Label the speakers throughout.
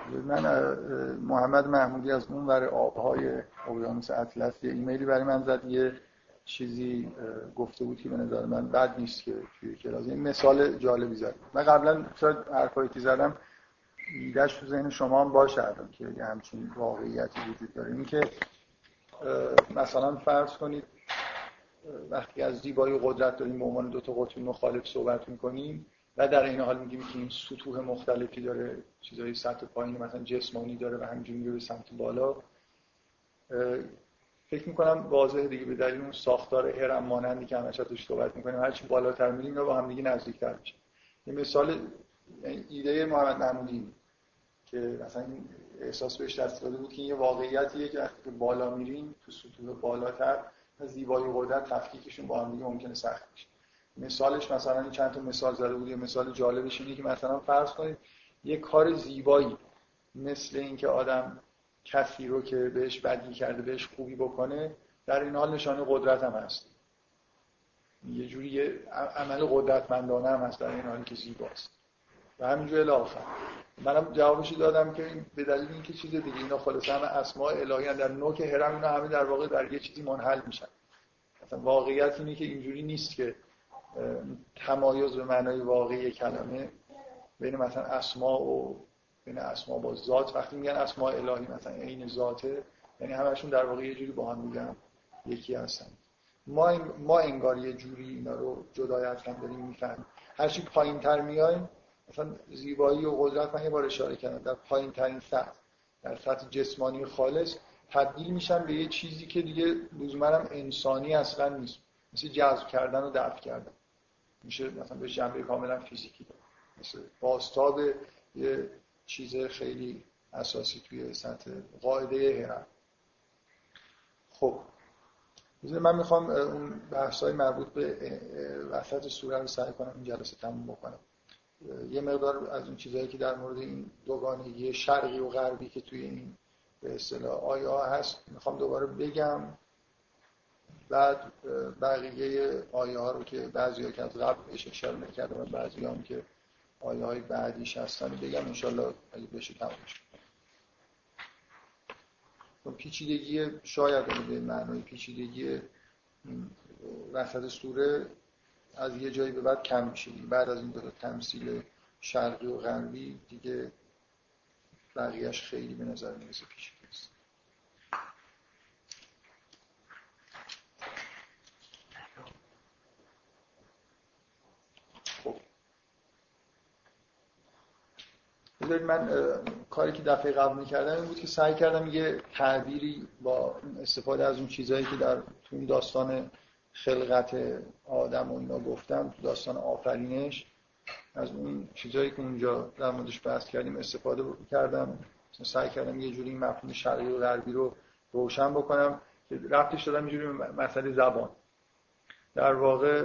Speaker 1: من محمد محمودی از اون ور آبهای اقیانوس اطلس یه ایمیلی برای من زد، یه چیزی گفته بود که به نظر من بد نیست که توی کلاس این مثال جالبی زد. من قبلا شاید حرفایی که زدم ایدهش تو ذهن شما هم باشه الان که یه همچین واقعیتی وجود داره. این که مثلا فرض کنید وقتی از زیبایی و قدرت داریم به عنوان دو تا قطب مخالف صحبت می‌کنیم و در این حال میگیم که این سطوح مختلفی داره، چیزای سطح پایین مثلا جسمانی داره و همینجوری میره به سمت بالا، فکر می‌کنم واضحه دیگه به دلیل اون ساختار هرم مانندی که همش ازش صحبت می‌کنیم هر چی بالاتر میریم اینا با هم دیگه نزدیک‌تر میشه. یه مثال ایده محمد محمودی که مثلا احساس بهش دست داده بود که یه واقعیتیه که وقتی بالا میریم تو سطوح بالاتر زیبایی و قدرت تفکیکشون با هم دیگه ممکنه سخت بشه. مثالش مثلا این چند تا مثال زده بود. یه مثال جالبش اینه که مثلا فرض کنید یه کار زیبایی مثل این که آدم کسی رو که بهش بدی کرده بهش خوبی بکنه در این حال نشانه قدرت هم هست، یه جوری یه عمل قدرتمندانه هم هست در این حالی که زیباست و همینجوری الی آخر. منم جوابشو دادم که به دلیل اینکه چیز دیگه اینا خلاصه همه اسماء الهی هستن، در نوک هرم اینا همه در واقع در یه چیزی منحل میشن. مثلا واقعیت اینه که اینجوری نیست که تمایز به معنای واقعی کلمه بین مثلا اسماء و بین اسماء با ذات، وقتی میگن اسماء الهی مثلا عین ذاته، یعنی همشون در واقع یه جوری با هم میگن یکی هستن. ما انگار یه جوری اینا رو جدای از هم داریم میفهمیم. هر چی پایین‌تر میایم مثلا زیبایی و قدرت، من یه بار اشاره کردم، در پایین‌ترین سطح در سطح جسمانی خالص تبدیل میشن به یه چیزی که دیگه لزوما هم انسانی اصلا نیست، مثل جذب کردن و دفع کردن میشه، مثلا به جنبه کاملا فیزیکی داره، مثل بازتاب یه چیز خیلی اساسی توی سطح قاعده هرم. خب من میخوام اون بحث‌های مربوط به وسط سوره رو سعی کنم این جلسه تموم بکنم. یه مقدار از اون چیزایی که در مورد این دوگانگی شرقی و غربی که توی این به اصطلاح آیه ها هست میخوام دوباره بگم، بعد بقیه آیه ها رو که بعضی‌ها که از قبل بهش اشاره نکردم و بعضی‌ها هم که آیه های بعدیش هستن بگم انشالله اگه بشه تموم شه. پیچیدگی شاید به معنای پیچیدگی وسط سوره از یه جایی به بعد کم میشه. بعد از این دو تا تمثیل شرقی و غربی دیگه بقیه‌اش خیلی به نظر میرسه پیچیده است. خب بذارید من کاری که دفعه قبل می‌کردم این بود که سعی کردم یه تعبیری با استفاده از اون چیزایی که در تو این داستان خلقت آدم و اینا گفتم، تو داستان آفرینش از اون چیزایی که اونجا در موردش بحث کردیم استفاده کردم. سعی کردم یه جوری مفهوم شرقی و غربی رو روشن بکنم که ربطش دادم یه جوری مسئله زبان. در واقع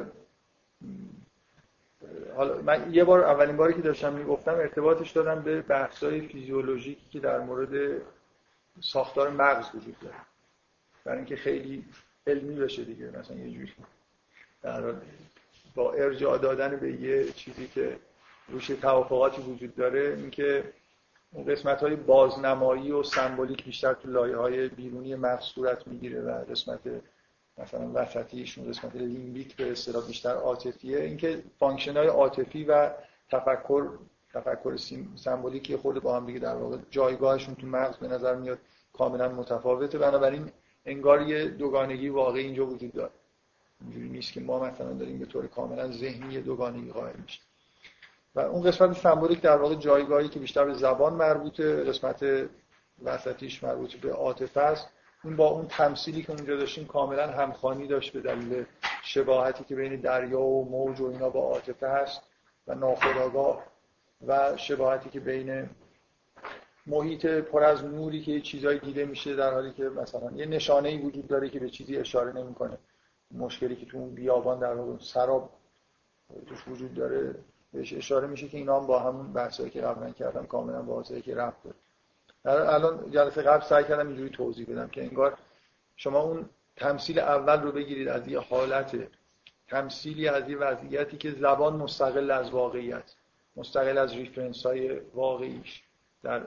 Speaker 1: حالا من یه بار اولین باری که داشتم میگفتم ارتباطش دادم به بحث‌های فیزیولوژیکی که در مورد ساختار مغز وجود داره، برای اینکه خیلی علمی بشه دیگه. مثلا یه جوری در با ارجاع دادن به یه چیزی که روش توافقاتی وجود داره، اینکه قسمت‌های بازنمایی و سمبولیک بیشتر تو لایه‌های بیرونی مغز صورت میگیره و قسمت مثلا وسطیشون قسمت لیمبیک به اصطلاح بیشتر عاطفیه. اینکه فانکشن‌های عاطفی و تفکر سمبولیکی خود با هم دیگه در واقع جایگاهشون تو مغز به نظر میاد کاملا متفاوته. بنابراین انگار یه دوگانگی واقعی اینجا وجود داره. اینجوری نیست که ما مثلا داریم به طور کاملا ذهنی دوگانگی قائل میشیم. و اون قسمت سمبولیک در واقع جایگاهی که بیشتر به زبان مربوطه، قسمت وسطیش مربوط به عاطفه است. این با اون تمثیلی که اونجا داشتیم کاملا همخوانی داشت به دلیل شباهتی که بین دریا و موج و اینا با عاطفه هست و ناخودآگاه، و شباهتی که بین محیط پر از نوری که چیزایی دیده میشه در حالی که مثلا یه نشانه‌ای وجود داره که به چیزی اشاره نمی‌کنه. مشکلی که تو اون بیابان در واقع سراب توش وجود داره بهش اشاره میشه که اینا هم با همون بحثایی که قبلا کردم کاملا واضحه که ربط داره. الان جلسه قبل سعی کردم اینجوری توضیح بدم که انگار شما اون تمثیل اول رو بگیرید از یه حالت تمثیلی از یه وضعیتی که زبان مستقل از واقعیت، مستقل از ریفرنس‌های واقعیش، در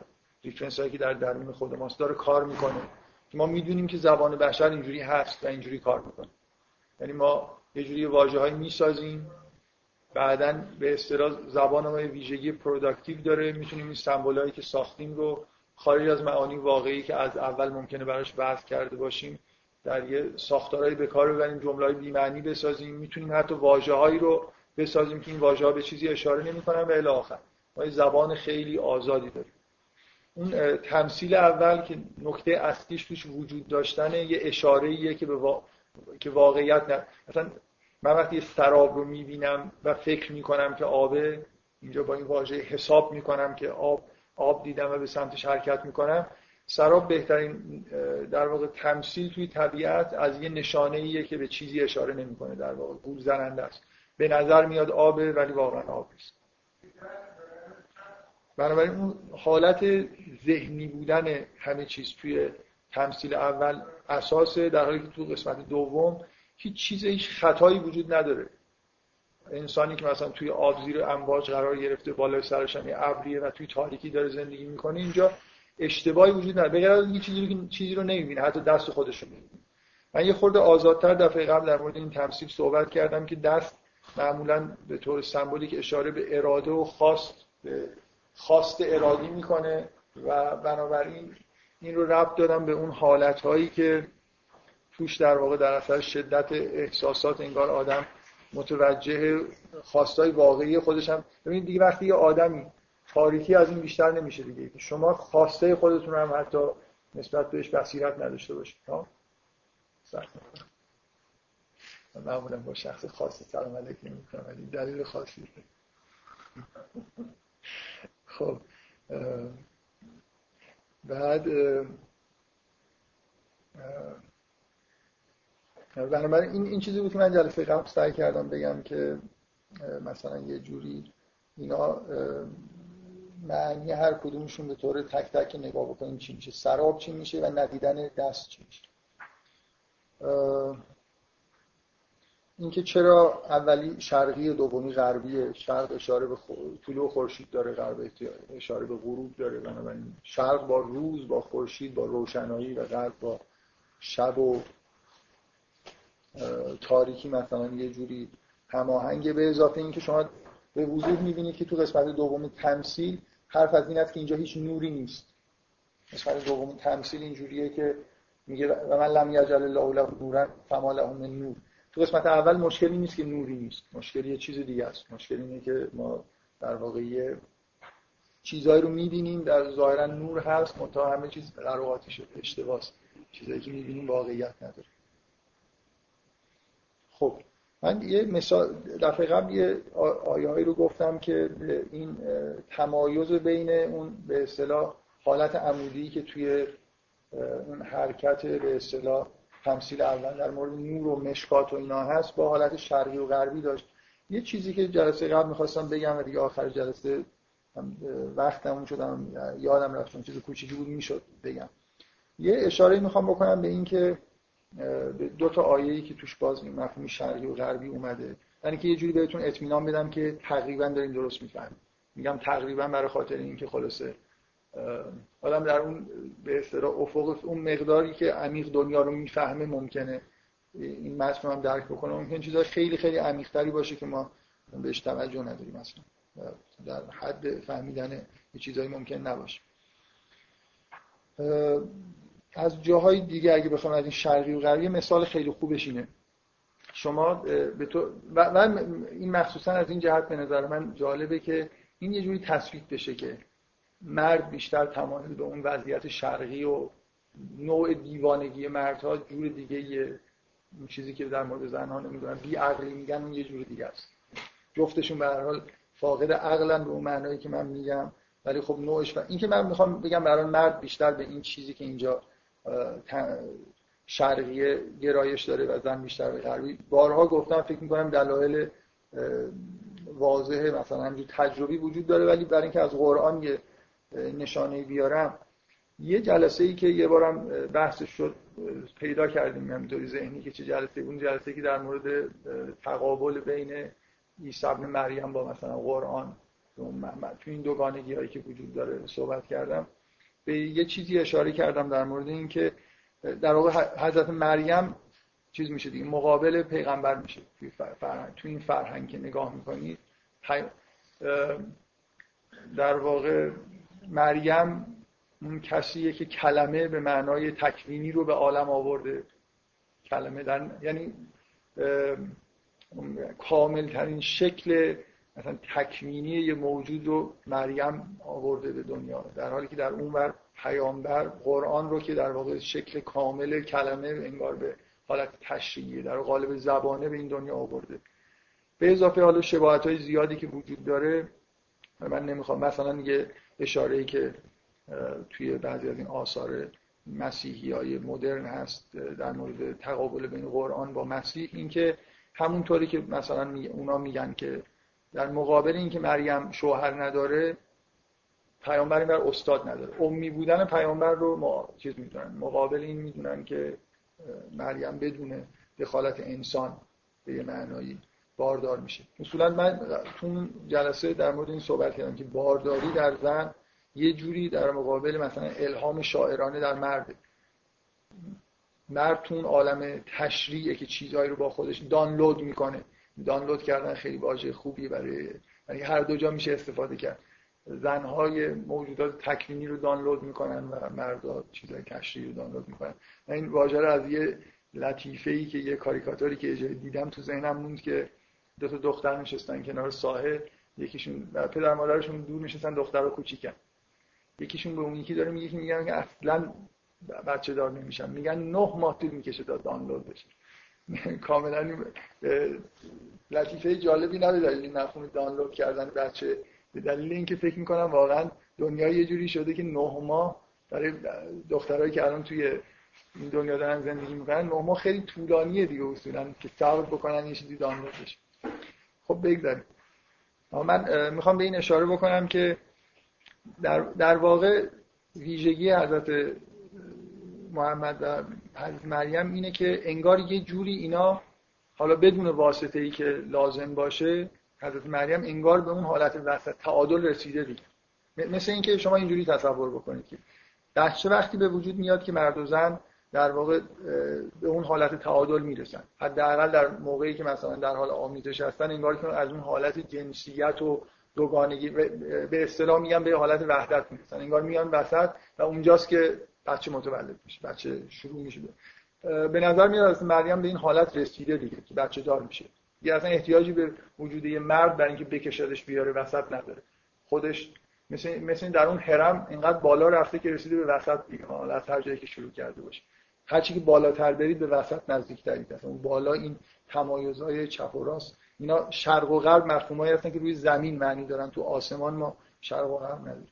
Speaker 1: فریکانسی هایی که در درون خود ماست داره کار میکنه که ما میدونیم که زبان بشر اینجوری هست و اینجوری کار میکنه. یعنی ما یه جوری واژه‌هایی میسازیم، بعداً به اصطلاح زبان ما ویژگی پروداکتیو داره، میتونیم این سمبولایی که ساختیم رو خارج از معانی واقعی که از اول ممکنه براش وضع کرده باشیم در یه ساختارهایی به کار ببریم، جمله‌های بی‌معنی بسازیم، میتونیم حتی واژه‌هایی رو بسازیم که این واژه‌ها به چیزی اشاره نمی‌کنن و الی آخر. ما یه زبان خیلی آزادی داریم. اون تمثیل اول که نکته اصلیش توش وجود داشتن یه اشاره‌ایه که که واقعیت نه. مثلا من وقتی سراب رو می‌بینم و فکر می‌کنم که آبه، اینجا با این واژه حساب می‌کنم که آب دیدم و به سمتش حرکت می‌کنم. سراب بهترین در واقع تمثیل توی طبیعت از یه نشانه‌ایه که به چیزی اشاره نمی‌کنه، در واقع گول زننده است. به نظر میاد آبه ولی واقعا آب نیست. بنابراین اون حالت ذهنی بودن همه چیز توی تمثیل اول اساسه، در حالی که تو قسمت دوم هیچ خطایی وجود نداره. انسانی که مثلا توی آب زیر امواج قرار گرفته، بالای سرش هم یه ابریه و توی تاریکی داره زندگی میکنه، اینجا اشتباهی وجود نداره. به غیر از اینکه چیزی رو نمیبینه، حتی دست خودش رو میبینه. من یه خورده آزادتر دفعه قبل در مورد این تمثیل صحبت کردم که دست معمولاً به طور سمبولیک اشاره به اراده و خواست ارادی میکنه و بنابراین این رو ربط دادم به اون حالتهایی که توش در واقع در اثر شدت احساسات انگار آدم متوجه خواستای واقعی خودش هم. ببینید دیگه وقتی یه آدمی تاریکی از این بیشتر نمیشه دیگه که شما خواسته خودتون هم حتی نسبت بهش بصیرت نداشته باشید. من معمولا با شخص خاصی سلام علیکم میکنم ولی دلیل خاصی خب بعد بنابراین این چیزی بود که من جلسه قبل سعی کردم بگم که مثلا یه جوری اینا معنی هر کدومشون به طور تک تک نگاه بکنیم چی میشه، سراب چی میشه و ندیدن دست چی میشه. اینکه چرا اولی شرقی دومی غربیه، شرق اشاره به طلوع خورشید داره، غرب اشاره به غروب داره. بنابراین شرق با روز، با خورشید، با روشنایی و غرب با شب و تاریکی مثلا یه جوری هماهنگه. به اضافه اینکه شما به وضوح می‌بینید که تو قسمت دوم تمثیل حرف از این است که اینجا هیچ نوری نیست. قسمت دوم تمثیل اینجوریه که میگه و من لم یجعل الله له نورا فما له من نور. تو قسمت اول مشکلی نیست که نوری نیست، مشکل یه چیز دیگه است. مشکل اینه که ما در واقع چیزایی رو می‌بینیم در ظاهرا نور هست، منتها همه چیز قرائاتش اشتباهه. چیزایی که می‌بینیم واقعیت نداره. خب من یه مثال دفعه قبل یه آیه‌ای رو گفتم که این تمایز بین اون به اصطلاح حالت عمودی که توی اون حرکت به اصطلاح تمثیل اول در مورد نور و مشکات و اینا هست با حالت شرقی و غربی داشت. یه چیزی که جلسه قبل می‌خواستم بگم و دیگه آخر جلسه وقتمون شدم یادم رفت، چون چیز کوچیکی بود میشد بگم. یه اشاره میخوام بکنم به این که دو تا آیه‌ای که توش باز مفهوم شرقی و غربی اومده، یعنی که یه جوری بهتون اطمینان بدم که تقریبا دارین درست میفهمید. میگم تقریبا برای خاطر اینکه خلاصه آدم در اون به اصطلاح افق اون مقداری که عمیق دنیا رو میفهمه ممکنه این متن رو هم درک بکنه. ممکنه چیزای خیلی خیلی عمیق‌تری باشه که ما بهش توجه نداریم مثلا در حد فهمیدن یه چیزایی ممکن نباشه. از جاهای دیگه اگه بخوام از این شرقی و غربی مثال خیلی خوبش اینه. شما به تو و این مخصوصا از این جهت به نظر من جالبه که این یه جوری تثبیت بشه که مرد بیشتر تمایل به اون وضعیت شرقی و نوع دیوانگی مردها جور دیگه یه چیزی که در مورد زنها نمیدونن بی عقلی میگن اون یه جور دیگه است. جفتشون به هر حال فاقد عقلن به اون معنایی که من میگم، ولی خب نوعش و این که من میخوام بگم برای مرد بیشتر به این چیزی که اینجا شرقی گرایش داره و زن بیشتر به غربی. بارها گفتم فکر میکنم دلایل واضحه مثلا همینجور تجربی وجود داره، ولی برای اینکه از قرآن یه نشانه بیارم، یه جلسه‌ای که یه بارم بحثش شد پیدا کردیم همینطوری ذهنی که چه جلسه، اون جلسه‌ای که در مورد تقابل بین عیسی ابن مریم با مثلا قرآن تو این دوگانگی‌هایی که وجود داره صحبت کردم. به یه چیزی اشاره کردم در مورد این که در واقع حضرت مریم چیز میشه دیگه، مقابل پیغمبر میشه تو این فرهنگ که نگاه میکنید. در واقع مریم اون کسیه که کلمه به معنای تکوینی رو به عالم آورده. کلمه یعنی کامل ترین شکل مثلا تکوینی یه موجود رو مریم آورده به دنیا، در حالی که در اون ور پیامبر قرآن رو که در واقع شکل کامل کلمه انگار به حالت تشریعی در قالب زبانه به این دنیا آورده. به اضافه حالا شباهت‌های زیادی که وجود داره، من نمیخوام مثلا یه اشاره‌ای که توی بعضی از این آثار مسیحیای مدرن هست در مورد تقابل بین قرآن با مسیح، این که همونطوری که مثلا اونا میگن که در مقابل این که مریم شوهر نداره، پیامبر این بر استاد نداره، امی بودن پیامبر رو چیز میدونن، مقابل این میدونن که مریم بدون دخالت انسان به یه معنایی باردار میشه. اصولا من تو جلسه در مورد این صحبت کردم که بارداری در زن یه جوری در مقابل مثلا الهام شاعرانه در مرد تو اون عالم تشریعه که چیزهایی رو با خودش دانلود میکنه. دانلود کردن خیلی واژه خوبیه برای هر دو جا میشه استفاده کرد. زنهای موجودات تکوینی رو دانلود میکنن و مردها چیزهای تشریعی رو دانلود میکنن. من این واژه رو از یه لطیفه‌ای که یه کاریکاتوری که اجازه دیدم تو ذهنم موند که دو تا دختر نشستن کنار ساحل، یکیشون پدر مادرشون دور نشستن، دخترها کوچیکن، یکیشون به اون یکی داره میگه که میگن که اصلا بچه دار نمیشن، میگن 9 ماه طول میکشه تا دانلود بشه. کاملا لطیفه جالبی نداره این مفهوم دانلود کردن بچه، به دلیل اینکه فکر میکنم واقعا دنیا یه جوری شده که 9 ماه برای دخترایی که الان توی این دنیا دارن زندگی میکنن 9 ماه خیلی طولانیه دیگه اصولا که صبر بکنن یه چیزی دانلود بشه. خب بگذاریم. من میخوام به این اشاره بکنم که در واقع ویژگی حضرت محمد و حضرت مریم اینه که انگار یه جوری اینا حالا بدون واسطه ای که لازم باشه، حضرت مریم انگار به اون حالت وسط تعادل رسیده دیگه. مثل اینکه شما اینجوری تصور بکنید که بچه وقتی به وجود میاد که مرد و زن در واقع به اون حالت تعادل میرسن، حداقل در موقعی که مثلا در حال آمیزش هستن، انگار که از اون حالت جنسیت و دوگانگی به اصطلاح میگم به حالت وحدت میرسن، انگار میان وسط و اونجاست که بچه متولد میشه، بچه شروع میشه. به نظر میاد از مریم به این حالت رسیده دیگه که بچه دار میشه دیگه، اصلا احتیاجی به وجود یه مرد برای اینکه بکشدش بیاره وسط نداره. خودش مثل در اون هرم اینقدر بالا رفته که رسیده به وسط دیگه، حالا از هر جایی که شروع کرده باشه. هر چی که بالاتر برید به وسط نزدیک‌ترید. اصلا اون بالا این تمایزهای چپ و راست، اینا شرق و غرب مفهومایی هستن که روی زمین معنی دارن، تو آسمان ما شرق و غرب نداریم.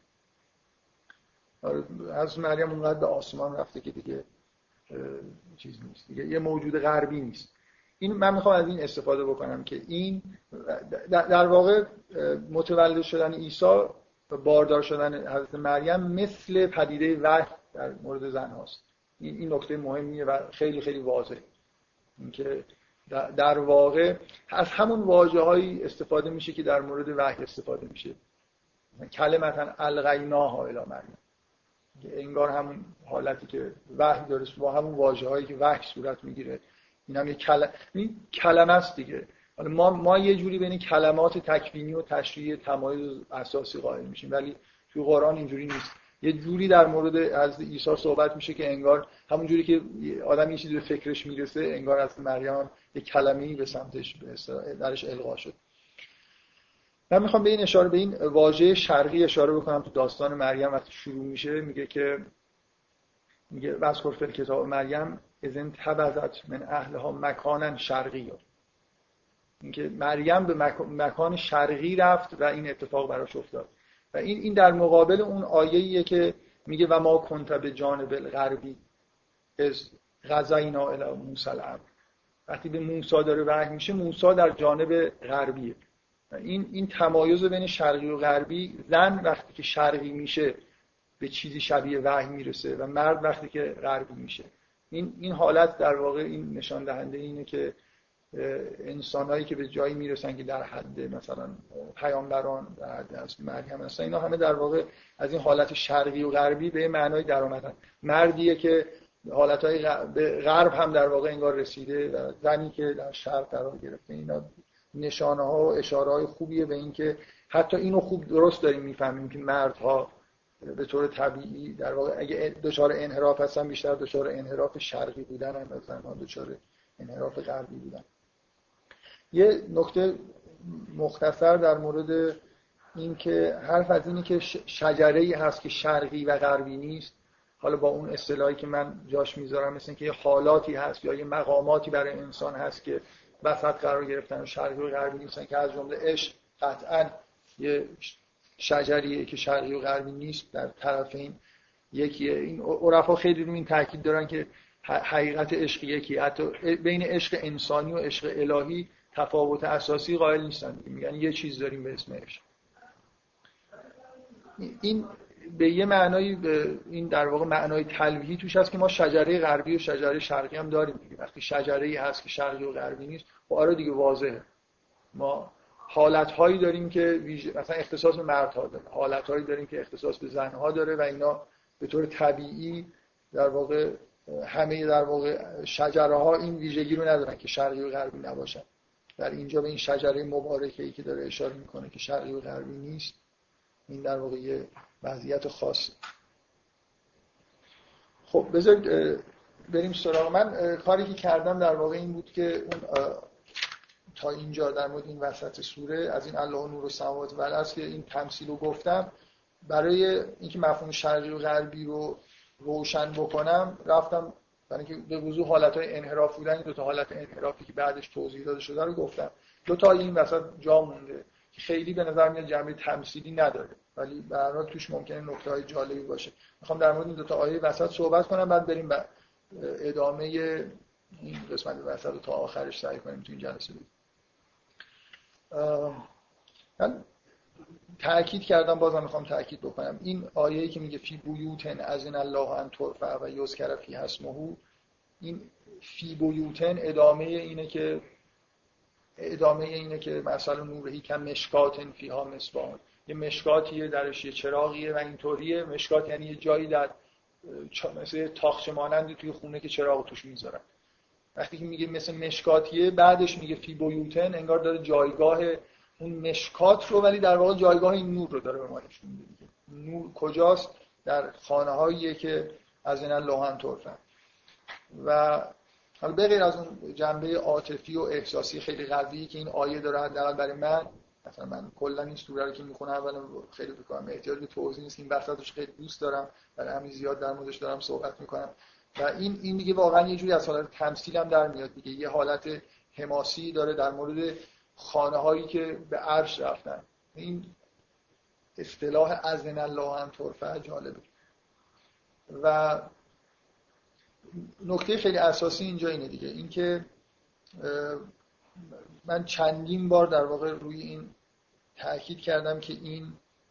Speaker 1: از مریم اونقدر به آسمان رفته که دیگه چیز نیست دیگه، یه موجود غربی نیست. این من میخوام از این استفاده بکنم که این در واقع متولد شدن عیسی و باردار شدن حضرت مریم مثل پدیده وحی در مورد زن هاست. این نکته مهمیه و خیلی خیلی واضحه، اینکه در واقع از همون واژه‌هایی استفاده میشه که در مورد وحی استفاده میشه. کلمتاً الغیناها الی مریم، که انگار همون حالتی که وحی داره با همون واژه‌هایی که وحی صورت میگیره، این هم یک کلمه است دیگه. حالا ما یه جوری بین کلمات تکوینی و تشریعی تمایز اساسی قائل میشیم، ولی توی قرآن اینجوری نیست. یه جوری در مورد حضرت عیسی صحبت میشه که انگار همون جوری که آدم یه چیزی به فکرش میرسه، انگار از مریم یه کلمه‌ای به سمتش درش القا شد. من میخوام به این اشاره، به این واژه شرقی اشاره بکنم. تو داستان مریم وقتی شروع میشه میگه واذکر فی الکتاب مریم اذ انتبذت من اهلها مکانا شرقی. اینکه مریم به مکان شرقی رفت و این اتفاق براش افتاد. و این در مقابل اون آیه‌ایه که میگه و ما کنت به جانب الغربی از غزینا الی موسی الامر. وقتی به موسی داره وحی میشه، موسی در جانب غربیه. این تمایز بین شرقی و غربی، زن وقتی که شرقی میشه به چیزی شبیه وحی میرسه و مرد وقتی که غربی میشه، این حالت در واقع این نشان دهنده اینه که انسانایی که به جایی میرسن که در حد مثلا پیامبران، در حد از مریم هستن، اینا همه در واقع از این حالت شرقی و غربی به معنای در اومدن. مردیه که حالتهای به غرب هم در واقع انگار رسیده و زنی که در شرق قرار گرفته. اینا نشانه ها و اشاره های خوبیه به این که حتی اینو خوب درست داریم میفهمیم که مردها به طور طبیعی در واقع اگه دچار انحراف هستن بیشتر دچار انحراف شرقی بودن هم، زنها دچار انحراف غربی بودن. یه نکته مختصر در مورد این که حرف از اینی که شجره‌ای هست که شرقی و غربی نیست، حالا با اون اصطلاحی که من جاش میذارم مثل اینکه یه حالاتی هست یا یه مقاماتی برای انسان هست که وسط قرار گرفتن و شرقی و غربی نیستن، که از جمله عشق قطعاً یه شجریه که شرقی و غربی نیست، در طرفین یکیه. این عرفا خیلی رو این تاکید دارن که حقیقت عشق یکی، حتی بین عشق انسانی و عشق الهی تفاوت اساسی قائل نیستن، میگن یه چیز داریم به اسم عشق. این به یه معنایی این در واقع معنای تلویحی توش هست که ما شجره غربی و شجره شرقی هم داریم دیگه. وقتی شجره‌ای هست که شرقی و غربی نیست، خب آره دیگه واضحه. ما حالت‌هایی داریم که مثلا اختصاص به مردها داره، حالت‌هایی داریم که اختصاص به زنها داره و اینا به طور طبیعی در واقع همه در واقع شجره‌ها این ویژگی رو ندارن که شرقی و غربی نباشن. در اینجا به این شجره مبارکه‌ای که داره اشاره میکنه که شرقی و غربی نیست، این در واقع یه وضعیت خاصه. خب بذارید بریم سراغ. من کاری که کردم در واقع این بود که اون تا اینجا در مورد این وسط سوره از این الله نور السماوات و الارض که این تمثیل رو گفتم، برای اینکه مفهوم شرقی و غربی رو روشن بکنم رفتم برای اینکه به وضوح حالت‌های انحراف بودن، دو تا حالت انحرافی که بعدش توضیح داده شده رو گفتم. دو تا این وسط جا مونده که خیلی به نظر میاد جنبه تمثیلی نداره، ولی به هر حال توش ممکنه نکته‌های جالبی باشه. میخوام در مورد این دو تا آیه وسط صحبت کنم، بعد بریم به ادامه این قسمت وسط رو تا آخرش سعی کنیم تو این جلسه بگیم. من تأکید کردم، بازم میخوام تأکید بکنم، این آیه‌ای که میگه فی بیوتن اذن الله ان ترفع و یذکر فیها اسمه، این فی بیوتن ادامه اینه که مثلا نورهی کم مشکاتن فیها مصباح، یه مشکاتیه درش یه چراغیه و اینطوریه. مشکات یعنی یه جایی در مثل تاقچه مانندی توی خونه که چراغ توش میذارن. وقتی که میگه مثل مشکاتیه بعدش میگه فی بیوتن، انگار داره جایگاه اون مشکات رو، ولی در واقع جایگاه این نور رو داره به ما نشون میده. نور کجاست؟ در خانه‌هاییه که از این لوحن طرفن. و حالا بغیر از اون جنبه عاطفی و احساسی خیلی قوی که این آیه داره، حداقل برای من، مثلا من کلا این سوره رو که میخونم اولا خیلی بکنم احتیاج به توضیح نیست، این وسطش خیلی دوست دارم، برای همین زیاد در موردش دارم صحبت میکنم. و این دیگه واقعا یه جوری از حالت تمثیل هم در میاد دیگه، یه حالت حماسی داره در مورد خانه هایی که به عرش رفتن. این اصطلاح اذن الله ان ترفع جالبه. و نکته خیلی اساسی اینجا اینه دیگه، این که من چندین بار در واقع روی این تأکید کردم که این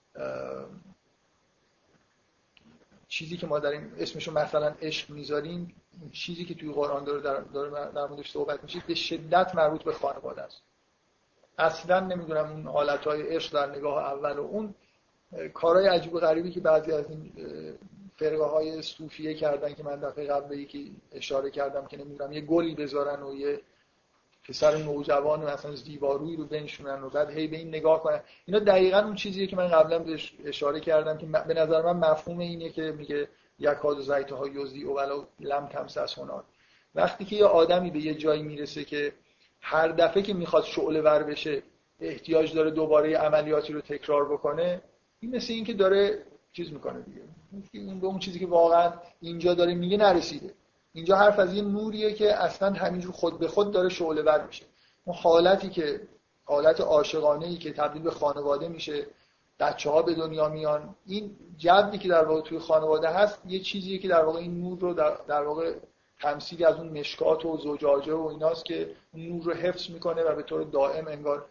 Speaker 1: چیزی که ما داریم اسمشو مثلا عشق میذاریم، چیزی که توی قرآن داره در موردش صحبت میشه به شدت مربوط به خانواده است. اصلا نمیدونم اون حالتهای عشق در نگاه اول و اون کارهای عجیب و غریبی که بعضی از این فرقه های صوفیه کردن که من دفعه قبل به یکی اشاره کردم که نمیدونم یه گلی بذارن و یه پسر نوجوان مثلا زیبارویی رو بنشونن و بعد هی به این نگاه کنن. اینا دقیقاً اون چیزیه که من قبلا بهش اشاره کردم که به نظر من مفهوم اینه که میگه یکاد زیتها یوزی و ولو لم تمسس هنار. وقتی که یه آدمی به یه جایی میرسه که هر دفعه که میخواد شعله ور بشه احتیاج داره دوباره عملیاتی رو تکرار بکنه، این مثل این که داره چیز میکنه دیگه، این به اون چیزی که واقعا اینجا داره میگه نرسیده. اینجا حرف از یه نوریه که اصلا همینجور خود به خود داره شعله ور میشه. اون حالتی که حالت عاشقانه‌ای که تبدیل به خانواده میشه، بچه‌ها به دنیا میان، این جوی که در واقع توی خانواده هست یه چیزیه که در واقع این نور رو در واقع تمثیلی از اون مشکات و زجاجه و ایناست که نور رو حفظ میکنه و به طور دائم انگار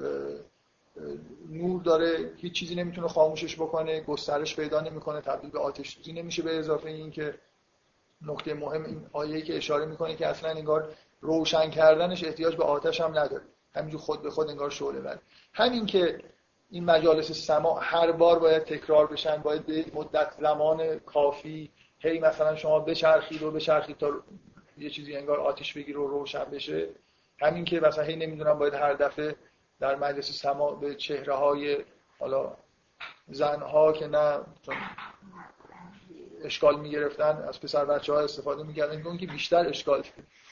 Speaker 1: نور داره، هیچ چیزی نمیتونه خاموشش بکنه، گسترش پیدا نمیکنه، تبدیل به آتش سوزی نمیشه. به اضافه این که نکته مهم این آیه‌ای که اشاره میکنه که اصلا انگار روشن کردنش احتیاج به آتش هم نداره، همینجور خود به خود انگار شعله ور. همین که این مجالس سماع هر بار باید تکرار بشن، باید به مدت زمان کافی هی مثلا شما بچرخید تا یه چیزی انگار آتش بگیره و روشن بشه. همین که مثلا هی نمیدونم باید هر دفعه در مجلس سماع به چهره‌های حالا زنها که نه اشکال میگرفتن از پسر بچه‌ها استفاده میکردن، اون که بیشتر اشکال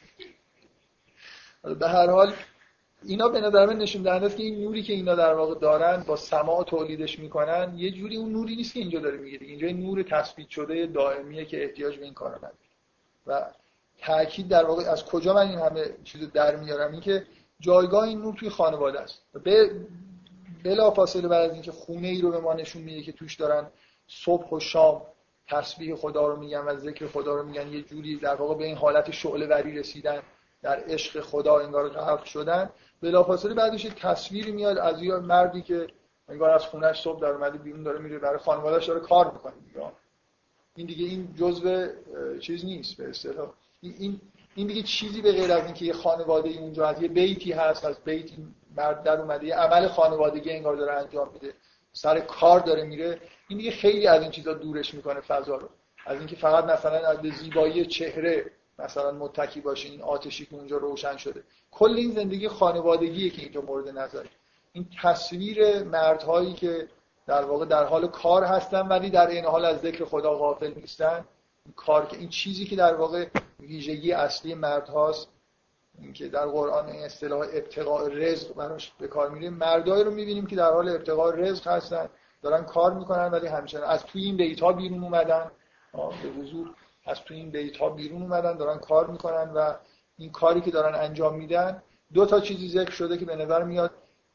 Speaker 1: به هر حال اینا به نظر من نشون دهنده است که این نوری که اینا در واقع دارن با سماع تولیدش میکنن یه جوری اون نوری نیست که اینجا داره میگه. اینجا این نور تثبیت شده دائمیه که احتیاج به این کارا نداره. و تأکید در واقع از کجا من این همه چیزو در میارم، این که جایگاه این نور توی خانواده است. بلافاصله بعد از اینکه خونه ای رو به ما نشون میده که توش دارن صبح و شام تسبیح خدا رو میگن و ذکر خدا رو میگن، یه جوری در واقع به این حالت شعله وری رسیدن، در عشق خدا انگار غرق شدن. بلافاصله بعدش یه تصویری میاد از یه مردی که انگار از خونه‌اش صبح در اومده بیرون، داره میره برای خانواده‌اش داره کار میکنه. این دیگه این جزء چیز نیست به اصطلاح. این دیگه چیزی به غیر از اینکه یه خانواده اونجا از یه بیتی هست، از بیت مرد در اومده یه عمل خانوادگی انگار داره انجام میده، سر کار داره میره، این دیگه خیلی از این چیزا دورش میکنه فضا رو. از اینکه فقط مثلا از زیبایی چهره مثلا متکی باشه، این آتشی که اونجا روشن شده، کل این زندگی خانوادگیه که اینجا مورد نظره. این تصویر مردهایی که در واقع در حال کار هستن ولی در این حال از ذکر خدا غافل نیستن، کار که این چیزی که در واقع ویژگی اصلی مرد هاست، این که در قرآن این اصطلاح ابتغاء رزق براش به کار میره. مردایی رو میبینیم که در حال ابتغاء رزق هستن، دارن کار میکنن ولی همچنان از توی این بیت ها بیرون اومدن، به وضوح از توی این بیت ها بیرون اومدن، دارن کار میکنن و این کاری که دارن انجام میدن. دو تا چیزی ذکر شده که به نظر میاد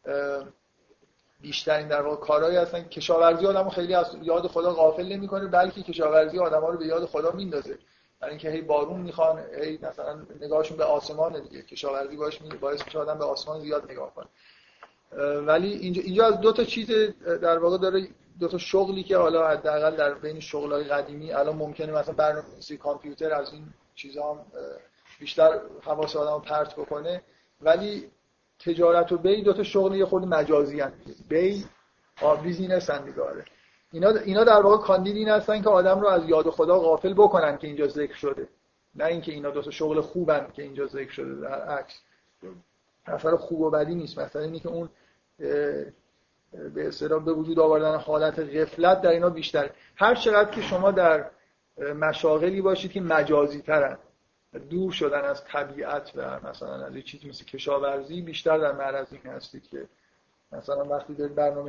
Speaker 1: بیشترین در واقع کارهایی هستن. کشاورزی آدمو خیلی از یاد خدا غافل نمیکنه، بلکه کشاورزی آدما رو به یاد خدا میندازه، برای اینکه هی بارون میخوان، هی مثلا نگاهشون به آسمان دیگه، کشاورزی باعث میشه آدم به آسمان زیاد نگاه کنه. ولی اینجا از دو تا چیز در واقع داره، دو تا شغلی که حالا حداقل در بین شغل‌های قدیمی الان ممکنه مثلا برنامه‌نویسی کامپیوتر از این چیزا هم بیشتر حواس آدمو پرت بکنه، ولی تجارت و بی دو تا شغل یه خورده مجازی هستن. بی بیزینس اندیگاره. اینا در واقع کاندید این هستن که آدم رو از یاد خدا غافل بکنن که اینجا ذکر شده، نه اینکه اینا دو تا شغل خوبن که اینجا ذکر شده. در عکس مثلا خوب و بدی نیست، مثلا اینی که اون به اصطلاح به وجود آوردن حالت غفلت در اینا بیشتر. هر چقدر که شما در مشاغلی باشید که مجازی ترن، دور شدن از طبیعت و مثلا از چیزی مثل کشاورزی، بیشتر در معرض این هستید که مثلا وقتی دارید برنامه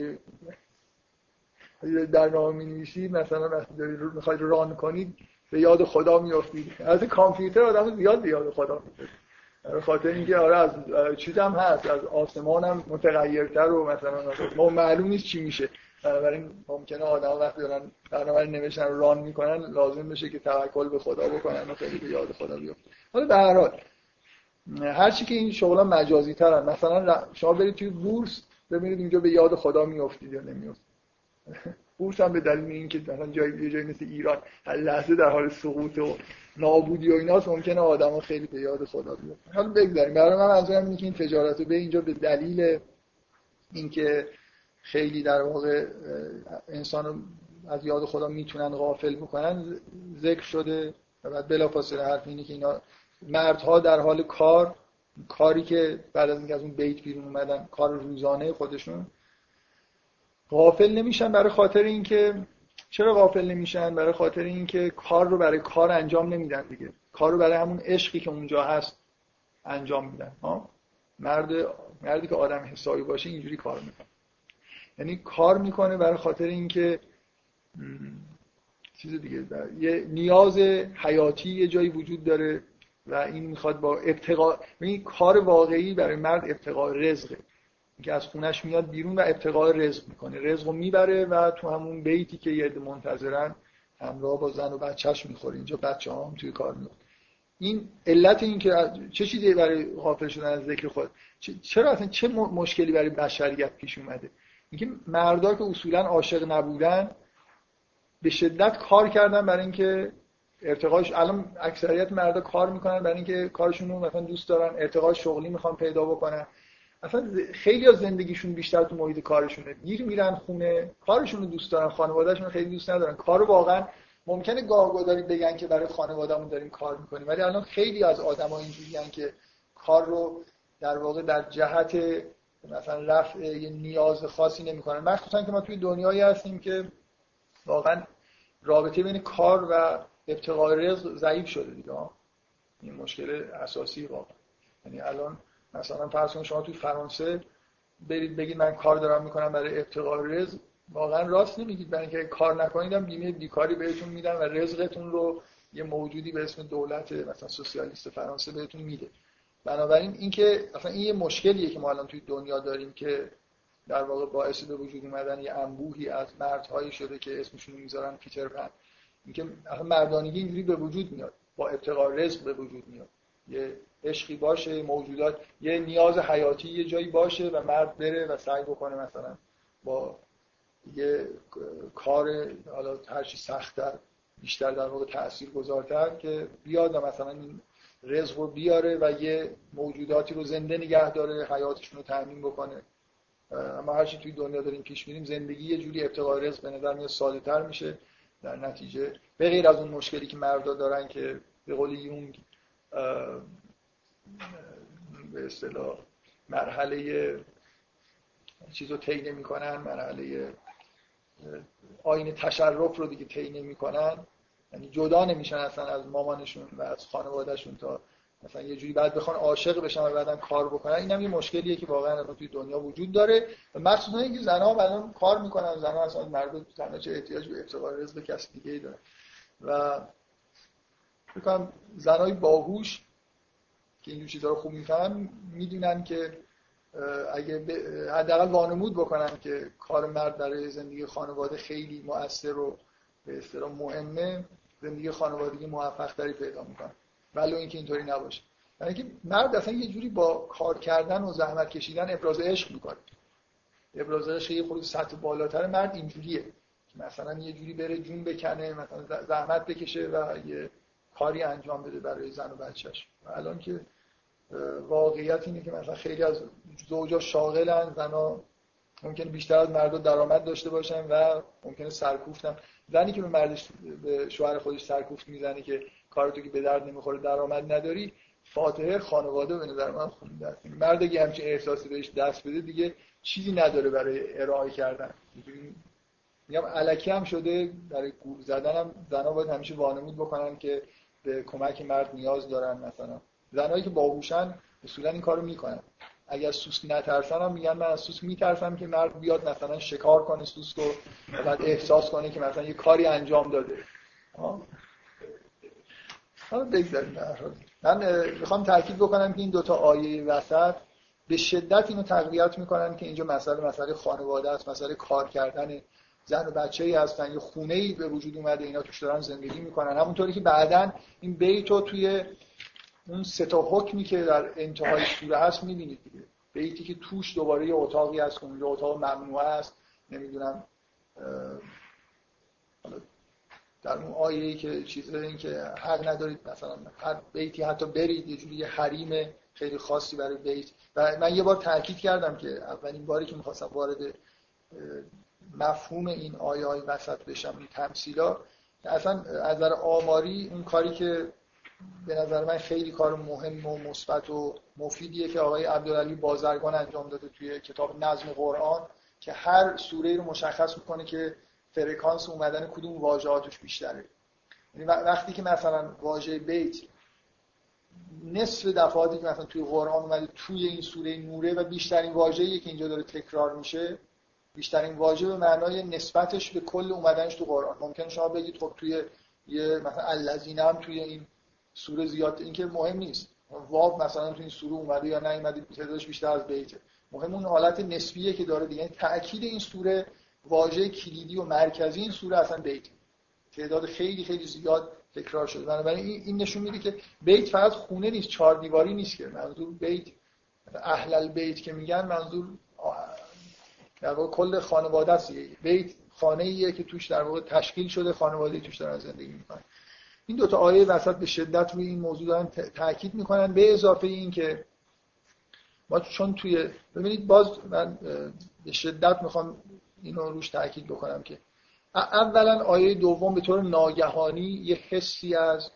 Speaker 1: می‌نویسید، مثلا وقتی دارید می‌خواید ران کنید به یاد خدا میافتید. از کامپیوتر آدم زیاد به یاد خدا میفته، به خاطر اینکه آره از چیزام هست، از آسمانم متغیرتر و مثلا ما معلوم نیست چی میشه. بنابراین ممکنه آدم وقتی دارن برنامه رو نوشتن ران میکنن لازم بشه که توکل به خدا بکنن و خیلی به یاد خدا بیفتن. حالا به هر حال هر چی که این شغلا مجازی ترن، مثلا شما برید توی بورس ببینید اینجا به یاد خدا میافتید یا نمیافتید. بورس هم به دلیل اینکه مثلا یه جایی مثل ایران هر لحظه در حال سقوط و نابودی و ایناست، ممکنه آدما خیلی به یاد خدا بیفتن. حالا بگذاریم. برای من منظورم اینه که این تجارت به اینجا به دلیل اینکه خیلی در واقع انسانو از یاد خدا میتونن غافل بکنن ذکر شده. و بعد بلافاصله حرف اینه که اینا مردها در حال کاری که بعد از اینکه از اون بیت بیرون اومدن، کار روزانه خودشون، غافل نمیشن. برای خاطر اینکه چرا غافل نمیشن؟ برای خاطر اینکه کار رو برای کار انجام نمیدن دیگه، کار رو برای همون عشقی که اونجا هست انجام میدن. مردی که آدم حسابی باشه اینجوری کار میکنه، یعنی کار میکنه برای خاطر اینکه چیز دیگه، یه نیاز حیاتی یه جایی وجود داره و این میخواد با ابتغاء، یعنی کار واقعی برای مرد ابتغاء رزقه، که از خونش میاد بیرون و ابتغاء رزق میکنه، رزقو میبره و تو همون بیتی که یه منتظرن همراه با زن و بچه‌ش میخوره. اینجا بچه‌ها هم توی کار میاد. این علت این که چه چیزی برای غافل شدن از ذکر خود، چرا اصلا چه مشکلی برای بشریت پیش اومده؟ اینکه مردا که اصولا عاشق نبودن به شدت کار کردن برای اینکه ارتقاش الان اکثریت مردا کار میکنن برای اینکه کارشون رو مثلا دوست دارن، ارتقا شغلی میخوان پیدا بکنن. اصلا خیلی از زندگیشون بیشتر تو محیط کارشونه. میرن خونه، کارشون رو دوست دارن، خانواده‌شون رو خیلی دوست ندارن. کارو واقعا ممکنه گاه‌گداری بگن که برای خانواده‌مون داریم کار میکنیم، ولی الان خیلی از آدم‌ها اینجوریان که کار رو در واقع در جهت مثلا رفع یه نیاز خاصی نمی‌کنن. مخصوصا که ما توی دنیایی هستیم که واقعا رابطه بین کار و ابتغاء رزق ضعیف شده دیگه. این مشکل اساسی واقعا. یعنی الان مثلا فرض کنید شما توی فرانسه برید بگید من کار دارم میکنم برای ابتغاء رزق، واقعا راست نمیگید. برای اینکه کار نکنید هم بیمه بیکاری بهتون میدن و رزقتون رو یه موجودی به اسم دولت مثلا سوسیالیست فرانسه بهتون میده. بنابراین اینکه اصلا این یه مشکلیه که ما الان توی دنیا داریم که در واقع باعث به وجود اومدن یه انبوهی از مردهایی شده که اسمشون رو میذارن پیتر پن. اینکه اصلا مردانگی اینجوری به وجود میاد، با ابتغاء رزق به وجود میاد. یه عشقی باشه، موجودات یه نیاز حیاتی یه جایی باشه و مرد بره و سعی بکنه مثلا با یه کار حالا هر چی سخت‌تر بیشتر در واقع تاثیرگذارتر که بیاد و مثلا این رزق رو بیاره و یه موجوداتی رو زنده نگه داره، حیاتشون رو تامین بکنه. اما هر چی توی دنیا داریم پیش میریم زندگی یه جوری ابتغاء رزق به نظر میاد ساده‌تر میشه در نتیجه، به غیر از اون مشکلی که مردا دارن که به قول یونگ به اصطلاح مرحله چیزو طی نمی‌کنن، مرحله آیین تشرف رو دیگه طی نمی‌کنن، یعنی جدا نمیشن اصلا از مامانشون و از خانوادهشون تا مثلا یه جوری بعد بخوان عاشق بشن و بعدن کار بکنن. اینم یه مشکلیه که واقعا الان توی دنیا وجود داره و مخصوصا اینکه زن‌ها الان کار میکنن، زن‌ها اصلا مرد تنها چه احتیاج به ابتغاء رزق کسی دیگه‌ای دارن و فکر کنم زنای باهوش که این چیزا رو خوب میفهمن میدونن که اگه حداقل وانمود بکنن که کار مرد برای زندگی خانواده خیلی مؤثر و به اصطلاح مهمه، زندگی خانوادگی موفق‌تری پیدا میکنن، ولی اینکه اینطوری نباشه. یعنی که مرد اصلا یه جوری با کار کردن و زحمت کشیدن ابراز عشق میکنه. ابراز عشق یه خورده سطح بالاتر مرد اینجوریه که مثلا یه جوری بره جون بکنه، مثلا زحمت بکشه و یه کاری انجام بده برای زن و بچه‌ش. الان که واقعیت اینه که مثلا خیلی از زوجا شاغلن، زنا ممکنه بیشتر از مردا درآمد داشته باشن و ممکنه سرکوفتن. زنی که به شوهر خودش سرکوفت میزنه که کارتو که به درد نمیخوره، درآمد نداری، فاتحه خانواده به نظر من خونده است. مردی که همچین احساسی بهش دست بده دیگه چیزی نداره برای ارائه کردن. میگم الکی هم شده برای گول زدن هم زنا باید همیشه وانمود بکنن که به کمک مرد نیاز دارن. مثلا زنایی که باهوشن اصولا این کارو میکنن. اگر سوسک نترسن هم میگن من از سوسک میترسم که مرد بیاد مثلا شکار کنه سوسک رو و بعد احساس کنه که مثلا یه کاری انجام داده. حالا بگذاریم. در حال من میخوام تاکید بکنم که این دوتا آیه وسط به شدت اینو تقویت میکنن که اینجا مسئله خانواده است، مسئله کار کردن زن و بچه‌ای هستن، یه خونه‌ای به وجود اومده، اینا توش دارن زندگی میکنن. همونطوری که بعداً این بیتو توی اون سه تا حکمی که در انتهای سوره هست می‌بینید دیگه. بیتی که توش دوباره یه اتاقی هست، اونجا اتاق ممنوعه است، نمیدونم در اون آیه‌ای که چیزی این که حق ندارید مثلا هر بیتی حتی برید یه جوری یه حریم خیلی خاصی برای بیت. و من یه بار تاکید کردم که اولین باری که می‌خواستم وارد مفهوم این آیه‌های وسط بشم، این تمثیلا، اصلا از نظر آماری اون کاری که به نظر من خیلی کار مهم و مثبت و مفیدیه که آقای عبدالعلی بازرگان انجام داده توی کتاب نظم قرآن، که هر سوره رو مشخص میکنه که فرکانس اومدن کدوم واژه‌ها توش بیشتره. یعنی وقتی که مثلا واژه بیت نصف دفعاتی که مثلا توی قرآن اومده توی این سوره نوره و بیشترین واژه‌ای که اینجا داره تکرار میشه، بیشترین واژه به معنای نسبتش به کل اومدنش تو قرآن. ممکن شما بگید خب توی یه مثلا الذین هم توی این سوره زیاد، این که مهم نیست واو مثلا توی این سوره اومده یا نیومده تعدادش بیشتر از بیته، مهم اون حالت نسبیه که داره دیگه. یعنی تأکید این سوره واژه کلیدی و مرکزی این سوره اصلا بیت، تعداد خیلی خیلی زیاد تکرار شده. بنابراین این نشون میده که بیت فقط خونه نیست، چهار دیواری نیست که منظور بیت اهل البیت که میگن منظور در واقع کل خانواده است. بیت خانه‌ایه که توش در واقع تشکیل شده، خانواده‌ای توش دارن زندگی میکنن. این دوتا آیه وسط به شدت روی این موضوع دارن تاکید میکنن، به اضافه این که ما چون توی ببینید باز من به شدت میخوام اینو روش تاکید بکنم که اولا آیه دوم به طور ناگهانی یه حسی از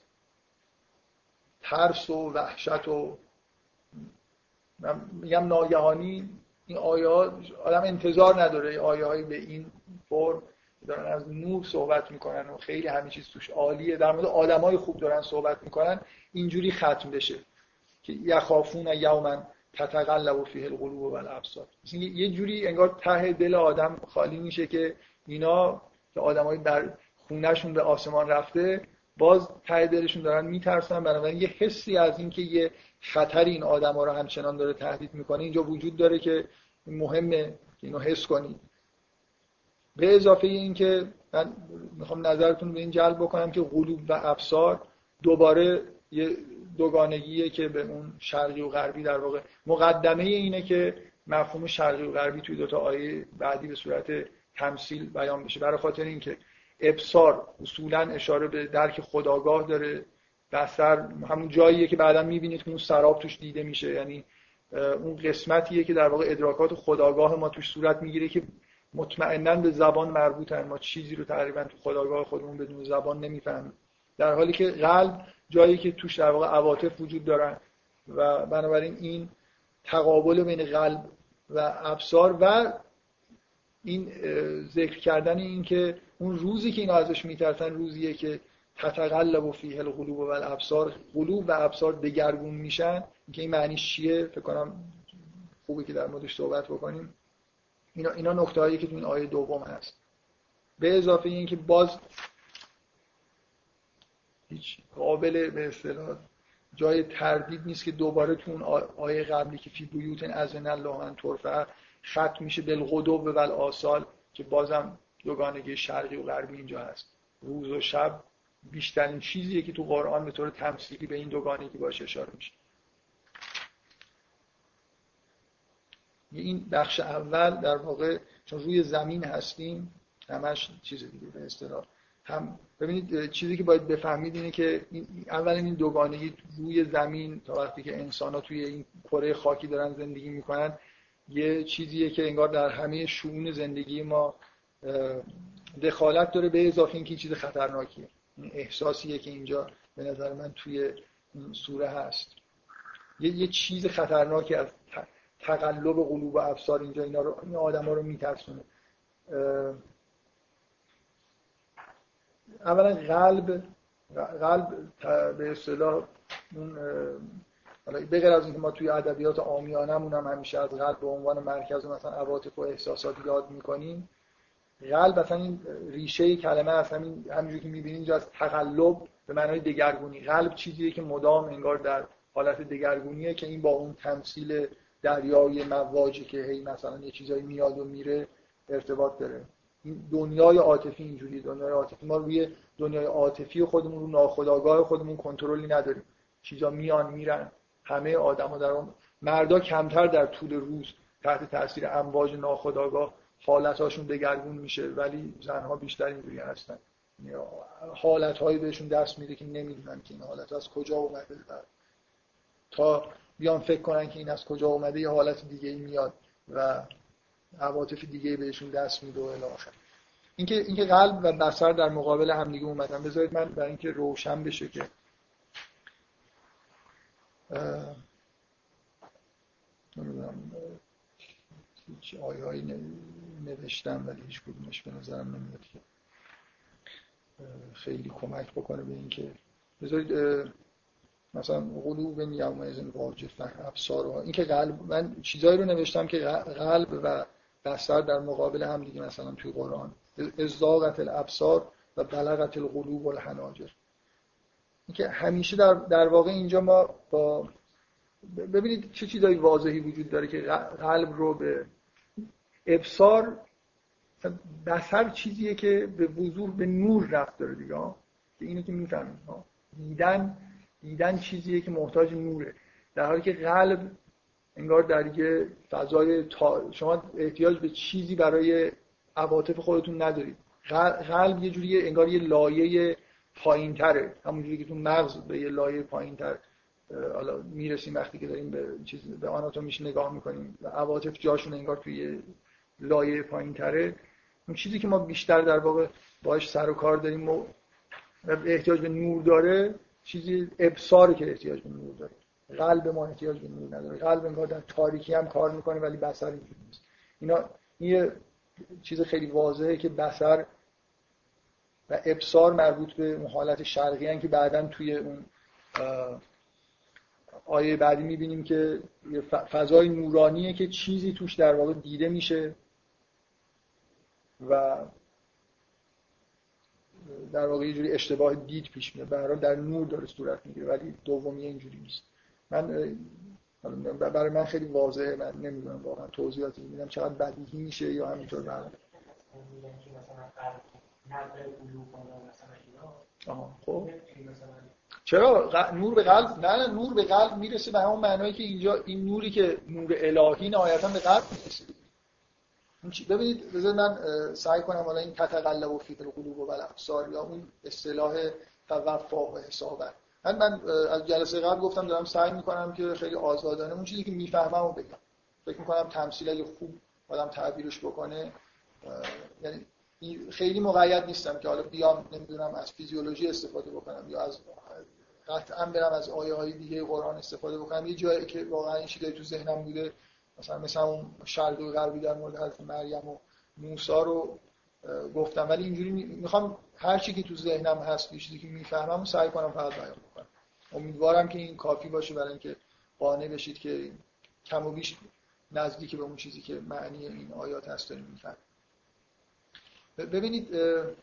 Speaker 1: ترس و وحشت و من میگم ناگهانی، این آیه ها آدم انتظار نداره آیه های به این فرم دارن از نور صحبت میکنن و خیلی همه چیز توش عالیه، در مورد آدمای خوب دارن صحبت میکنن، اینجوری ختم بشه که یخافون یوما تتقلب فیه القلوب والابصار. یه جوری انگار ته دل آدم خالی میشه که اینا که آدمای بر خونه‌شون به آسمان رفته باز ته دلشون دارن میترسن، بنابراین یه حسی از این که یه خطری این آدما رو همچنان داره تهدید میکنه اینجا وجود داره که مهمه که اینو حس کنید. به اضافه این که من میخوام نظرتون رو به این جلب بکنم که قلوب و ابصار دوباره یه دوگانگیه که به اون شرقی و غربی در واقع مقدمه اینه که مفهوم شرقی و غربی توی دوتا آیه بعدی به صورت تمثیل بیان بشه، برای خاطر اینکه ابصار اصولا اشاره به درک خودآگاه داره، بصر همون جاییه که بعدا میبینید که اون سراب توش دیده میشه، یعنی اون قسمتیه که در واقع ادراکات خودآگاه ما توش صورت میگیره که مطمئناً به زبان مربوطن، ما چیزی رو تقریبا تو خودآگاه خودمون بدون زبان نمیفهمیم، در حالی که قلب جایی که توش در واقع عواطف وجود دارن و بنابراین این تقابل بین قلب و ابصار و این ذکر کردن این که اون روزی که اینا ازش میترسن روزیه که تتقلب فیه القلوب والابصار، قلوب و ابصار دگرگون میشن، که این معنیش چیه فکر کنم خوبه که در موردش صحبت بکنیم. اینا نکته‌هایی که تو این آیه دوم هست. به اضافه این که باز هیچ قابل به اصطلاح جای تردید نیست که دوباره تو اون آیه قبلی که فی بیوت اذن الله ان ترفع ختم میشه بالغدو و بالآصال، که بازم دوگانگی شرقی و غربی اینجا هست. روز و شب بیشترین چیزیه که تو قرآن به طور تمثیلی به این دوگانگی باشه اشاره میشه. این بخش اول در واقع چون روی زمین هستیم همش چیز دیگه به اصطلاح هم ببینید چیزی که باید بفهمید اینه که اولا این دوگانگی روی زمین تا وقتی که انسان‌ها توی این کره خاکی دارن زندگی میکنن یه چیزیه که انگار در همه شؤون زندگی ما دخالت داره، به اضافه اینکه این چیز خطرناکیه. این احساسیه که اینجا به نظر من توی این سوره هست، یه چیز خطرناکی از تقلب قلوب و ابصار اینجا این آدم‌ها رو میترسونه. اولا قلب به اصطلاح اون به غیر از اینکه ما توی ادبیات عامیانه‌مون هم همیشه از قلب به عنوان مرکز مثلا عواطف و احساسات یاد می‌کنیم، قلب مثلا این ریشه کلمه است، همینجوری که می‌بینید اینجا از تقلب به معنای دگرگونی. قلب چیزیه که مدام انگار در حالت دگرگونیه که این با اون تمثیل دریای مواجی که هی مثلا یه چیزایی میاد و میره ارتباط داره. این دنیای عاطفی اینجوریه، دنیای عاطفی ما روی دنیای عاطفی خودمون رو ناخودآگاه خودمون کنترلی نداریم، چیزا میان میرن، همه آدما در اون مردا کمتر در طول روز تحت تاثیر امواج ناخودآگاه حالتاشون دگرگون میشه، ولی زنها بیشتر اینجوری هستن، حالتهایی بهشون دست میده که نمیدونن که این حالت از کجا اومده، تا بیان فکر کنن که این از کجا اومده یه حالت دیگه ای میاد و عواطف دیگه بهشون دست میده و الی آخر. اینکه قلب و بصر در مقابل هم دیگه اومدن. بذارید من برای اینکه روشن بشه که نمیدونم هیچ آیه‌ای نوشتم ولی هیچ کدومش به نظرم نمیاد که خیلی کمک بکنه به اینکه بذارید مثلا قلوب یومئذ واجفه ابصارها، این که قلب، من چیزایی رو نوشتم که قلب و بصر در مقابل هم دیگه مثلا توی قرآن ازاغت الابصار و بلغت القلوب والحناجر، این که همیشه در واقع اینجا ما با ببینید چه چیزایی واضحی وجود داره که قلب رو به ابصار، بصر چیزیه که به وضوح به نور رفت داره دیگه، که اینو که میفهمید دیدن چیزیه که محتاج نوره، در حالی که قلب انگار در یه فضای شما احتیاج به چیزی برای عواطف خودتون ندارید. قلب یه جوریه انگار یه لایه پایین‌تره، همونجوری که تو مغز به یه لایه پایین‌تر حالا میرسیم وقتی که داریم به آناتومیش نگاه میکنیم و عواطف جاشون انگار توی یه لایه پایین‌تره. اون چیزی که ما بیشتر در واقع باهاش سر و کار داریم و احتیاج به نور داره، چیزی ابصاره که احتیاج به نور داره. قلب ما احتیاج به نور نداره. قلب انگار در تاریکی هم کار میکنه ولی بصر اینجوری نیست. این یه چیز خیلی واضحه که بصر و ابصار مربوط به اون حالت شرقی هستن که بعداً توی اون آیه بعدی میبینیم که یه فضای نورانیه که چیزی توش در واقع دیده میشه و در واقع یه جوری اشتباه دید پیش میاد. به هر حال در نور داره صورت میگیره ولی دومی اینجوری نیست. برای من خیلی واضحه، من نمیدونم واقعا توضیحاتی میدم چقدر بدیهی میشه یا همینطور برام. خب چرا نور به قلب؟ نه نور به قلب میرسه به همون معنایی که اینجا این نوری که نور الهی نهایتا به قلب میرسه. ببینید بذار من سعی کنم حالا این تتقلب فی القلوب و الابصار یا اون اصطلاح توفا و حسابه. من از جلسه قبل گفتم دارم سعی میکنم که خیلی آزادانه اون چیزی که میفهمم رو بگم. فکر میکنم تمثیل اگه خوب آدم تعبیرش بکنه، یعنی خیلی مقید نیستم که حالا بیام نمیدونم از فیزیولوژی استفاده بکنم یا از قطعا برم از آیه های دیگه قرآن استفاده بکنم. یه جایی که واقعا این چیزی تو ذهنم بوده، مثلا اون شرق و غربی در مورد حضرت مریم و موسی رو گفتم، ولی اینجوری میخوام هر چی که تو ذهنم هست، چیزی که میفهمم سعی کنم فقط بیان بکنم. امیدوارم که این کافی باشه برای اینکه قانع بشید که کم و بیش نزدیک به اون چیزی که معنی این آیات هست داریم میفهمیم. ببینید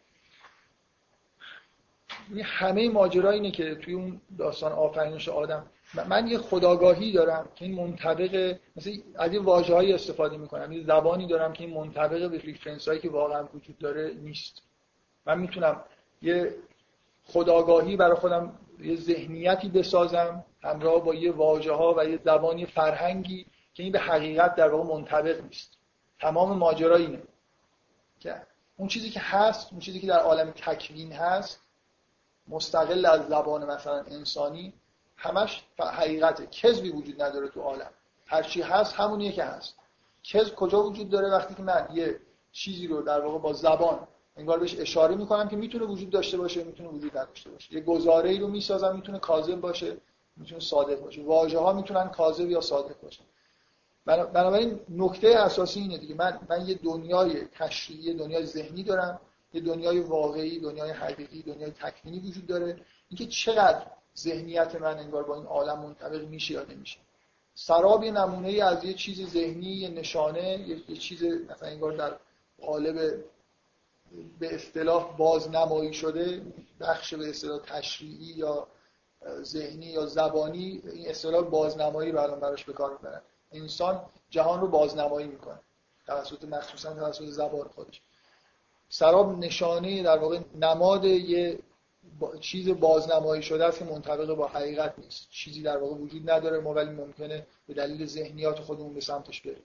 Speaker 1: همه ماجرا اینه که توی اون داستان آفرینش آدم من یه خودآگاهی دارم که این منطبق، مثلا از این واژه‌های استفاده می‌کنم، یه زبانی دارم که این منطبق به ریفرنس‌هایی که واقعا وجود داره نیست. من میتونم یه خودآگاهی برای خودم، یه ذهنیتی بسازم همراه با یه واژه‌ها و یه زبانی فرهنگی که این به حقیقت در واقع منطبق نیست. تمام ماجرا اینه که اون چیزی که هست، اون چیزی که در عالم تکوین هست، مستقل از زبان مثلا انسانی، همش حقیقته. کذبی وجود نداره تو عالم. هر چی هست همونیه که هست. کذب کجا وجود داره؟ وقتی که من یه چیزی رو در واقع با زبان انگار بهش اشاره میکنم که میتونه وجود داشته باشه، میتونه وجود نداشته باشه. یه گزاره‌ای رو میسازم، میتونه کاذب باشه، میتونه صادق باشه. واژه‌ها میتونن کاذب یا صادق باشن. بنابراین نکته اساسی اینه دیگه. من یه دنیای تشریعی، دنیای ذهنی دارم، یه دنیای واقعی، دنیای حقیقی، دنیای تکوینی وجود داره. اینکه چقدر ذهنیت من انگار با این عالم منطبق میشه یا نمیشه. سراب یه نمونه‌ای از یه چیز ذهنی، یه نشانه، یه چیز مثلا انگار در قالب به اصطلاح بازنمایی شده، بخش به اصطلاح تشریعی یا ذهنی یا زبانی. این اصطلاح بازنمایی رو الان براش به کار میبرن. انسان جهان رو بازنمایی میکنه مخصوصا توسط زبان خودش. سراب نشانه در واقع نماد یه چیز بازنمایی شده است که منطبق با حقیقت نیست. چیزی در واقع وجود نداره، ما ولی ممکنه به دلیل ذهنیات خودمون به سمتش بریم.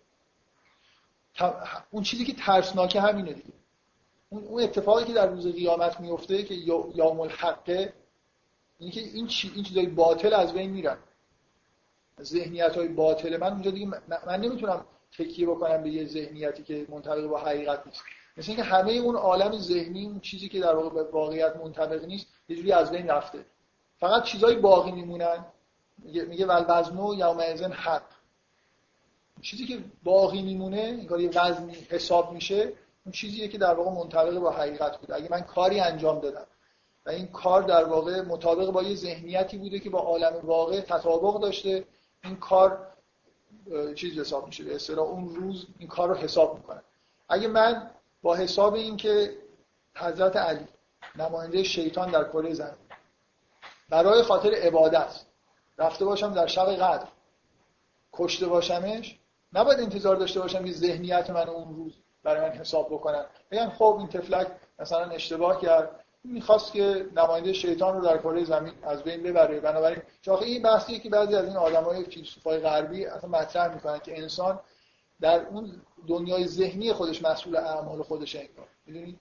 Speaker 1: اون چیزی که ترسناکه همینه دیگه. اون اتفاقی که در روز قیامت میفته که یوم الحقه، اینه که این چیزای باطل از بین میرن. ذهنیت‌های باطل من اونجا دیگه من نمیتونم تکیه بکنم به یه ذهنیتی که منطبق با حقیقت نیست. مثل اینکه همه اون عالم ذهنی، اون چیزی که در واقع به واقعیت منطبق نیست، یه جوری از بین رفته. فقط چیزای باقی میمونن. میگه والوزن یومئذ حق. چیزی که باقی میمونه، انگار یه وزنی حساب میشه، اون چیزیه که در واقع منطبق با حقیقت بوده. اگه من کاری انجام دادم و این کار در واقع مطابق با یه ذهنیتی بوده که با عالم واقع تطابق داشته، این کار چیز حساب میشه. به اصطلاح اون روز این کار رو حساب میکنه. اگه من با حساب این که حضرت علی نماینده شیطان در کره زمین برای خاطر عبادت رفته باشم در شب قدر کشته باشمش، نباید انتظار داشته باشم که ذهنیت من اون روز برای من حساب بکنن. بگن خب این تفلک مثلا اشتباه کرد، میخواست که نماینده شیطان رو در کره زمین از بین ببره. بنابراین چاخه این بحثیه که بعضی از این آدمای فیلسوفای غربی اصلا مطرح میکنن که انسان در اون دنیای ذهنی خودش مسئول اعمال خودشه انگار. میدونید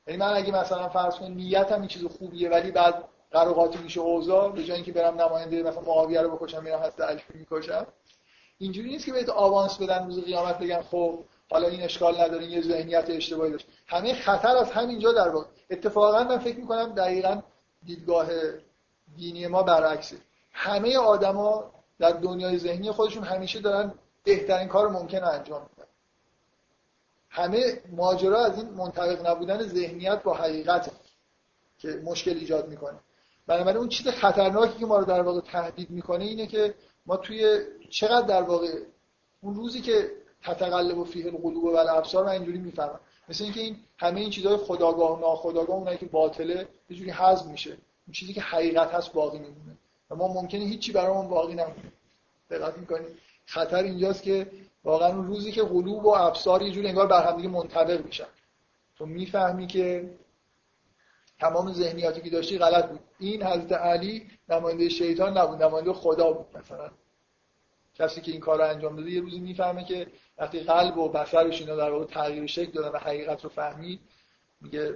Speaker 1: یعنی من اگه مثلا فرض کنم نیتم این چیز خوبیه ولی بعد قراقاتی میشه اوضاع، به جای اینکه برم نماینده مثلا معاویه رو بکشم میرم حضرت علی میکشم، اینجوری نیست که بهت آوانس بدن روز قیامت بگن خب حالا این اشکال نداره، یه ذهنیت اشتباهی داشت. همه خطر از همینجا در واقع. اتفاقا من فکر می‌کنم دقیقاً دیدگاه دینی ما برعکسه. همه آدما در دنیای ذهنی خودشون همیشه دارن بهترین کار ممکن رو انجام میدن. همه ماجرا از این منطبق نبودن ذهنیت با حقیقت که مشکل ایجاد میکنه. بنابراین اون چیز خطرناکی که ما رو در واقع تهدید میکنه اینه که ما توی چقدر در واقع اون روزی که تتقلب فیه القلوب و الابصار، من اینجوری میفهمم مثل اینکه این همه این چیزهای خودآگاه و ناخودآگاه اونایی که باطله یه جوری حذف میشه، اون چیزی که حقیقت هست باقی میمونه و ما ممکنه هیچی برامون باقی نمونه. دقت میکنید خطر اینجاست که واقعا اون روزی که قلوب و ابصار یه جوری انگار بر هم دیگه منطبق میشن، تو میفهمی که تمام ذهنیاتی که داشتی غلط بود. این حضرت علی نماینده شیطان نبود، نماینده خدا بود. مثلا کسی که این کار رو انجام داده یه روزی میفهمه که وقتی قلب و بصرش اینا در واقع تغییر شکل دادن و حقیقت رو فهمید، میگه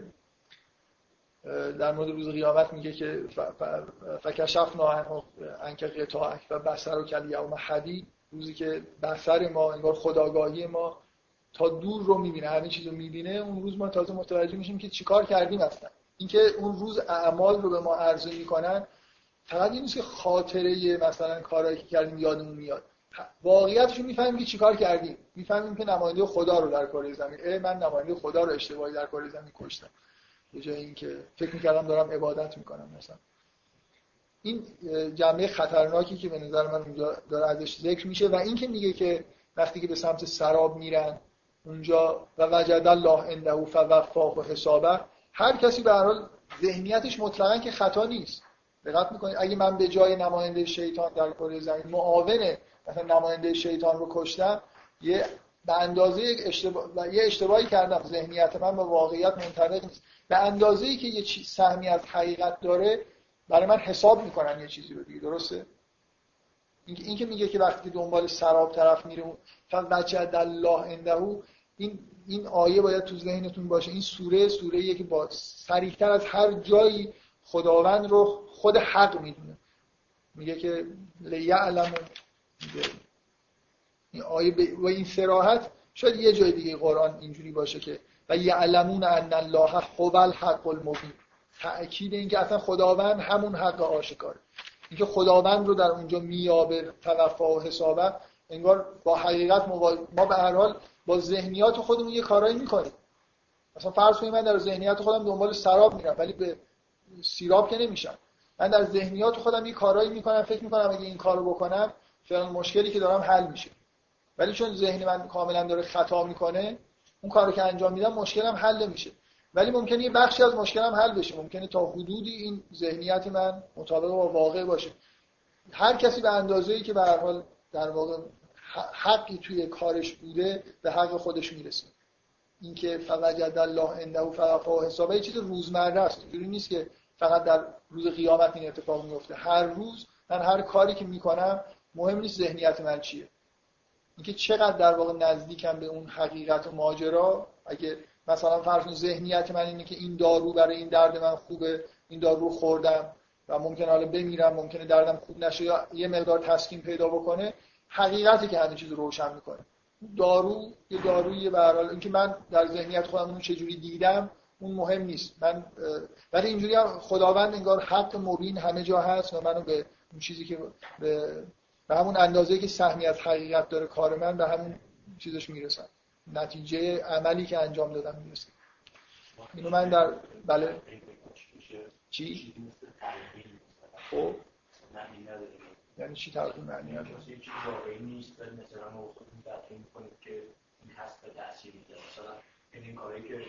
Speaker 1: در مورد روز قیامت میگه که فکشفنا عنک غطاءک و بصرک الیوم حدید، روزی که بصر ما انگار خودآگاهی ما تا دور رو میبینه، همه چیز رو میبینه، اون روز ما تازه متوجه میشیم که چیکار کردیم اصلا. اینکه اون روز اعمال رو به ما عرضه میکنن فقط این نیست که خاطره مثلا کارهایی که کردیم یادمون میاد، واقعیتش رو میفهمیم که چیکار کردیم، میفهمیم که نماینده خدا رو در کره زمین، من نماینده خدا رو اشتباهی در کره زمین کشتم به جای اینکه فکر میکردم دارم عبادت میکنم. مثلا این جنبه خطرناکی که به نظر من اونجا داره ازش ذکر میشه و این که میگه که وقتی که به سمت سراب میرن اونجا و وجد الله عنده فوفاه حسابه، هر کسی به هر حال ذهنیتش مطلقاً که خطا نیست. دقت میکنید اگه من به جای نماینده شیطان در کره زمین معاون مثلا نماینده شیطان رو کشتم، یه به اندازه یه اشتباهی کردم، ذهنیت من با واقعیت منطبق نیست، به اندازه‌ای که یه سهمی از حقیقت داره برای من حساب میکنن یه چیزی رو دیگه. درسته؟ این که میگه که وقتی دنبال سراب طرف میره فوجد الله عنده، این آیه باید تو ذهنتون باشه. این سوره‌ایه که با صریح‌تر از هر جایی خداوند رو خود حق میدونه. میگه که لیعلم، این آیه و این صراحت شاید یه جای دیگه قرآن اینجوری باشه که و یعلمون ان الله هو الحق المبین، تأکید این که اصلا خداوند همون حق آشکاره. اینکه خداوند رو در اونجا میابه توفا و حسابه، انگار با حقیقت ما به هر حال با ذهنیات خودمون یه کارایی میکنیم. مثلا فرض کنید من در ذهنیت خودم دنبال سراب میرم ولی به سیراب که نمیشم. من در ذهنیات خودم یه کارایی میکنم، فکر میکنم اگه این کارو بکنم فعلا مشکلی که دارم حل میشه، ولی چون ذهن من کاملا داره خطا میکنه، اون کارو که انجام میدم مشکلم حل نمیشه، ولی ممکنه یه بخشی از مشکلم حل بشه، ممکنه تا حدودی این ذهنیت من مطابق با واقع باشه. هر کسی به اندازه‌ای که به هر حال در واقع حقی توی کارش بوده به حق خودش میرسه. این که فوجد الله عنده فوفاه حسابه یه چیز روزمره است، اینجوری نیست که فقط در روز قیامت این اتفاق میفته. هر روز من هر کاری که میکنم مهم نیست ذهنیت من چیه، اینکه چقدر در واقع نزدیکم به اون حقیقت و ماجرا. اگه مثلا فرض کنید ذهنیت من اینه که این دارو برای این درد من خوبه، این دارو خوردم و ممکنه حالا بمیرم، ممکنه دردم خوب نشه یا یه مقدار تسکین پیدا بکنه، حقیقتی که همه چیز رو روشن میکنه. دارو یه دارویی، به هر حال اینکه من در ذهنیت خودم اون چجوری دیدم اون مهم نیست. من ولی اینجوری هم خداوند انگار حق مبین همه جا هست و منو به اون چیزی که به همون اندازه‌ای که سهمی از حقیقت داره کار من به همون چیزش میرسم، نتیجه عملی که انجام دادم میرسم. اینو من در بله چی؟ خب یعنی چی تقدیم معنی نداره؟
Speaker 2: یه چیز واقعی نیست ولی مثلا ما خودمون تقدیم می‌کنیم که این هست به تأثیر میده. مثلا این کاری که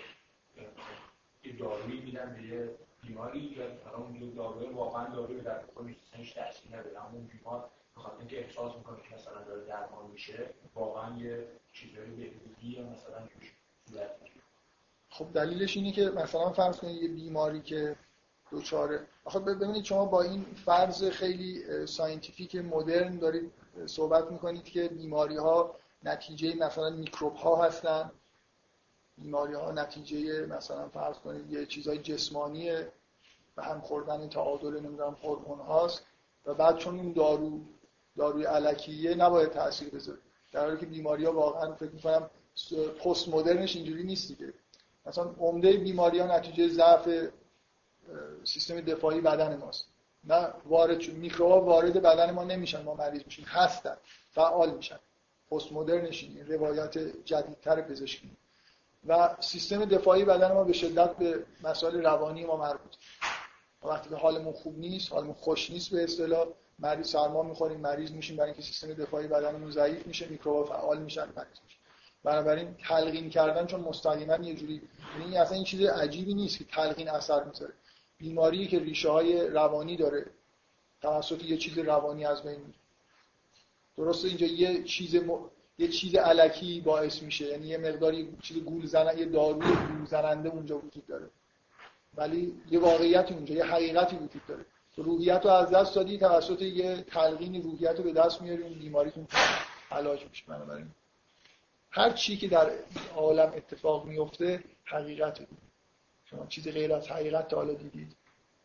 Speaker 2: یه دارویی میدن به یه بیماری یا اون داروی واقعا داروی در خودش هیچ تأثیری نداره، اما اون بیمار بخاطر اینکه احساس میکنه که مثلا داره درمان میشه واقعا یه چیزایی بهبودی یا مثلا صورت میگیره.
Speaker 1: خب دلیلش اینه که مثلا فرض کنید یه بیماری که دوچاره، آخه ببینید شما با این فرض خیلی ساینتیفیک مدرن دارید صحبت میکنید که بیماری ها نتیجه مثلا میکروب ها هستن بیماری‌ها نتیجه مثلا فرض کنید یه چیزای جسمانیه و هم خوردن تعادل نمیدونم هورمون هاست و بعد چون اون داروی الکیه نباید تاثیر بذاره، در حالی که بیماری‌ها واقعا فکر می‌کنم پست مدرنش اینجوری نیست دیگه. مثلا عمده بیماری‌ها نتیجه ضعف سیستم دفاعی بدن ماست. نه میکروب‌ها وارد بدن ما نمیشن، ما مریض میشیم، هستن، فعال میشن. پست مدرنش این روایت جدیدتر پزشکی و سیستم دفاعی بدن ما به شدت به مسائل روانی ما مربوطه. وقتی که حالمون خوب نیست، حالمون خوش نیست به اصطلاح، مریض سرما میخوریم، مریض میشیم، برای اینکه سیستم دفاعی بدنمون ضعیف میشه، میکروب‌ها فعال میشن، مریض میشیم. بنابراین تلقین کردن چون مستقیما یه جوری، یعنی اصلا این چیز عجیبی نیست که تلقین اثر میذاره. بیماری که ریشه‌های روانی داره توسط یه چیز روانی از بین میره. درسته اینجا یه چیز الکی باعث میشه، یعنی یه مقداری چیز گول زننده، یه داروی گول زننده اونجا وجود داره، ولی یه واقعیتی اونجا، یه حقیقتی وجود داره. تو روحیت رو از دست دادی، توسط یه تلقین روحیت رو به دست میاری، اون بیماریتون علاج میشه. بنابراین هر چی که در عالم اتفاق میفته حقیقته. شما چیزی غیر از حقیقت تا حالا دیدید؟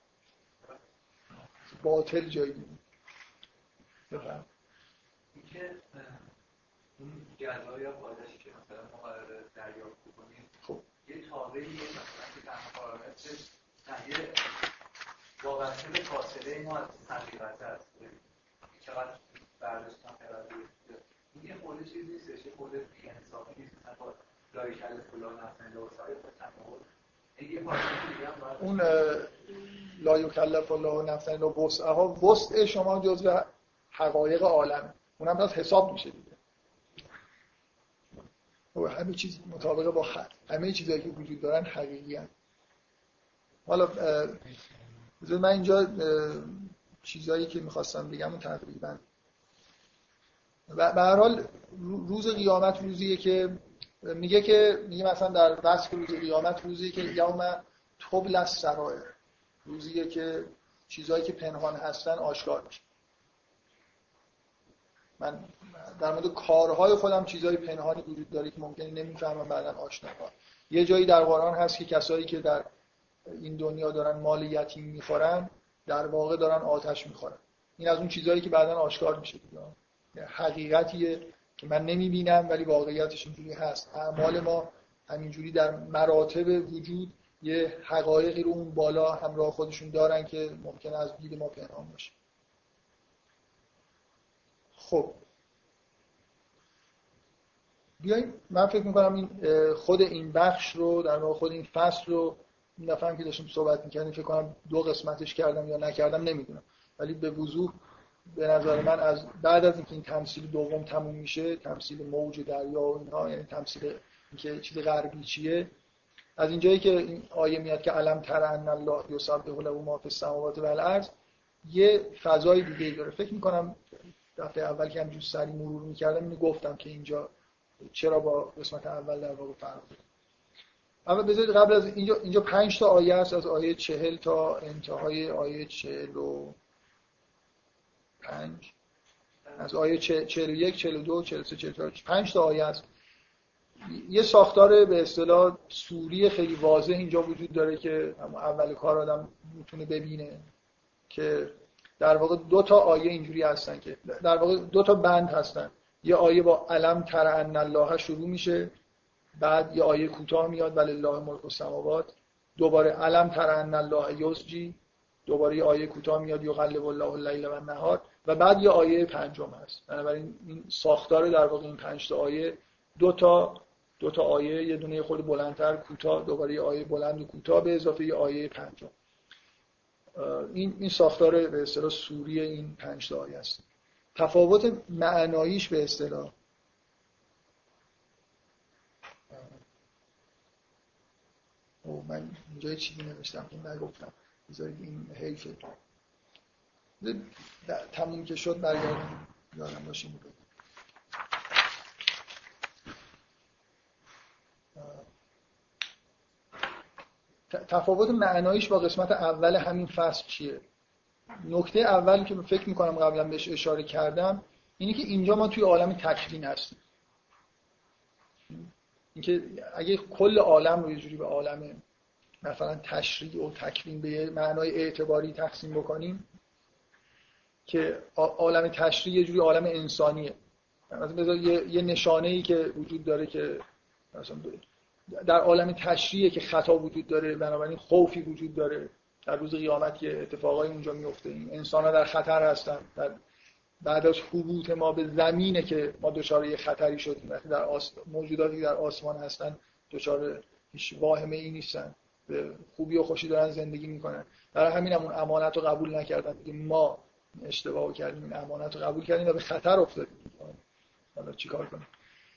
Speaker 1: باطل جایی دیدید؟ بفهم
Speaker 3: اینکه اون جزا یا پاداشی که مثلا ما قراره دریافت کنیم، خب یه تابعیه مثلا که تنها پارامتر تغییر وابسته به فاصله ما از حقیقت هست. چقدر برداشتم قراره این یه خورده چیز نیستش، یه خورده بی‌انصافی نیست مثلا با لایکل فلان نفسنده و سایر با تمام یه پارامتر دیگه هم باید
Speaker 1: اون لا یکلف الله نفسا الا وسعها، وسع شما جزء حقایق عالم، اونم باز حساب میشه دیگه. و همه چیز مطابق با همه چیزایی که وجود دارن حقیقی هستن. حالا من اینجا چیزایی که میخواستم بگم تقریبا به هر حال روز قیامت روزیه که میگه مثلا در وصف روز قیامت روزیه که یوم تبلی السرائر، روزیه که چیزایی که پنهان هستن آشکار میشه. من در مورد کارهای خودم چیزای پنهانی وجود داره که ممکنه نمیفهمم بعداً آشنا کنم. یه جایی در قرآن هست که کسایی که در این دنیا دارن مال یتیم میخورن در واقع دارن آتش میخورن. این از اون چیزایی که بعداً آشکار میشه دیگه. حقیقتیه که من نمیبینم ولی واقعیتش اینجوری هست. اعمال ما همینجوری در مراتب وجود یه حقایقی رو اون بالا همراه خودشون دارن که ممکنه از دید ما پنهان باشه. خب بیاییم، من فکر میکنم این خود این بخش رو در واقع خود این فصل رو این دفعه هم که داشتیم صحبت میکردیم فکر کنم 2 قسمتش کردم یا نکردم نمیدونم، ولی به وضوح به نظر من از بعد از اینکه این تمثیل دوم تموم میشه، تمثیل موج دریا و اینها، یعنی تمثیل اینکه چیز غربی چیه، از اینجایی که این آیه میاد که الم تر ان الله یسبح له ما فی السماوات و الارض، یه فضای دیگه داره. فکر میکنم دفعه اول که همینجور سری مرور میکردم اینو گفتم که اینجا چرا با قسمت اول در واقع فرق داره. اما بذارید قبل از اینجا 5 تا آیه است، از آیه 40 تا انتهای آیه 45، از آیه 41 42 43 44 5 تا آیه است. یه ساختار به اصطلاح سوری خیلی واضح اینجا وجود داره که اول کار آدم میتونه ببینه که در واقع 2 تا آیه اینجوری هستن که در واقع 2 تا بند هستن. یه آیه با الم تر ان الله شروع میشه، بعد یه آیه کوتاه میاد ولله ملک السماوات، دوباره الم تر ان الله یسجی، دوباره یه آیه کوتاه میاد یقلب الله اللیل و النهار، و بعد یه آیه پنجم هست. بنابراین این ساختار در واقع این 5 تا آیه 2 تا آیه، یه دونه خود بلندتر کوتاه، دوباره یه آیه بلند و کوتاه به اضافه یه آیه پنجم. این ساختار به اصطلاح سوری این 5 تا آیه است. تفاوت معناییش به اصطلاح من اینجا چیزی نوشتم که نگفتم، بذارید این حیفه تموم که شد برگردیم یادم باشه میگم. تفاوت معناییش با قسمت اول همین فصل چیه؟ نکته اولی که فکر میکنم قبلا بهش اشاره کردم اینه که اینجا ما توی عالم تکوین هستیم. اینکه اگه کل عالم رو یه جوری به عالم مثلا تشریع و تکوین به یه معنای اعتباری تقسیم بکنیم که عالم تشریع یه جوری عالم انسانیه، مثلا یه نشانه‌ای که وجود داره که مثلا در عالم تشریعه که خطا وجود داره، بنابراین خوفی وجود داره در روز قیامت که اتفاقای اونجا میفته، این انسان‌ها در خطر هستن. بعد از حبوط ما به زمینه که ما دچار یه خطری شدیم. وقتی در موجوداتی در آسمان هستن دچار هیچ واهمه‌ای نیستن، به خوبی و خوشی دارن زندگی میکنن. برای همین اون امانت رو قبول نکردن، ما اشتباه کردیم، این امانت رو قبول کردیم و به خطر افتادیم. حالا چیکار کنیم؟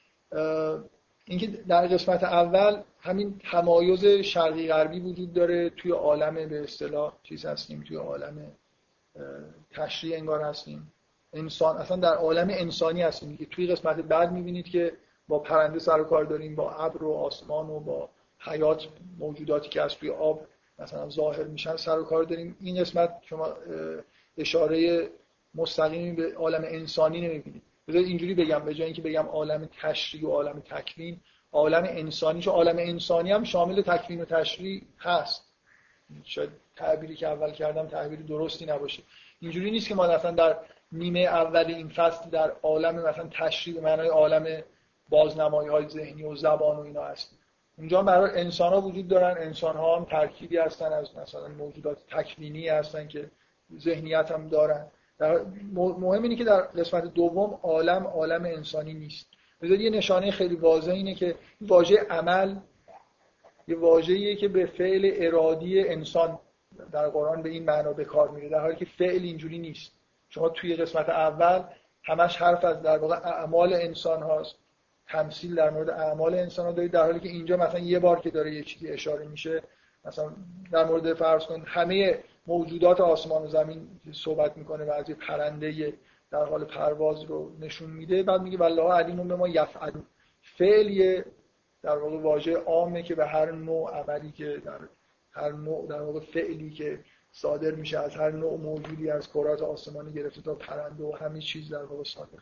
Speaker 1: اینکه در قسمت اول همین تمایز شرقی غربی وجود داره، توی عالم به اصطلاح چیز هستیم، توی عالم تشریع انگار هستیم، انسان اصلا در عالم انسانی هستیم که توی قسمت بعد میبینید که با پرنده سر و کار داریم، با ابر و آسمان و با حیات، موجوداتی که از توی آب مثلا ظاهر میشن سر و کار داریم. این قسمت شما اشاره مستقیمی به عالم انسانی نمیبینید. بذارید اینجوری بگم، به جای اینکه بگم عالم تشریع و عالم تکوین، عالم انسانی، چون عالم انسانی هم شامل تکوین و تشریع هست. شاید تعبیری که اول کردم تعبیر درستی نباشه. اینجوری نیست که ما مثلا در نیمه اول این فصل در عالم مثلا تشریع به معنای عالم بازنمایی‌های ذهنی و زبان و اینا هست. اونجا برای انسان‌ها وجود دارن، انسان‌ها هم ترکیبی هستن از مثلا موجودات تکوینی هستن که ذهنیت هم دارن. مهم اینه که در قسمت دوم عالم انسانی نیست. بذارید یه نشانه خیلی واضح اینه که واژه عمل یه واژه‌ایه که به فعل ارادی انسان در قرآن به این معنا به کار میره، در حالی که فعل اینجوری نیست. شما توی قسمت اول همش حرف از در واقع اعمال انسان هاست، تمثیل در مورد اعمال انسان ها دارید، در حالی که اینجا مثلا یه بار که داره یه چیزی اشاره میشه، مثلا در مورد فرض کن همه موجودات آسمان و زمین صحبت میکنه و از یه پرنده در حال پرواز رو نشون میده، بعد میگه والله علیم بما یفعلون. فعل در واقع واژه عامه که به هر نوع عملی که در هر نوع در واقع فعلی که صادر میشه از هر نوع موجودی از کرات آسمانی گرفته تا پرنده و همه چیز در واقع صادر.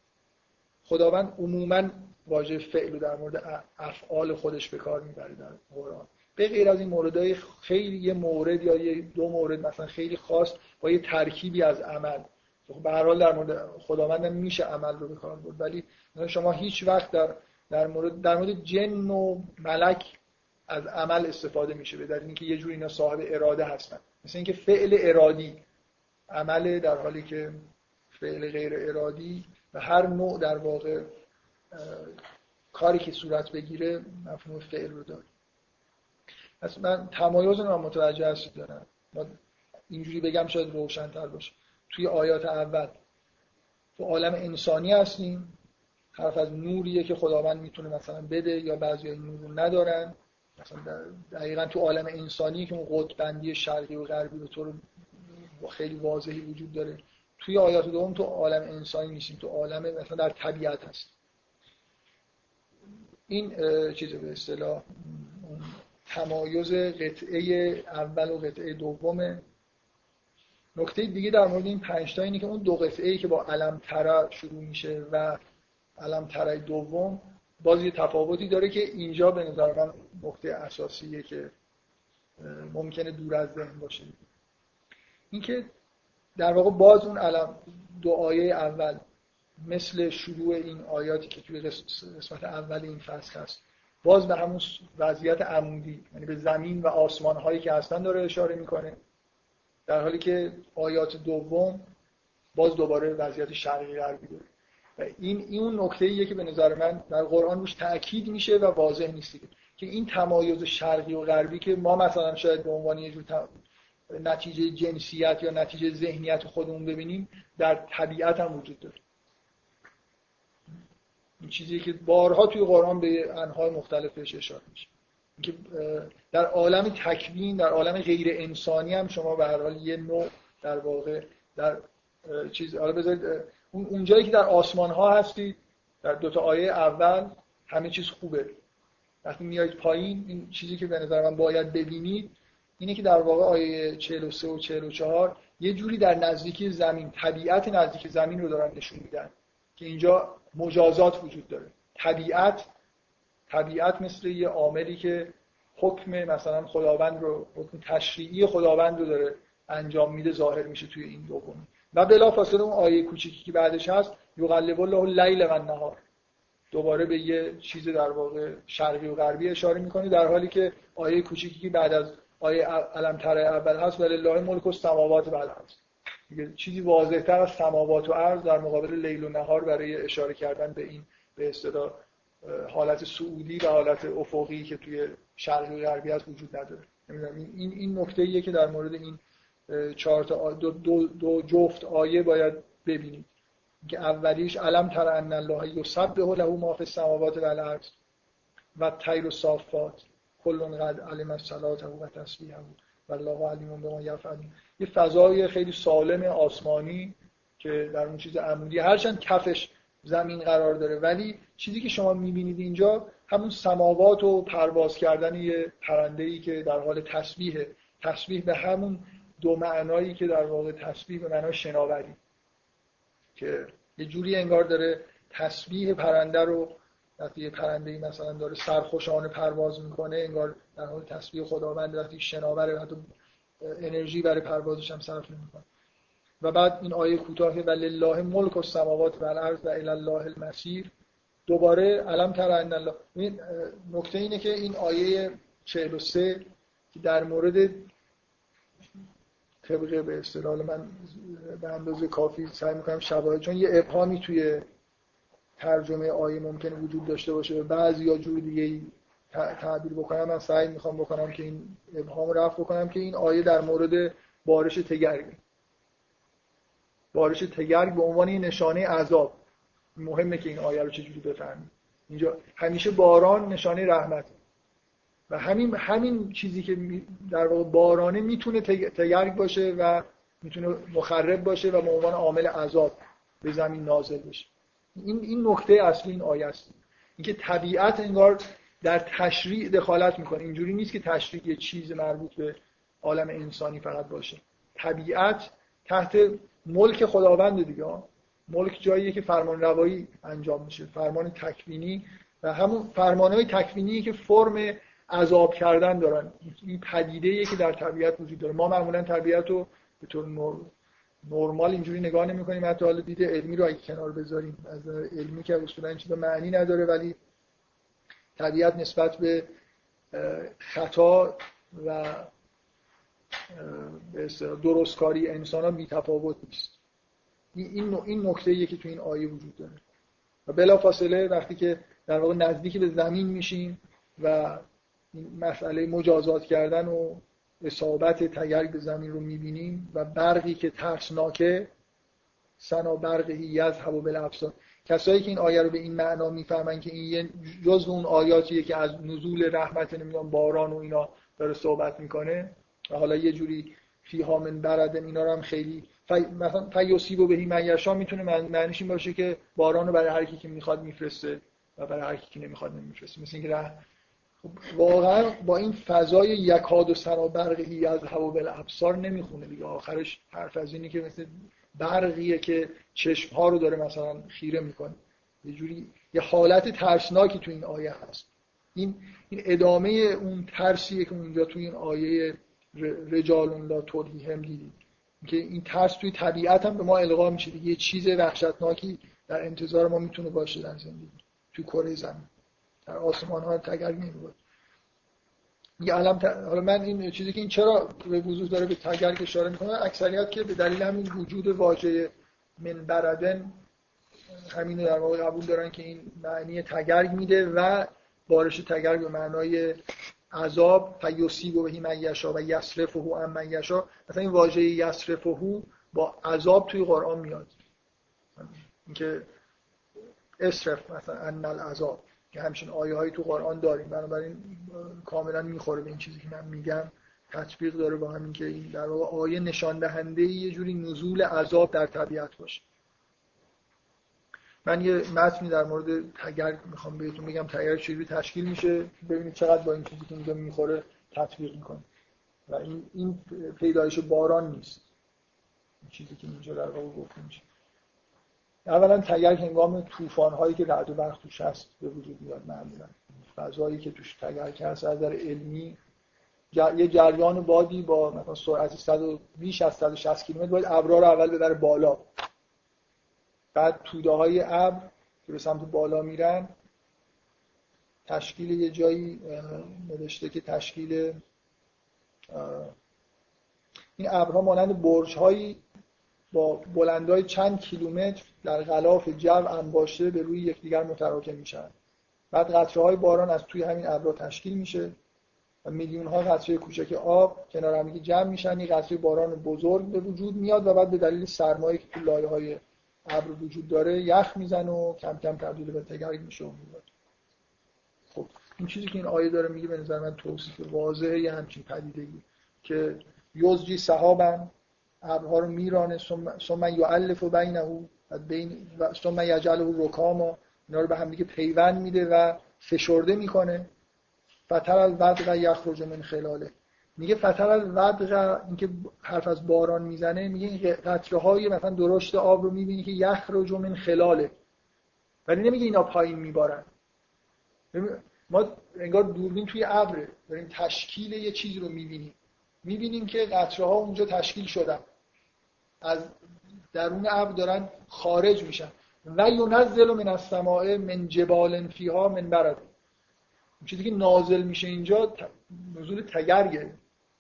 Speaker 1: خداوند عموما واژه فعل رو در مورد افعال خودش به کار میبره در قرآن، به غیر از این موردهای خیلی یه مورد یا یه دو مورد مثلا خیلی خاص با یه ترکیبی از عمل. به هر حال در مورد خداوند میشه عمل رو به کار برد، ولی شما هیچ وقت در مورد جن و ملک از عمل استفاده میشه، به دلیل اینکه یه جوری اینا صاحب اراده هستن. مثل اینکه فعل ارادی عمل، در حالی که فعل غیر ارادی و هر نوع در واقع کاری که صورت بگیره مفهوم فعل رو داره. پس من تمایز رو متوجه هستید دارم. اینجوری بگم شاید روشن‌تر باشه. توی آیات اول تو عالم انسانی هستیم، حرف از نوریه که خداوند میتونه مثلا بده یا بعضی این نور رو ندارن. مثلا دقیقاً تو عالم انسانی که اون قطب‌بندی شرقی و غربی به طور خیلی واضحی وجود داره. توی آیات دوم تو عالم انسانی نیستیم، تو عالم مثلا در طبیعت هست. این چیزه به اصطلاح تمایز قطعه اول و قطعه دومه. نکته دیگه در مورد این 5 تا اینه که اون دو قطعه‌ای که با علم تر شروع میشه و علم تر دوم باز یه تفاوتی داره که اینجا به نظر من نکته اساسیه که ممکنه دور از ذهن باشه. این که در واقع باز اون علم دو آیه اول مثل شروع این آیاتی که توی قسمت اول این فصل هست باز به همون وضعیت عمودی، یعنی به زمین و آسمان هایی که هستن داره اشاره میکنه، در حالی که آیات دوم باز دوباره وضعیت شرقی غربی داره. و این اون نکته‌ایه که به نظر من در قرآن روش تأکید میشه و واضح نیست که این تمایز شرقی و غربی که ما مثلا شاید به عنوان یه جور نتیجه جنسیت یا نتیجه ذهنیت خودمون ببینیم، در طبیعت هم وجود داره. این چیزی که بارها توی قرآن به انواع مختلفش اشاره میشه، که در عالم تکوین، در عالم غیر انسانی هم شما به هر حال یه نوع در واقع در چیز، حالا بذارید اون جایی که در آسمان ها هستید در دو تا آیه اول همه چیز خوبه، وقتی میایید پایین این چیزی که به نظر من باید ببینید اینه که در واقع آیه 43 و 44 یه جوری در نزدیکی زمین، طبیعت نزدیک زمین رو دارن نشون میدن که اینجا مجازات وجود داره. طبیعت طبیعت مثل یه عاملی که حکم مثلا خداوند رو، حکم تشریعی خداوند رو داره انجام میده ظاهر میشه توی این دومی. و بلافاصله اون آیه کوچیکی که بعدش هست یقلب الله اللیل و النهار، دوباره به یه چیز در واقع شرقی و غربی اشاره میکنه، در حالی که آیه کوچیکی که بعد از آیه علم تر اول هست ولله ملک السماوات و الارض، دیگه چیزی واضح‌تر از سماوات و ارض در مقابل لیل و نهار برای اشاره کردن به این به اصطلاح حالت صعودی و حالت افقی که توی شرقی و غربی هست وجود نداره. نمیدونم این نکته‌ایه که در مورد این چهار تا دو جفت آیه باید ببینید که اولیش علم تر ان الله یسبح له ما فی السماوات و الارض و الطیر الصافات کل قد علم الصلاة و تسبیحه والله علیم بما یفعلون. یه فضای خیلی سالم آسمانی که در اون چیز عمودی هرچند کفش زمین قرار داره، ولی چیزی که شما میبینید اینجا همون سماوات و پرواز کردن یه پرنده‌ای که در حال تسبیح به همون دو معنایی که در واقع تسبیح به معنای شناوری، که یه جوری انگار داره تسبیح پرنده رو، وقتی یه پرنده‌ای مثلا داره سرخوشانه پرواز میکنه انگار در حال تسبیح خداوند، وقتی شناوره حتی انرژی برای پروازش هم صرف نمیکنه. و بعد این آیه کوتاه ولله ملک السماوات و الارض و الی الله المصیر، دوباره علم تر ان الله. نکته اینه که این آیه 43 که در مورد طبق به اصطلاح من به اندازه کافی سعی میکنم شواهد، چون یه ابهامی توی ترجمه آیه ممکنه وجود داشته باشه و بعضیا جور دیگه تعبیر بکنم، من سعی میخوام بکنم که این ابهام رو رفع بکنم که این آیه در مورد بارش تگرگ به عنوان نشانه عذاب. مهمه که این آیه رو چجوری بفهمید. اینجا همیشه باران نشانه رحمت و همین چیزی که در واقع بارانه میتونه تگرگ باشه و میتونه مخرب باشه و به عنوان عامل عذاب به زمین نازل بشه. این نکته اصلی این آیه است، اینکه طبیعت انگار در تشریع دخالت میکنه. اینجوری نیست که تشریع یه چیز مربوط به عالم انسانی فقط باشه. طبیعت تحت ملک خداوند دیگه. ملک جاییه که فرمان روایی انجام میشه، فرمان تکوینی، و همون فرمانهای تکوینی که فرم عذاب کردن دارن. این پدیده‌ایه که در طبیعت وجود داره. ما معمولا طبیعت رو به طور نرمال اینجوری نگاه نمی‌کنیم، حتی حالا دید علمی رو اگه کنار بذاریم، از علمی که اصولا این چیزا معنی نداره، ولی طبیعت نسبت به خطا و به اصطلاح درستکاری انسان‌ها بی‌تفاوت نیست. این نکته‌ایه که تو این آیه وجود داره. و بلافاصله وقتی که در واقع نزدیک به زمین میشیم و این مسئله مجازات کردن و اصابت تگرگ به زمین رو میبینیم و برقی که ترسناکه، سنا برقی یذهب بالابصار. کسایی که این آیه رو به این معنا میفهمن که این یه جزء اون آیاتیه که از نزول رحمت نمیدونم باران و اینا داره صحبت میکنه و حالا یه جوری فیها من برد اینا رو هم خیلی مثلا فیصیب بهی من یشاء میتونه معنیش این باشه که باران رو برای هر کی که میخواد میفرسته و برای هر کی که نمیخواد نمیفرسته. مثل اینکه واقعا با این فضای یکاد و سنا برقی یذهب بالابصار نمیخونه دیگه. آخرش حرف از اینی که مثل برقیه که چشم ها رو داره مثلا خیره میکنه. یه جوری یه حالت ترسناکی تو این آیه هست. این ادامه اون ترسیه که اونجا تو این آیه رجال لا تلهیهم دیدیم که این ترس توی طبیعت هم به ما القا میشه. یه چیز وحشتناکی در انتظار ما میتونه باشه در زندگی توی کره زمین، در آسمان ها تگرگ نمی‌کنه. حالا من این چیزی که این چرا به وضوح داره به تگرگ اشاره میکنه، اکثریت که به دلیل همین وجود واژه من بردن همین در واقع قبول دارن که این معنی تگرگ میده و بارش تگرگ به معنای عذاب فیصیب بهی من یشاء و یصرفه عن من یشاء. مثلا این واژه یصرفه با عذاب توی قرآن میاد، اینکه اسرف مثلا ان العذاب، که همچین آیه‌هایی تو قرآن داریم. بنابراین کاملا میخوره به این چیزی که من میگم، تطبیق داره با همین که این در واقع آیه نشان دهنده یه جوری نزول عذاب در طبیعت باشه. من یه متنی در مورد تگرگ میخوام بهتون بگم، تگرگ چجوری تشکیل میشه، ببینید چقدر با این چیزی که اینجا میخوره تطبیق میکنه. و این پیدایش باران نیست، این چیزی که اینجا در واقع گفته میشه. اولا تگرگ هنگام طوفان هایی که رعد و برق توش هست به وجود میاد معمولا. فضایی که توش تگرگ هست از نظر علمی یه جریان بادی با مثلا سرعت بیش از 160 کیلومتر باید ابرها رو اول ببره بالا، بعد توده‌های ابر که به سمت بالا میرن تشکیل یه جایی نوشته که تشکیل این ابرها مانند برج‌هایی با بلندای چند کیلومتر در غلاف جو انباشته به روی یکدیگر متراکم میشن. بعد قطره‌های باران از توی همین ابرها تشکیل میشه و میلیون‌ها قطره کوچک آب کنار هم دیگه جمع میشن، این قطره باران بزرگ به وجود میاد و بعد به دلیل سرمایه‌ای که تو لایه‌های ابر وجود داره یخ میزنه و کم کم تبدیل به تگرگ میشه و میاد. خب این چیزی که این آیه داره میگه به نظر من توصیف واضحه یه همچین پدیدگی که یزجی سحابن، ابرها رو میرانه، ثم یؤلف بینه و ثم یجعله رکاما، اینا رو به هم دیگه پیوند میده و فشرده میکنه. فتر الودق یخرج من خلاله، میگه فتر الودق، اینکه حرف از باران میزنه، میگه این قطره های مثلا درشت آب رو میبینی که یخرج من خلاله، ولی نمیگه اینا پایین میبارن. ما انگار دوربین توی ابره داریم تشکیل یه چیزی رو میبینیم که قطره ها اونجا تشکیل شدن، از درون ابر دارن خارج میشن. و ینزل من السماء من جبال فیها من برد، چیزی که نازل میشه اینجا نزول تگرگه،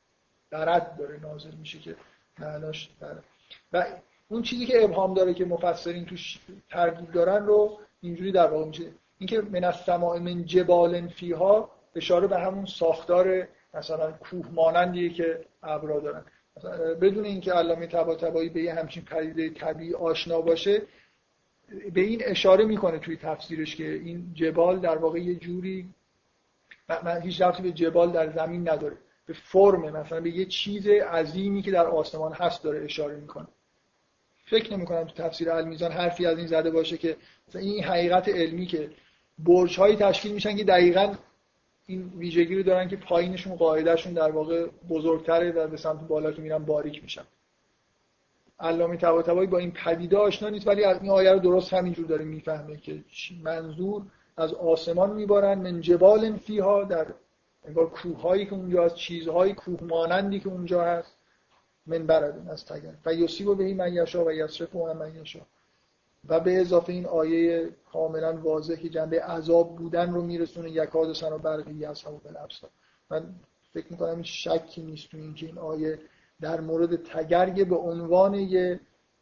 Speaker 1: برد داره نازل میشه که معناش برد. و اون چیزی که ابهام داره که مفسرین توش ترکیب دارن رو اینجوری در واقع میشه، اینکه من السماء من جبال فیها اشاره به همون ساختار مثلا کوه مانندیه که ابرها دارن. بدون اینکه علامه طباطبایی به یه همچین پدیده طبیعی آشنا باشه به این اشاره میکنه توی تفسیرش که این جبال در واقع یه جوری، من هیچ ربطی به جبال در زمین نداره، به فرم مثلا به یه چیز عظیمی که در آسمان هست داره اشاره میکنه. فکر نمی‌کنم تو تفسیر المیزان حرفی از این زده باشه که مثلا این حقیقت علمی که برج‌هایی تشکیل میشن که دقیقاً این ویژگی رو دارن که پایینشون قاعدهشون در واقع بزرگتره و به سمت بالا که میرن باریک میشن. علامه طباطبایی با این پدیده آشنا نیست، ولی این آیه رو درست همینجور داره میفهمه که منظور از آسمان میبارن من جبال فیها، در انگار کوه‌هایی که اونجا هست، چیزهای کوه مانندی که اونجا هست، من برد از تگر و یصیب به من یشاء و یصرف عن من یشاء. و به اضافه این آیه کاملا واضح که جنبه عذاب بودن رو میرسونه، یکاد سنا برقی یذهب بالابصار. من فکر می‌کنم این شکی نیست تو این که این آیه در مورد تگرگ به عنوان یه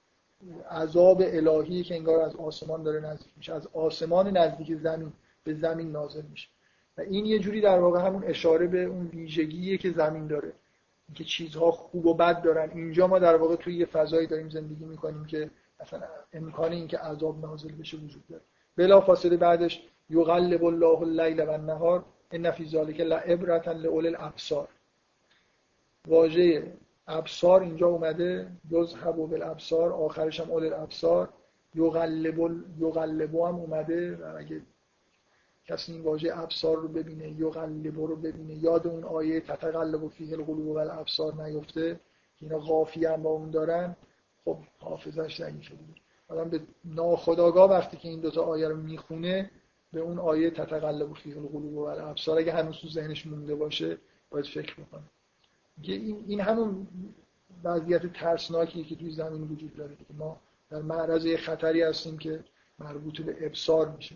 Speaker 1: عذاب الهی که انگار از آسمان داره نزدیک میشه، از آسمان نزدیک زمین به زمین نازل میشه. و این یه جوری در واقع همون اشاره به اون ویژگیه که زمین داره، که چیزها خوب و بد دارن. اینجا ما در واقع توی یه فضایی داریم زندگی میکنیم که مثلا امکان این که عذاب نازل بشه وجود داره. بلا فاصله بعدش یقلب الله اللیل و النهار ان فی ذلک لعبرة لأولی الابصار. واژه ابصار اینجا اومده، یذهب بالابصار، آخرش هم اولی الابصار. یقلب هم اومده و اگه کسی این واژه ابصار رو ببینه، یقلب رو ببینه، یاد اون آیه تتقلب فیه القلوب و الابصار نیفته که اینا قافیه هم با اون دارن، خب حافظش ضعیفه دیگه. آدم به ناخودآگاه وقتی که این دوتا آیه رو میخونه به اون آیه تتقلب فیه القلوب و الابصار اگه هنوز تو ذهنش مونده باشه باید فکر بکنه. این همون وضعیت ترسناکیه که توی زمین وجود داره که ما در معرض خطری هستیم که مربوط به ابصار میشه.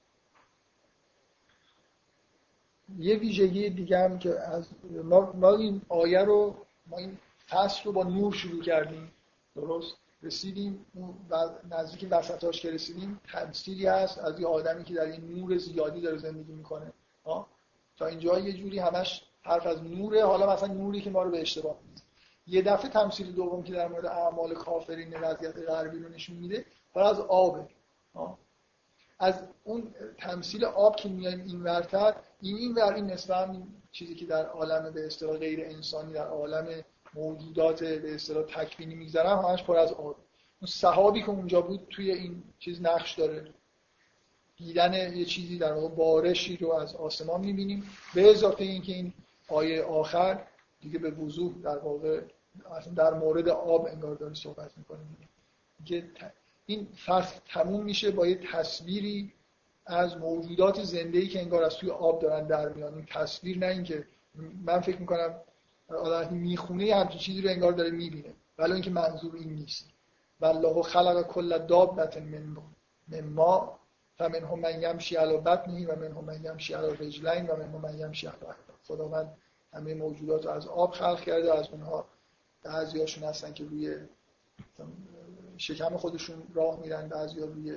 Speaker 1: یه ویژگی دیگه هم که از ما این آیه رو، ما این فصل رو با نور شروع کردیم، درست رسیدیم و نزدیک وسطاش که رسیدیم تمثیلی هست از یه آدمی که در این نور زیادی داره زندگی میکنه. تا اینجا یه جوری همش حرف از نوره، حالا مثلا نوری که ما رو به اشتباه می‌ندازه. یه دفعه تمثیل دوم که در مورد اعمال کافرین وضعیت غربی رو نشون میده، فقط از آبه. از اون تمثیل آب که میایم این ورتر، این ور این نسبت این چیزی که در عالم به اصطلاح غیر انسانی، در عالم موجودات به اصطلاح تکوینی میگذرن، همش پر از آب. اون سحابی که اونجا بود توی این چیز نقش داره، دیدن یه چیزی در واقع بارشی رو از آسمان میبینیم. به اضافه اینکه این آیه آخر دیگه به وضوح در واقع اصلا در مورد آب انگار داره صحبت میکنه، که این فصل تموم میشه با یه تصویری از موجودات زنده‌ای که انگار از توی آب دارن در میان. این تصویر، نه اینکه من فکر میکنم آدم میخونه همچین چیزی رو انگار داره میبینه، ولی اینکه منظور این نیست. والله خلق کل دابة من ماء فمنهم من یمشی علی بطنه و منهم من یمشی علی رجلین و منهم من یمشی علی اربع. خداوند همه موجودات رو از آب خلق کرده، از اونها بعضیاشون هستن که روی شکم خودشون راه میرن، بعضیا روی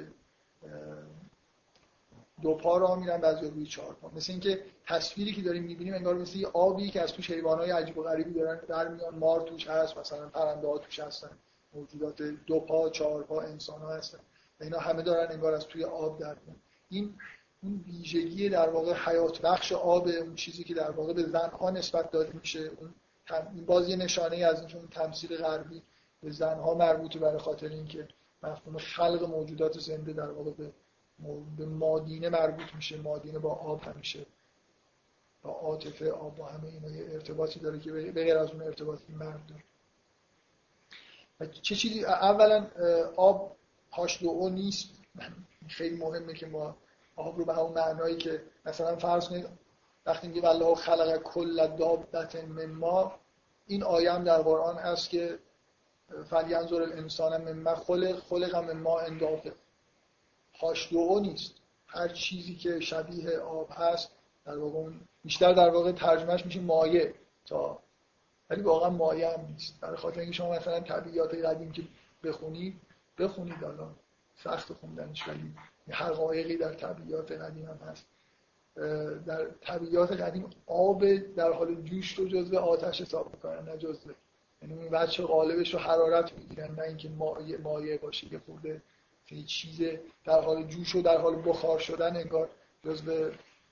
Speaker 1: دو پا راه میرن، بعضیا روی چهار پا. مثل اینکه تصویری که داریم میبینیم انگار مثل یه آبی که از توش حیوانات عجیب و غریبی دارن در میان. مار توش هست، مثلا پرنده ها توش هستن، موجودات دو پا، چهار پا، انسان ها هستن، اینا همه دارن انگار از توی آب در میان. این ویژگی در واقع حیات بخش آب، اون چیزی که در واقع به زنها نسبت داده میشه، این باز یه نشانه از اینکه اون تمثیل غربی به زنها مربوطه، برای خاطر اینکه مفهوم خلق موجودات زنده در واقع به مادینه مربوط میشه. مادینه با آب همیشه، با عاطفه آب، با همه اینا یه ارتباطی داره که به غیر از اون ارتباطی مرد داره. و چه چیزی اولا آب H2O نیست. خیلی مهمه که ما آب رو به همون معنایی که مثلا فرض کنید وقتی میگه والله خلق کل دابة من ماء، این آیه هم در قرآن هست که فلینظر الانسان مما خلق من ماء دافق. H2O نیست. هر چیزی که شبیه آب هست در واقع اون بیشتر در واقع ترجمهش میشه مایع، ولی واقعا مایع هم نیست. برای خاطر اینکه شما مثلا طبیعیات قدیم که بخونید الان سخت خوندنش، ولی حقایقی در طبیعیات قدیم هم هست. در طبیعیات قدیم آب در حال جوش رو جزو آتش حساب میکنن، نه جزو، یعنی اون بچه قالبش رو حرارت میگیرن، نه اینکه مایع باشه. که خورده یه چیز در حال جوش و در حال بخار شدن انگار جزو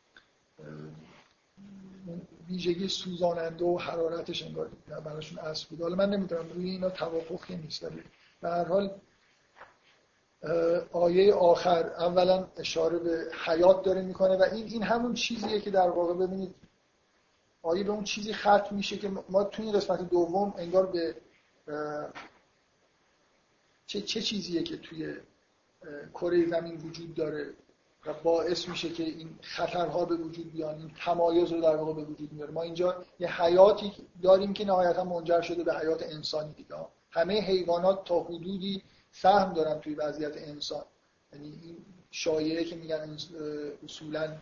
Speaker 1: ویژگی سوزاننده و حرارتش انگار براشون اصل بود. حالا من نمیدونم روی اینا توافق نیست، ولی به هر حال آیه آخر اولا اشاره به حیات داره میکنه و این همون چیزیه که در واقع ببینید آیه به اون چیزی ختم میشه که ما توی این قسمت دوم انگار به چه چیزیه که توی کره زمین وجود داره و باعث میشه که این خطرها به وجود بیان، این تمایز رو در واقع به وجود میاره. ما اینجا یه حیاتی داریم که نهایتا منجر شده به حیات انسانی دیگه. همه حیوانات تا حدودی سهم دارن توی وضعیت انسان. یعنی این شایعه که میگن اصولاً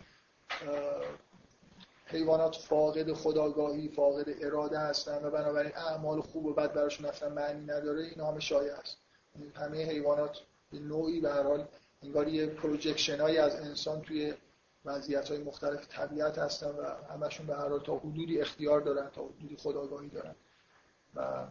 Speaker 1: حیوانات فاقد خودآگاهی، فاقد اراده هستن و بنابراین اعمال خوب و بد براشون اصلا معنی نداره، این همه شایعه است. همه حیوانات به نوعی به هر حال انگار یه پروجکشنایی از انسان توی وضعیت‌های مختلف طبیعت هستن و همشون به هر حال تا حدودی اختیار دارن، تا حدودی خودآگاهی دارن و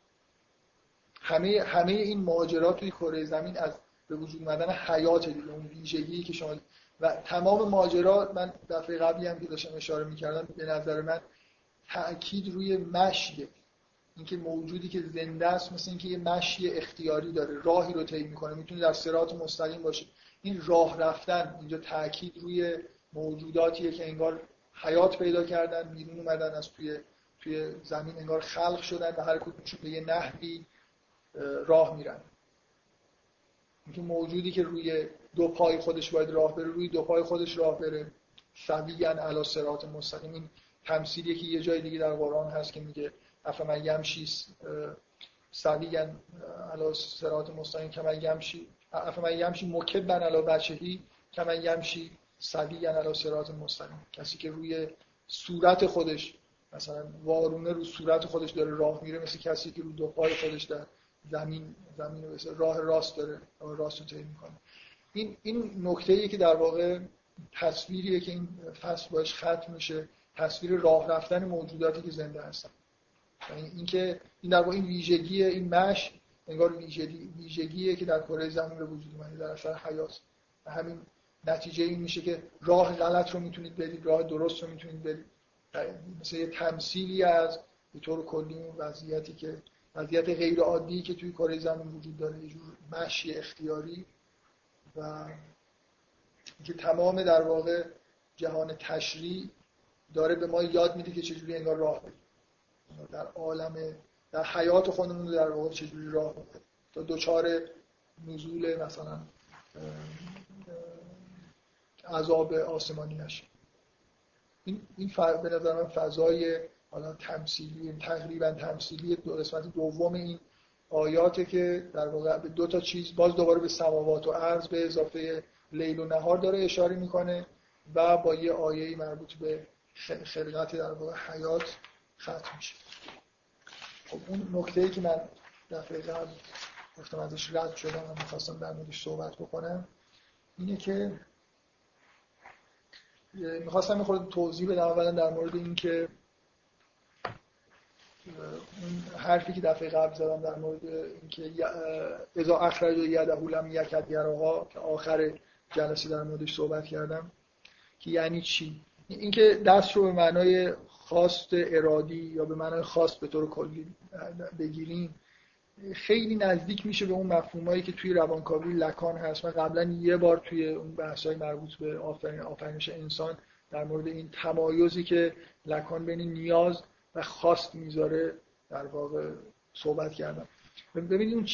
Speaker 1: همه این ماجرا توی کره زمین از به وجود اومدن حیات دیگه، اون ویژگی که شما و تمام ماجرا. من دفعه قبلی هم که داشتم اشاره می‌کردم، به نظر من تأکید روی مشیه، اینکه موجودی که زنده است مثل اینکه یه مشی اختیاری داره، راهی رو طی می‌کنه، میتونه در صراط مستقیم باشه. این راه رفتن اینجا تأکید روی موجوداتیه که انگار حیات پیدا کردن، بیرون اومدن از توی زمین، انگار خلق شدن و هر کدومشون به یه نحوی راه میرن. اینکه موجودی که روی دو پای خودش باید راه بره، روی دو پای خودش راه بره. سویاً علی صراط مستقیم، این تمثیلیه که یه جای دیگه در قرآن هست که میگه افمن یمشی سویاً علی صراط مستقیم کمن یمشی افمن یمشی مکباً علی وجهه کمن یمشی سویاً علی صراط مستقیم. کسی که روی صورت خودش مثلا وارونه رو صورت خودش داره راه میره، مثل کسی که رو دو پای خودش در زمین رو مثل راه راست داره، راه راست رو طی میکنه. این نکته‌ایه که در واقع تصویریه که این فصل باش ختم میشه، تصویر راه رفتن موجوداتی که زنده هستن. این در واقع این ویژگی این مش انگار ویژگیه که در کره زمین به وجود اومده در اثر حیات. و همین نتیجه این میشه که راه غلط رو میتونید برید، راه درست رو میتونید برید. مثل یه تمثیلی از به طور کلی اون وضعیت غیر عادی که توی کره زمین وجود داره، یه جور مشی اختیاری و که تمام در واقع جهان تشریع داره به ما یاد میده که چجوری انگار راه بریم در عالم، در حیات خودمون در واقع چجوری راه بریم تا دوچار نزول مثلا عذاب آسمانی نشه. این به نظر من فضای حالا تمثیلی، تقریبا تمثیلی قسمت دوم این آیاته که در واقع به دو تا چیز، باز دوباره به سماوات و ارض به اضافه لیل و نهار داره اشاره میکنه و با یه آیه مربوط به خلقت در واقع حیات ختم میشه. خب اون نکته‌ای که من دفعه قبل گفتم ازش رد شدم و می‌خواستم در موردش صحبت بکنم اینه که می‌خواستم یه خورده توضیح بدم اولا در مورد این که اون حرفی که دفعه قبل زدم در مورد اینکه اذا اخرج یده لم یکد یراها که آخر جلسه در موردش صحبت کردم که یعنی چی؟ اینکه دست رو به معنای خواست ارادی یا به معنای خواست به طور کلی بگیریم خیلی نزدیک میشه به اون مفهومایی که توی روانکاوی لکان هست. من قبلا یه بار توی اون بحث‌های مربوط به آفرینش انسان در مورد این تمایزی که لکان بین نیاز و خواست میذاره در واقع صحبت کردم. ببینید اون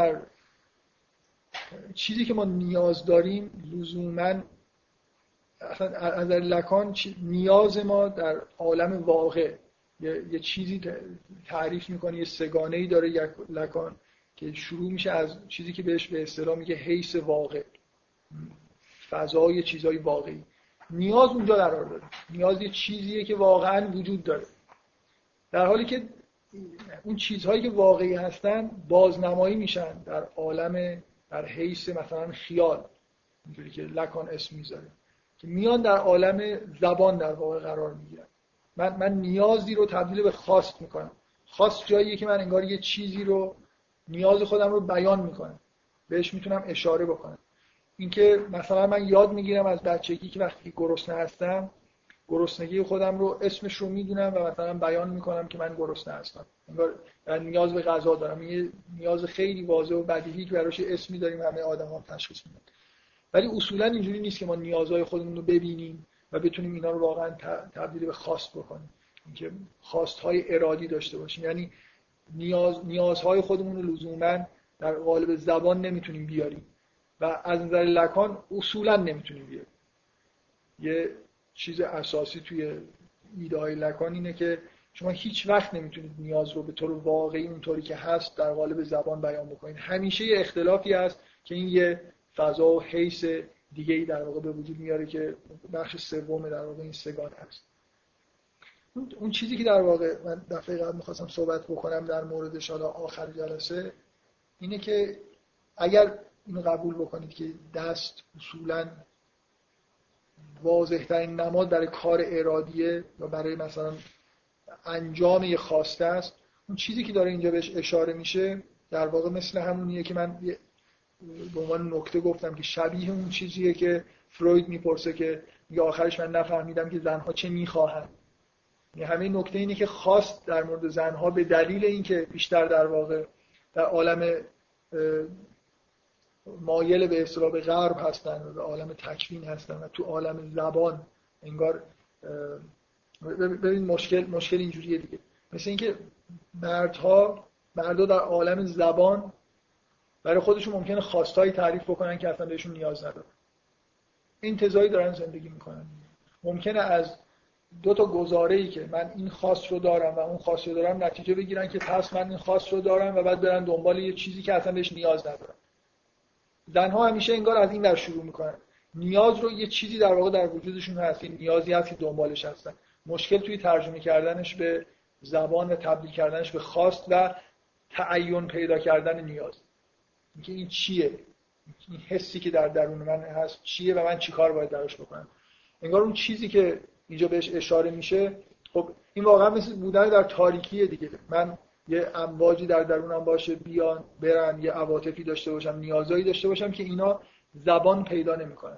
Speaker 1: چیزی که ما نیاز داریم لزوماً اصلا از لکان نیاز ما در عالم واقع یه چیزی تعریف میکنه، یه سگانه‌ای داره لکان که شروع میشه از چیزی که بهش به اصطلاح میگه حیث واقع، فضای چیزای واقعی. نیاز اونجا قرار داره، نیاز یه چیزیه که واقعا وجود داره، در حالی که اون چیزهایی که واقعی هستن بازنمایی میشن در عالم در حیث مثلا خیال، اینجوری که لکان اسم میذاره که میان در عالم زبان در واقع قرار میگیرن. من نیازی رو تبدیل به خواست میکنم. خواست جاییه که من انگار یه چیزی رو نیاز خودم رو بیان میکنم، بهش میتونم اشاره بکنم. اینکه مثلا من یاد میگیرم از بچگی که وقتی گرسنه هستم گرسنگی خودم رو اسمش رو میدونم و مثلا بیان میکنم که من گرسنه هستم، انگار نیاز به غذا دارم. یه نیاز خیلی واضح و بدیهی که براش اسمی داریم، همه آدم‌ها تشخیص میدن. ولی اصولا اینجوری نیست که ما نیازهای خودمون رو ببینیم و بتونیم اینا رو واقعا تبدیل به خواست بکنیم، اینکه خواست‌های ارادی داشته باشیم. یعنی نیازهای خودمون رو لزوما در قالب زبان نمیتونیم بیاریم و از نظر لکان اصولا نمیتونیم بیاریم. یه چیز اساسی توی ایده‌های لکان اینه که شما هیچ وقت نمیتونید نیاز رو به طور واقعی اونطوری که هست در قالب زبان بیان بکنید. همیشه یه اختلافی هست که این یه فضا و حیث دیگه‌ای در واقع به وجود میاره که بخش سوم در واقع این سگان هست. اون چیزی که در واقع من دفعه قبل می‌خواستم صحبت بکنم در موردش حالا آخر جلسه اینه که اگر اینو قبول بکنید که دست اصولاً واضح‌ترین نماد برای کار ارادیه یا برای مثلا انجام یه خواسته است، اون چیزی که داره اینجا بهش اشاره میشه در واقع مثل همونیه که من به عنوان نکته گفتم که شبیه اون چیزیه که فروید میپرسه که یا آخرش من نفهمیدم که زنها چه میخواهند. یعنی همه نکته اینه که خواست در مورد زنها به دلیل اینکه بیشتر در واقع در عالم مایل به اصطلاح به غرب هستن و به عالم تکوین هستن و تو عالم زبان انگار ببین مشکل اینجوریه دیگه، مثل اینکه مردا در عالم زبان برای خودشون ممکنه خواستایی تعریف بکنن که اصلا بهشون نیاز ندارن، انتزاعی دارن زندگی میکنن. ممکنه از دو تا گزاره‌ای که من این خواست رو دارم و اون خواست رو دارم نتیجه بگیرن که پس من این خواست رو دارم و بعد برن دنبال یه چیزی که اصلا بهش نیاز ندارن. زنها همیشه انگار از این ور شروع میکنن، نیاز رو یه چیزی در واقع در وجودشون هست، این نیازی هست که دنبالش هستن. مشکل توی ترجمه کردنش به زبان و تبدیل کردنش به خواست و تعین پیدا کردن نیاز. اینکه این چیه؟ این حسی که در درون من هست چیه و من چیکار باید براش بکنم؟ انگار اون چیزی که اینجا بهش اشاره میشه، خب این واقعا مثل بودن در تاریکیه دیگه. من یه امواجی در درونم باشه بیان برن، یه عواطفی داشته باشم، نیازایی داشته باشم که اینا زبان پیدا نمیکنن،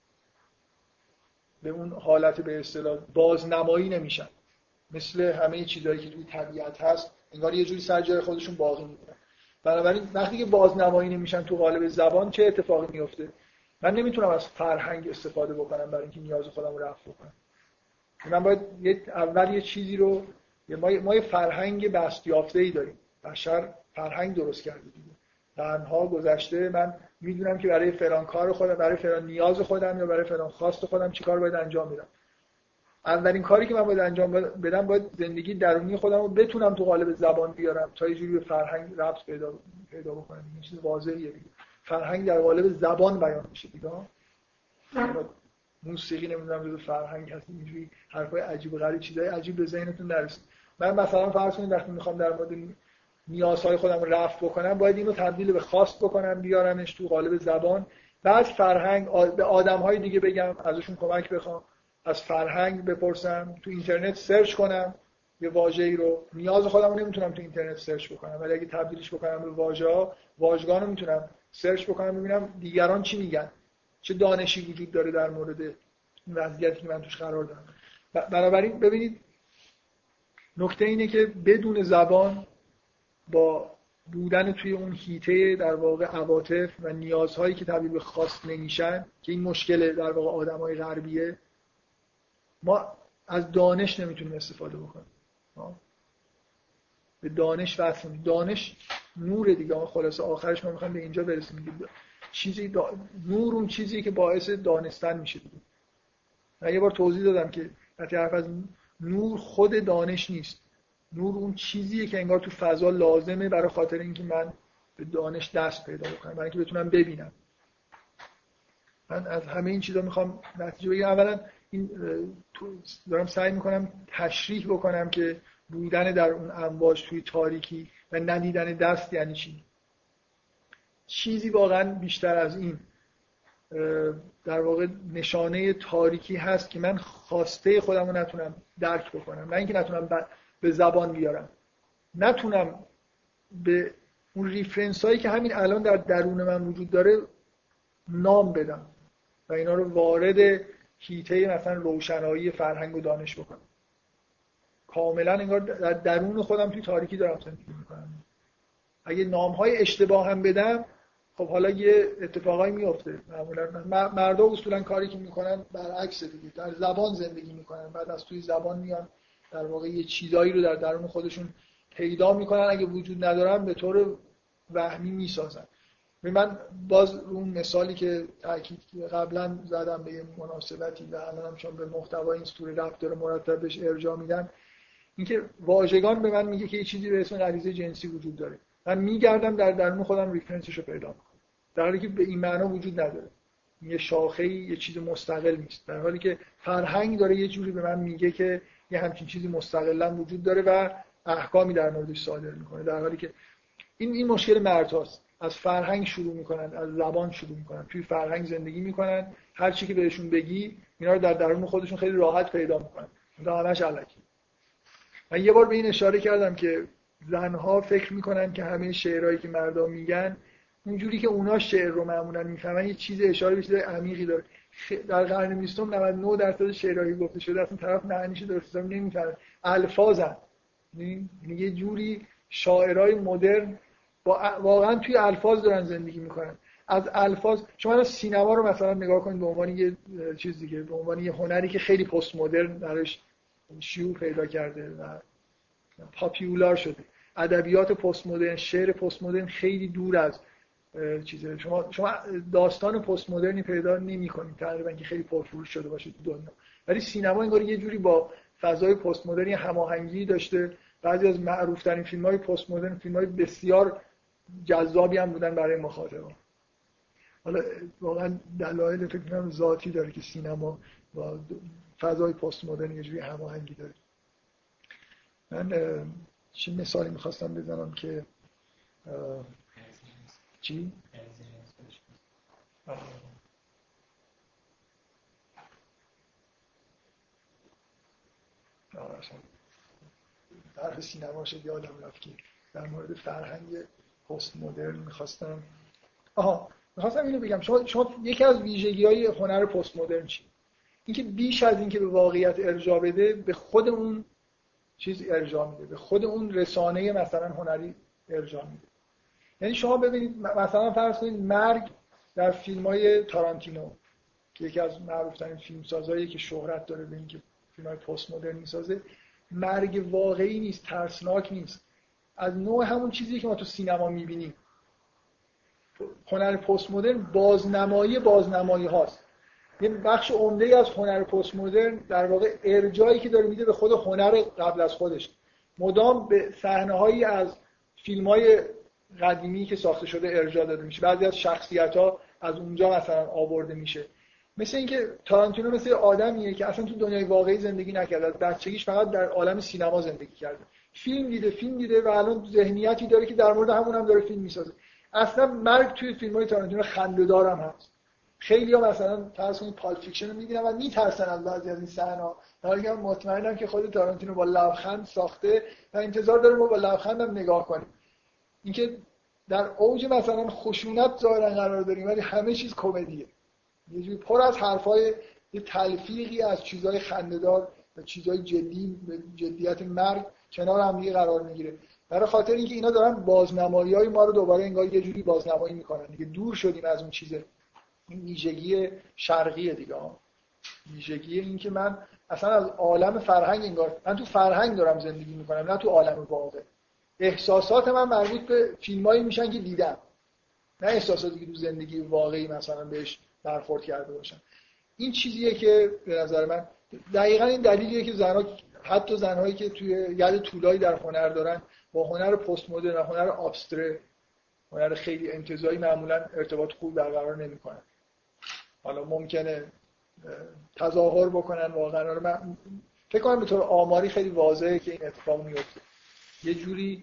Speaker 1: به اون حالت به اصطلاح بازنمایی نمیشن، مثل همه چیزایی که توی طبیعت هست انگار یه جوری سر جای خودشون باقی میمونن. بنابراین وقتی که بازنمایی نمیشن تو قالب زبان چه اتفاقی میفته؟ من نمیتونم از فرهنگ استفاده بکنم برای اینکه نیاز خودم رو رفع بکنم. من باید اول یه چیزی رو ما یه فرهنگ بستیافته‌ای داریم. بشر فرهنگ درست کرده دیگه. قرن‌ها گذشته من میدونم که برای فلان کار خودم، برای فلان نیاز خودم یا برای فلان خواست خودم چیکار باید انجام بدم. اولین کاری که من باید انجام بدم باید زندگی درونی خودم رو بتونم تو قالب زبان بیارم تا یه جوری به فرهنگ ربط پیدا بکنم. این چیز واضحیه دیگه. فرهنگ در قالب زبان بیان میشه دیگه. موسیقی نمیدونم جز فرهنگ هست، اینجوری حرفای عجیب و غریب، چیزای عجیب به ذهنتون نرسید. من مثلا فرض کنید وقتی میخوام در مورد نیازهای خودم رو رفع بکنم باید اینو تبدیل به خواست بکنم، بیارمش تو قالب زبان، بعد فرهنگ به آدم‌های دیگه بگم، ازشون کمک بخوام، از فرهنگ بپرسم، تو اینترنت سرچ کنم یه واژه‌ای رو. نیاز خودم رو نمیتونم تو اینترنت سرچ بکنم، ولی اگه تبدیلش بکنم به واژه‌ها، واژگان رو میتونم سرچ بکنم ببینم دیگران چی میگن، چه دانشی وجود داره در مورد این وضعیتی که من توش قرار دارم. بنابراین ببینید نکته اینه که بدون زبان، با بودن توی اون حیطه در واقع عواطف و نیازهایی که تبدیل به خواست نمیشن، که این مشکل در واقع آدمای غربیه، ما از دانش نمیتونیم استفاده بکنیم. به دانش وصل میشیم. دانش نور دیگه. خلاصه آخرش ما میخوایم به اینجا برسیم. نور اون چیزی که باعث دانستن میشه دیگه. من یه بار توضیح دادم که وقتی حرف از نور خود دانش نیست. نور اون چیزیه که انگار تو فضا لازمه برای خاطر اینکه من به دانش دست پیدا بکنم، برای اینکه بتونم ببینم. من از همه این چیزا میخوام نتیجه بگیرم. اولا این دارم سعی میکنم تشریح بکنم که بودن در اون امواج توی تاریکی و ندیدن دست یعنی چی. چیزی واقعا بیشتر از این در واقع نشانه تاریکی هست که من خواسته خودم رو نتونم درک بکنم، نه اینکه نتونم به زبان بیارم، نتونم به اون ریفرنس هایی که همین الان در درون من وجود داره نام بدم و اینا رو وارد حیطه مثلا روشنایی فرهنگ و دانش بکنم. کاملا انگار در درون خودم توی تاریکی دارم زندگی میکنم. اگه نام‌های اشتباه هم بدم، خب حالا یه اتفاقایی میفته. معمولا مردم اصولا کاری که میکنن برعکس دیگه، در زبان زندگی میکنن، بعد از توی زبان میان در واقع یه چیزایی رو در درون خودشون پیدا میکنن، اگه وجود ندارن به طور وهمی میسازن. من باز اون مثالی که تاکید قبلا زدم به یه مناسبتی و الانم چون به محتوای این سوره ربط داره مرتب بهش ارجاع میدم، اینکه واژگان به من میگه که یه چیزی به اسم غریزه جنسی وجود داره. من میگردم در درون خودم ریفرنسش رو پیدا میکنم، در حالی که به این معنا وجود نداره. یه شاخه‌ای، یه چیز مستقل نیست، در حالی که فرهنگ داره یه جوری به من میگه که یه همچین چیزی مستقلاً وجود داره و احکامی در موردش صادر میکنه. در حالی که این مشکل مردهاست. از فرهنگ شروع میکنن، از زبان شروع میکنن، توی فرهنگ زندگی میکنن، هر چی که بهشون بگی اینا رو در درون خودشون خیلی راحت پیدا میکنن. اون همش الکی. من یه بار به این اشاره کردم که زنها فکر میکنن که همه شعرهایی که مردا میگن اونجوری که اونا شعر رو معمولا میفهمن یه چیز اشاره به چیز عمیقی داره. در قرن 20 99% شعرهایی گفته شده اصلا طرف معنیش درست نمیفهمه. الفاظن. یه جوری شاعرای مدرن واقعا توی الفاظ دارن زندگی میکنن. از الفاظ شما سینما رو مثلا نگاه کنید به عنوان یه چیز دیگه، به عنوان یه هنری که خیلی پست مدرن درش شیوع پیدا کرده و پاپیولار شده. ادبیات پست مدرن، شعر پست مدرن خیلی دور از چیزه. شما داستان پست مدرنی پیدا نمی‌کنید تقریبا که خیلی پرفروش شده باشه تو دنیا، ولی سینما انگار یه جوری با فضای پست مدرنی هماهنگی داشته. بعضی از معروف‌ترین فیلم‌های پست مدرن فیلم‌های بسیار جذابی هم بودن برای مخاطبان. حالا واقعا دلایل فکر کنم ذاتی داره که سینما با فضای پست مدرن یه جوری هماهنگی داره. من چه مثالی می‌خواستم بزنم که چی؟ طرف سینما شد یادم رفت که در مورد فرهنگ پست مدرن میخواستم اینو بگم. شما یکی از ویژگی‌های هنر پست مدرن چیه؟ اینکه بیش از اینکه به واقعیت ارجاع بده به خود اون چیز ارجاع میده، به خود اون رسانه مثلا هنری ارجاع میده. یعنی شما ببینید مثلا فرض کنید مرگ در فیلم‌های تارانتینو که یکی از معروف‌ترین فیلمسازایی که شهرت داره به اینکه فیلم‌های پست مدرن میسازه، مرگ واقعی نیست، ترسناک نیست، از نوع همون چیزی که ما تو سینما می‌بینیم. هنر پست مدرن بازنمایی هاست. یه بخش عمده‌ای از هنر پست مدرن در واقع ارجایی که داره میده به خود هنر قبل از خودش. مدام به صحنه‌هایی از فیلم‌های قدیمی که ساخته شده ارجاع داده میشه. بعضی از شخصیت‌ها از اونجا مثلا آورده میشه. مثل اینکه تارانتینو مثل آدمیه که اصلا تو دنیای واقعی زندگی نکرده، از بچگیش فقط در عالم سینما زندگی کرده. فیلم دیده و الان ذهنیتی داره که در مورد همون هم داره فیلم میسازه. اصلا مرگ توی فیلم‌های تارانتینو خنده‌دار هم هست. خیلی‌ها مثلا فرض کنید پالپ فیکشن رو می‌بینن و میترسن از بعضی از این صحنه‌ها. در حالی که من مطمئنم که خود تارانتینو با لبخند ساخته و انتظار داره ما با لبخندم نگاه کنیم. اینکه در اوج مثلا خشونت ظاهرا قرار داریم ولی همه چیز کمدیه. یه جوری پر از حرفای یه تلفیقی از چیزای خنده‌دار و چیزای جدی به جدیت مرگ کنار هم دیگه قرار میگیره. برای خاطر اینکه اینا دارن بازنمایی‌های ما رو دوباره انگار یه جوری بازنمایی میکنن دیگه. دور شدیم از اون چیز، این ویژگی شرقیه دیگه. ویژگی این که من اصلا از عالم فرهنگ انگار من تو فرهنگ دارم زندگی میکنم نه تو عالم واقع. احساسات من مربوط به فیلمایی میشن که دیدم، نه احساساتی که تو زندگی واقعی مثلا بهش برخورد کرده باشم. این چیزیه که به نظر من دقیقاً این دلیلیه که زنها، حتی زنهایی که توی ید طولایی در هنر دارن، با هنر پست مدرن و هنر ابستره، هنر خیلی انتزاعی، معمولا ارتباط خوب برقرار نمی‌کنن. حالا ممکنه تظاهر بکنن واقعا. من فکر کنم به طور آماری خیلی واضحه که این اتفاق میفته. یه جوری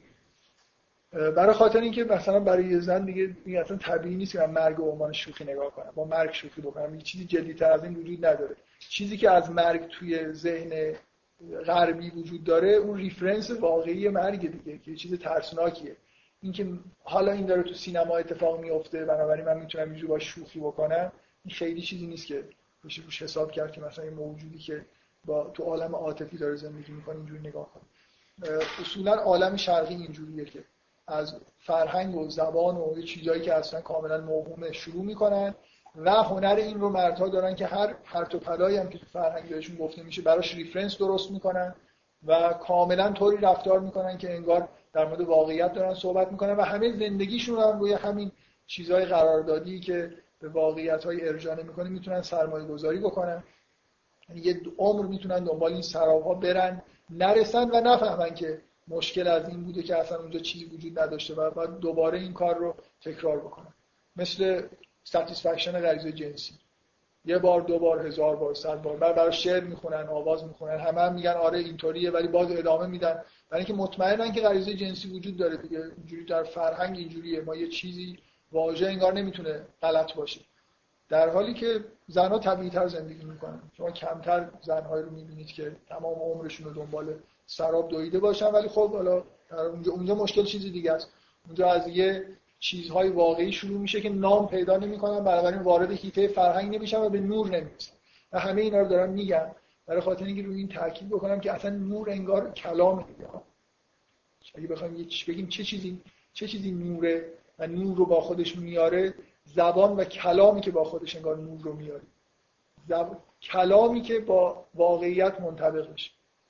Speaker 1: برای خاطر اینکه مثلا برای یه زن دیگه این اصلا طبیعی نیست که من مرگ و عنوان شوخی نگاه کنم، با مرگ شوخی بکنم. یه چیزی جدی‌تر از این وجود نداره. چیزی که از مرگ توی ذهن غربی وجود داره اون ریفرنس واقعی مرگ دیگه، که یه چیز ترسناکیه. اینکه حالا این داره تو سینما اتفاق میفته بنابراین من میتونم اینجوری با شوخی بکنم، این خیلی چیزی نیست که بشه روش حساب کرد که مثلا این موجودی که با تو عالم عاطفی داره زندگی میکنه اینجوری نگاه کنه. اصولا عالم شرقی اینجوریه که از فرهنگ و زبان و چیزایی که اصلا کاملا موهومه شروع میکنن و هنر این رو مردها دارن که هر پرت و پلایی هم که تو فرهنگ بهشون گفته میشه براش ریفرنس درست میکنن و کاملا طوری رفتار میکنن که انگار در مورد واقعیت دارن صحبت میکنن و همه زندگیشون هم روی همین چیزهای قراردادی که به واقعیت‌های ارجاع نمیکنه میتونن سرمایه‌گذاری بکنن. یعنی یه عمر میتونن دنبال این سراب‌ها برن، نرسن و نفهمن که مشکل از این بوده که اصلا اونجا چیزی وجود نداشته و بعد دوباره این کار رو تکرار بکنن. مثل ساتیسفکشن غریزه جنسی، یه بار، دو بار، هزار بار، 100 بار برای شعر میخونن، آواز میخونن، همه میگن آره اینطوریه ولی باز ادامه میدن، برای اینکه مطمئنن که غریزه جنسی وجود داره دیگه. اینجوری در فرهنگ اینجوریه، ما یه چیزی واژه انگار نمیتونه غلط باشه. در حالی که زنها طبیعی‌تر زندگی میکنن. شما کمتر زنهایی رو میبینید که تمام عمرشون رو دنبال سراب دویده باشن، ولی خب حالا اونجا مشکل چیزی دیگه است. اونجا از یه چیزهای واقعی شروع میشه که نام پیدا نمیکنن، بنابراین وارد حیطه فرهنگ نمیشن و به نور نمیرسن. و همه اینا رو دارم میگم برای خاطر اینکه روی این تاکید بکنم که اصلا نور انگار کلام دیگه. اگه بخوایم یه بگیم چه چیزی نوره و نور رو با خودش میاره، زبان و کلامی که با خودش انگار نور رو میاره، کلامی که با واقعیت منطبق میشه.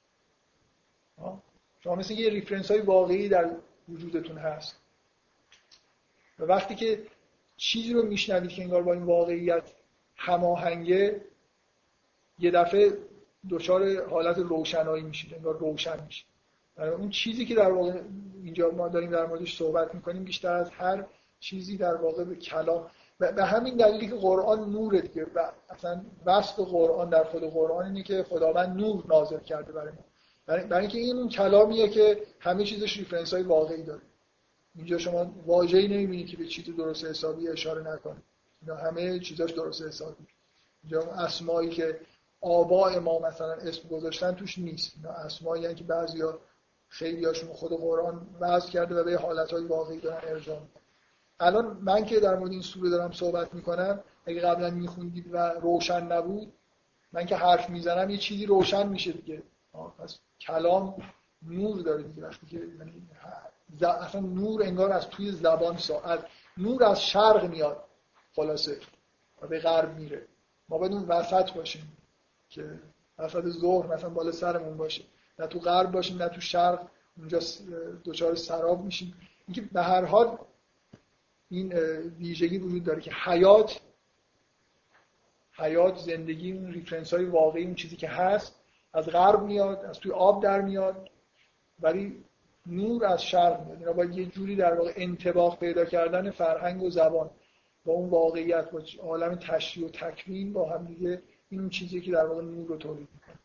Speaker 1: شما مثل یه ریفرنس های واقعی در وجودتون هست و وقتی که چیزی رو میشنوید که انگار با این واقعیت هماهنگه، یه دفعه دچار حالت روشنایی میشید، انگار روشن میشید. اون چیزی که در واقع اینجا ما داریم در موردش صحبت میکنیم بیشتر از هر چیزی در واقع به کلام، به همین دلیلی که قرآن نوره دیگه و اصلا وصف قرآن در خود قرآن اینه که خداوند نور نازل کرده برای ما، برای اینکه این اون کلامیه که همه چیزش ریفرنس های واقعی داره. اینجا شما واژه‌ای نمی‌بینید که به چیز درست حسابی اشاره نکنه، اینا همه چیزاش درست حسابی. اینجا اسمایی که آباء ما مثلا اسم گذاشتن توش نیست، اینا اسمایی که بعضیا خیلیاشون خود قرآن وضع کرده و به حالت‌های واقعی دارن ارجاع میدن. الان من که در مورد این سوره دارم صحبت میکنم، اگه قبلا میخوندید و روشن نبود، من که حرف میزنم یه چیزی روشن میشه دیگه. پس کلام نور داره دیگه. وقتی که اصلا نور انگار از توی زبان نور از شرق میاد خلاصه و به غرب میره. ما باید اون وسط باشیم که وسط ظهر مثلا بالا سرمون باشه، نه تو غرب باشیم نه تو شرق، اونجا دچار سراب میشیم. اینکه به هر حال این ویژگی وجود داره که حیات زندگی، اون ریفرنس های واقعی، اون چیزی که هست از غرب میاد، از توی آب در میاد، ولی نور از شرق میاد. اینا باید یه جوری در واقع انطباق پیدا کردن فرهنگ و زبان با اون واقعیت، با عالم تشریح و تکوین با هم دیگه، این چیزی که در واقع نور رو تولید میکنه.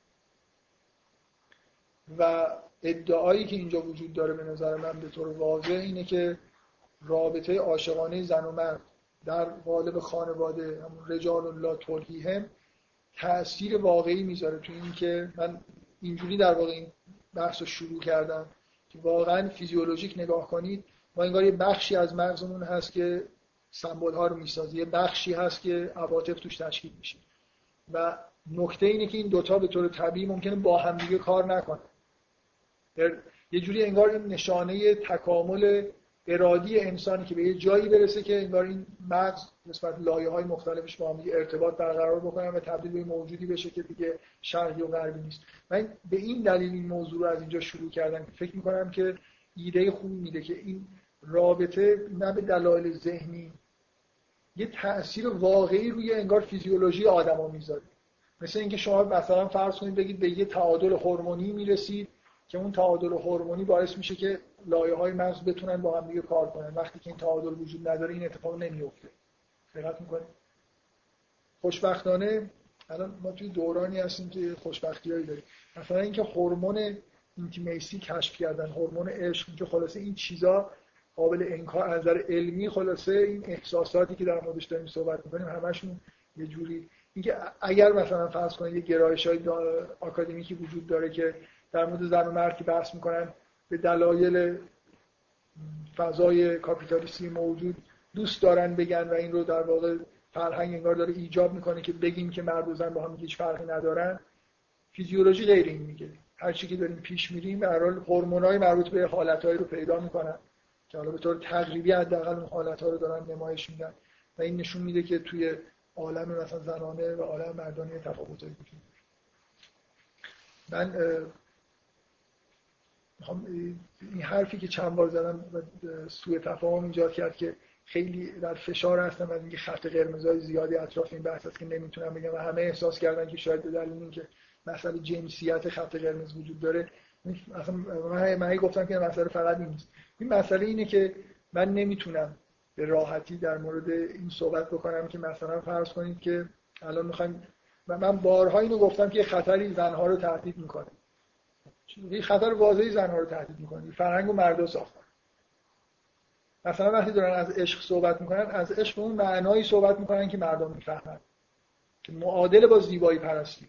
Speaker 1: و ادعایی که اینجا وجود داره به نظر من به طور واضح اینه که رابطه عاشقانه زن و مرد در قالب خانواده، رجال الله تلهیهم، تأثیر واقعی میذاره تو این که من اینجوری در واقع این بحث رو شروع کردم که واقعا فیزیولوژیک نگاه کنید، ما انگار یه بخشی از مغزمون هست که سمبول ها رو میسازه، یه بخشی هست که عواطف توش تشکیل میشه و نکته اینه که این دوتا به طور طبیعی ممکنه با هم دیگه کار نکنه. یه جوری انگار این نشانه تکامل ارادی انسانی که به یه جایی برسه که انگار این مغز نسبت لایه‌های مختلفش با هم دیگه ارتباط برقرار بکنه و تبدیل به موجودی بشه که دیگه شرقی و غربی نیست. من به این دلیل این موضوع رو از اینجا شروع کردم که فکر می‌کنم که ایده خوبی میده که این رابطه نه به دلایل ذهنی یه تأثیر واقعی روی انگار فیزیولوژی آدم‌ها میذاره. مثل اینکه شما مثلا فرض کنید بگید به یه تعادل هورمونی میرسید که اون تعادل هورمونی باعث میشه که لایه‌های مغز بتونن با هم دیگه کار کنن. وقتی که این تعادل وجود نداره این اتفاق نمیفته. دقت می‌کنید؟ خوشبختانه الان ما توی دورانی هستیم که خوشبختیایی داریم. مثلا اینکه هورمون اینتیمیسی کشف کردن، هورمون عشق، که خلاصه این چیزا قابل انکار از نظر علمی، خلاصه این احساساتی که در موردش داریم صحبت می‌کنیم همشون یه جوری، اینکه اگر مثلا فرض کنید یه گرایش‌های آکادمیکی وجود داره که در مورد زن و مرد که بحث میکنن به دلایل فضای کاپیتالیستی موجود دوست دارن بگن و این رو در واقع فرهنگ انگار داره ایجاب میکنه که بگیم که مرد و زن با هم هیچ فرقی ندارن، فیزیولوژی غیر این میگه. هر چی که داریم پیش میریم به هر حال هورمونای مربوط به حالتایی رو پیدا میکنن که حالا به طور تقریبی حداقل اون حالت‌ها رو دارن نمایش میدن و این نشون میده که توی عالم مثلا زنانه و عالم مردانه تفاوتایی وجود داره. من این حرفی که چند بار زدم و سوء تفاهم ایجاد کرد که خیلی در فشار هستم از اینکه خط قرمزای زیادی اطراف این بحث هست که نمیتونم بگم و همه احساس کردن که شاید به دلیل اینکه مسئله جنسیت خط قرمز وجود داره. اصلا من گفتم که مسئله فقط این نیست. این مسئله اینه که من نمیتونم به راحتی در مورد این صحبت بکنم که مثلا فرض کنید که الان میخوایم، من بارها اینو گفتم که خطری زنها رو تهدید میکنه، این خطر واضحی زنها رو تهدید میکنه، فرهنگ و مردا ساختن. مثلا وقتی دارن از عشق صحبت میکنن، از عشق اون معنایی صحبت میکنن که مردم میفهمن که معادل با زیبایی پرستی.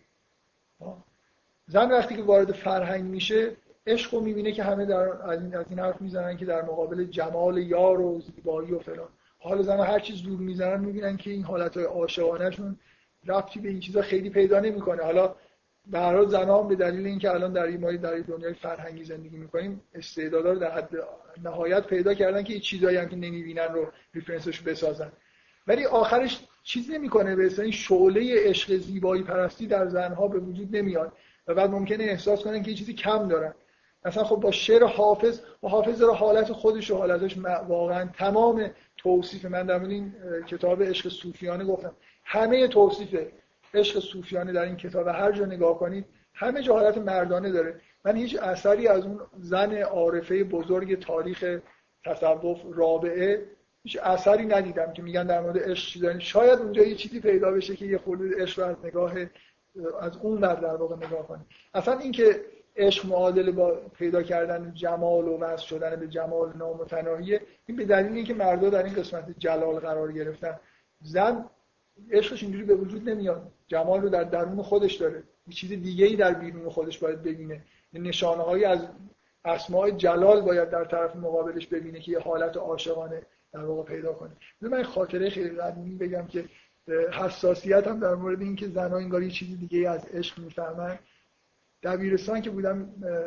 Speaker 1: زن وقتی که وارد فرهنگ میشه عشق رو میبینه که همه از این حرف میزنن که در مقابل جمال یار و زیبایی و فلان، حال زنها هر چیز دور میزنن میبینن که این حالتهای عاشقانه‌شون ربطی به این چیزا خیلی پیدا نمیکنه. حالا به هر حال زنها به دلیل اینکه الان در دنیای فرهنگی زندگی میکنیم استعدادا رو در حد نهایت پیدا کردن که این چیزایی هم که نمیبینن رو ریفرنسش بسازن، ولی آخرش چیز نمیکنه، به اصطلاح این شعله عشق زیبایی پرستی در زنها به وجود نمیاد و بعد ممکنه احساس کنن که یه چیزی کم دارن. مثلا خب با شعر حافظ داره حالت خودش و حالتش واقعا تمام توصیف، من در مورد این کتاب عشق صوفیانه گفتم، همه توصیف عشق صوفیانه در این کتاب هر جا نگاه کنید همه جا حالت مردانه داره. من هیچ اثری از اون زن عارفه بزرگ تاریخ تصوف رابعه هیچ اثری ندیدم که میگن در مورد عشق چیزایی. شاید اونجا یه چیزی پیدا بشه که یه خورده عشق رو از اون در واقع نگاه کنید. اصلا این که عشق معادل با پیدا کردن جمال و وصل شدن به جمال نامتناهیه، این به دلیل اینکه مردا در این قسمت جلال قرار گرفتن. زن عشقش اینجوری به وجود نمیاد، جمال رو در درون خودش داره، یه چیز دیگه‌ای در بیرون خودش باید ببینه، نشانه‌هایی از اسماء جلال باید در طرف مقابلش ببینه که یه حالت عاشقانه در واقع پیدا کنه. من خاطره خیلی قدیمی بگم که حساسیت هم در مورد این که زن‌ها انگار یه چیز دیگه‌ای از عشق میفهمن. دبیرستان که بودم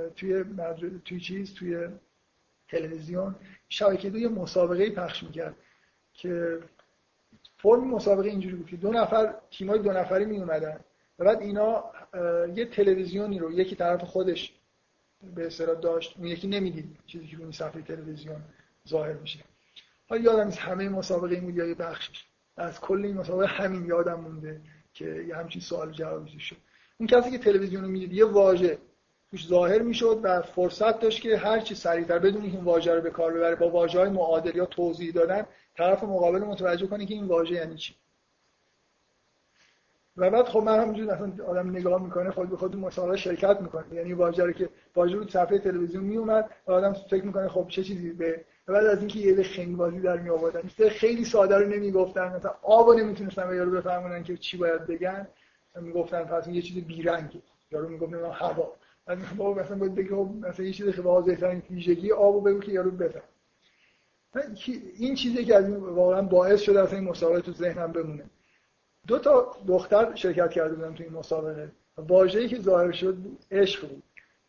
Speaker 1: توی تلویزیون شبکه 2 یه مسابقه پخش می‌کرد که فرم مسابقه اینجوری بود که تیمای 2 نفری می اومدن و بعد اینا یه تلویزیونی رو یکی طرف خودش به اصطلاح داشت، اون یکی نمیدید چیزی که روی صفحه تلویزیون ظاهر میشه حالا یادم نیست همه مسابقه این بود یا یه بخشش، از کل این مسابقه همین یادم مونده که یه همچین سوال جوابی شد. اون کسی که تلویزیون رو میدید یه واژه توش ظاهر میشد و فرصت داشت که هر چی سریعتر بدون این واژه رو به کار ببره با واژه‌های معادل یا توضیح دادن طرف مقابل متوجه کنه که این واژه یعنی چی. و بعد خب من همونجوری مثلا آدم نگاه میکنه خود به خود مسابقه شرکت میکنه، یعنی واژه رو که واژه رو صفحه تلویزیون میومد و آدم فکر میکنه خب چه چیزی به بعد از اینکه یه خنگ بازی در می آوردن خیلی ساده رو نمیگفتن، مثلا آبو نمیتونستن به یارو بفهمونن که چی باید بگن، میگفتن پس یه چیز بیرنگه، یارو میگفت نه هوا، مثلا باید بگه مثلا یه چیزی که واضح ترین ویژگی آبو بگو که یارو بفهمه. این چیزی که از این واقعا باعث شده اصلا این مسابقه تو ذهنم بمونه. دو تا دختر شرکت کرده بودن تو این مسابقه، واژه‌ای که ظاهر شد عشق بود.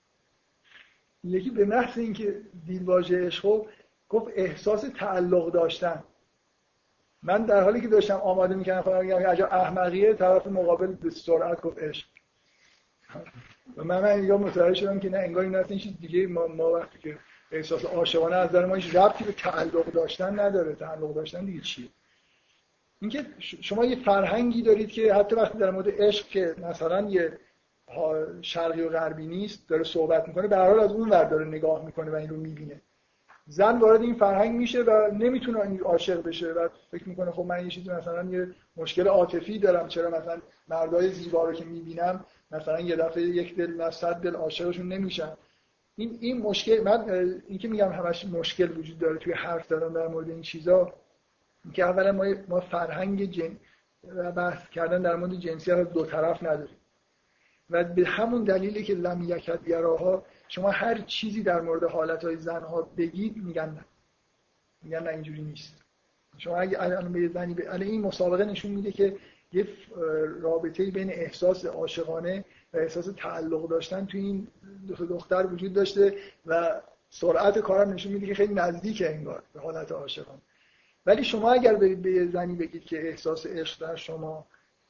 Speaker 1: یکی به محض اینکه دید واژه عشق گفت احساس تعلق داشتن. من در حالی که داشتم آماده می‌کردم خودم بگم عجب احمقیه، طرف مقابل به سرعت گفت عشق. و من یا متوجه شدم که نه، انگار این اصلا چیز دیگه، ما وقتی که احساس عاشقانه از نظر ما هیچ ربطی به تعلق داشتن نداره. تعلق داشتن دیگه چیه؟ اینکه شما یه فرهنگی دارید که حتی وقتی در مورد عشق که مثلا یه شرقی و غربی نیست داره صحبت میکنه، به هر حال از اون ور داره نگاه میکنه و این رو میبینه. زن وارد این فرهنگ میشه و نمیتونه این عاشق بشه و فکر میکنه خب من یه چیزی مثلا یه مشکل عاطفی دارم، چرا مثلا مردای زیبا رو که میبینم مثلا یه دفعه یک دل نه صد دل عاشقشون نمیشم. این مشکل، من این که میگم همش مشکل وجود داره توی حرف زدن در مورد این چیزا، که اولا ما فرهنگ بحث کردن در مورد جنسیت از دو طرف نداریم و به همون دلیلی که لم یکد یراها شما هر چیزی در مورد حالتهای زنها بگید میگن نه اینجوری نیست. شما اگه الان به زنی این مسابقه نشون میده که یه رابطه‌ای بین احساس عاشقانه و احساس تعلق داشتن توی این دو دختر وجود داشته و سرعت کارم نشون میده که خیلی نزدیکه انگار به حالت عاشقانه. ولی شما اگر برید به زنی بگید که احساس عشق در شما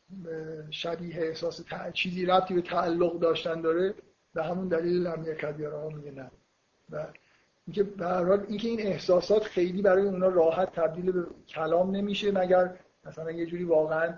Speaker 1: شبیه احساس چیزی ربطی به تعلق داشتن داره، به همون دلیل لم یکد یراها میگه نه. و اینکه به هر حال اینکه این احساسات خیلی برای اونا راحت تبدیل به کلام نمیشه مگر مثلا یه جوری واقعا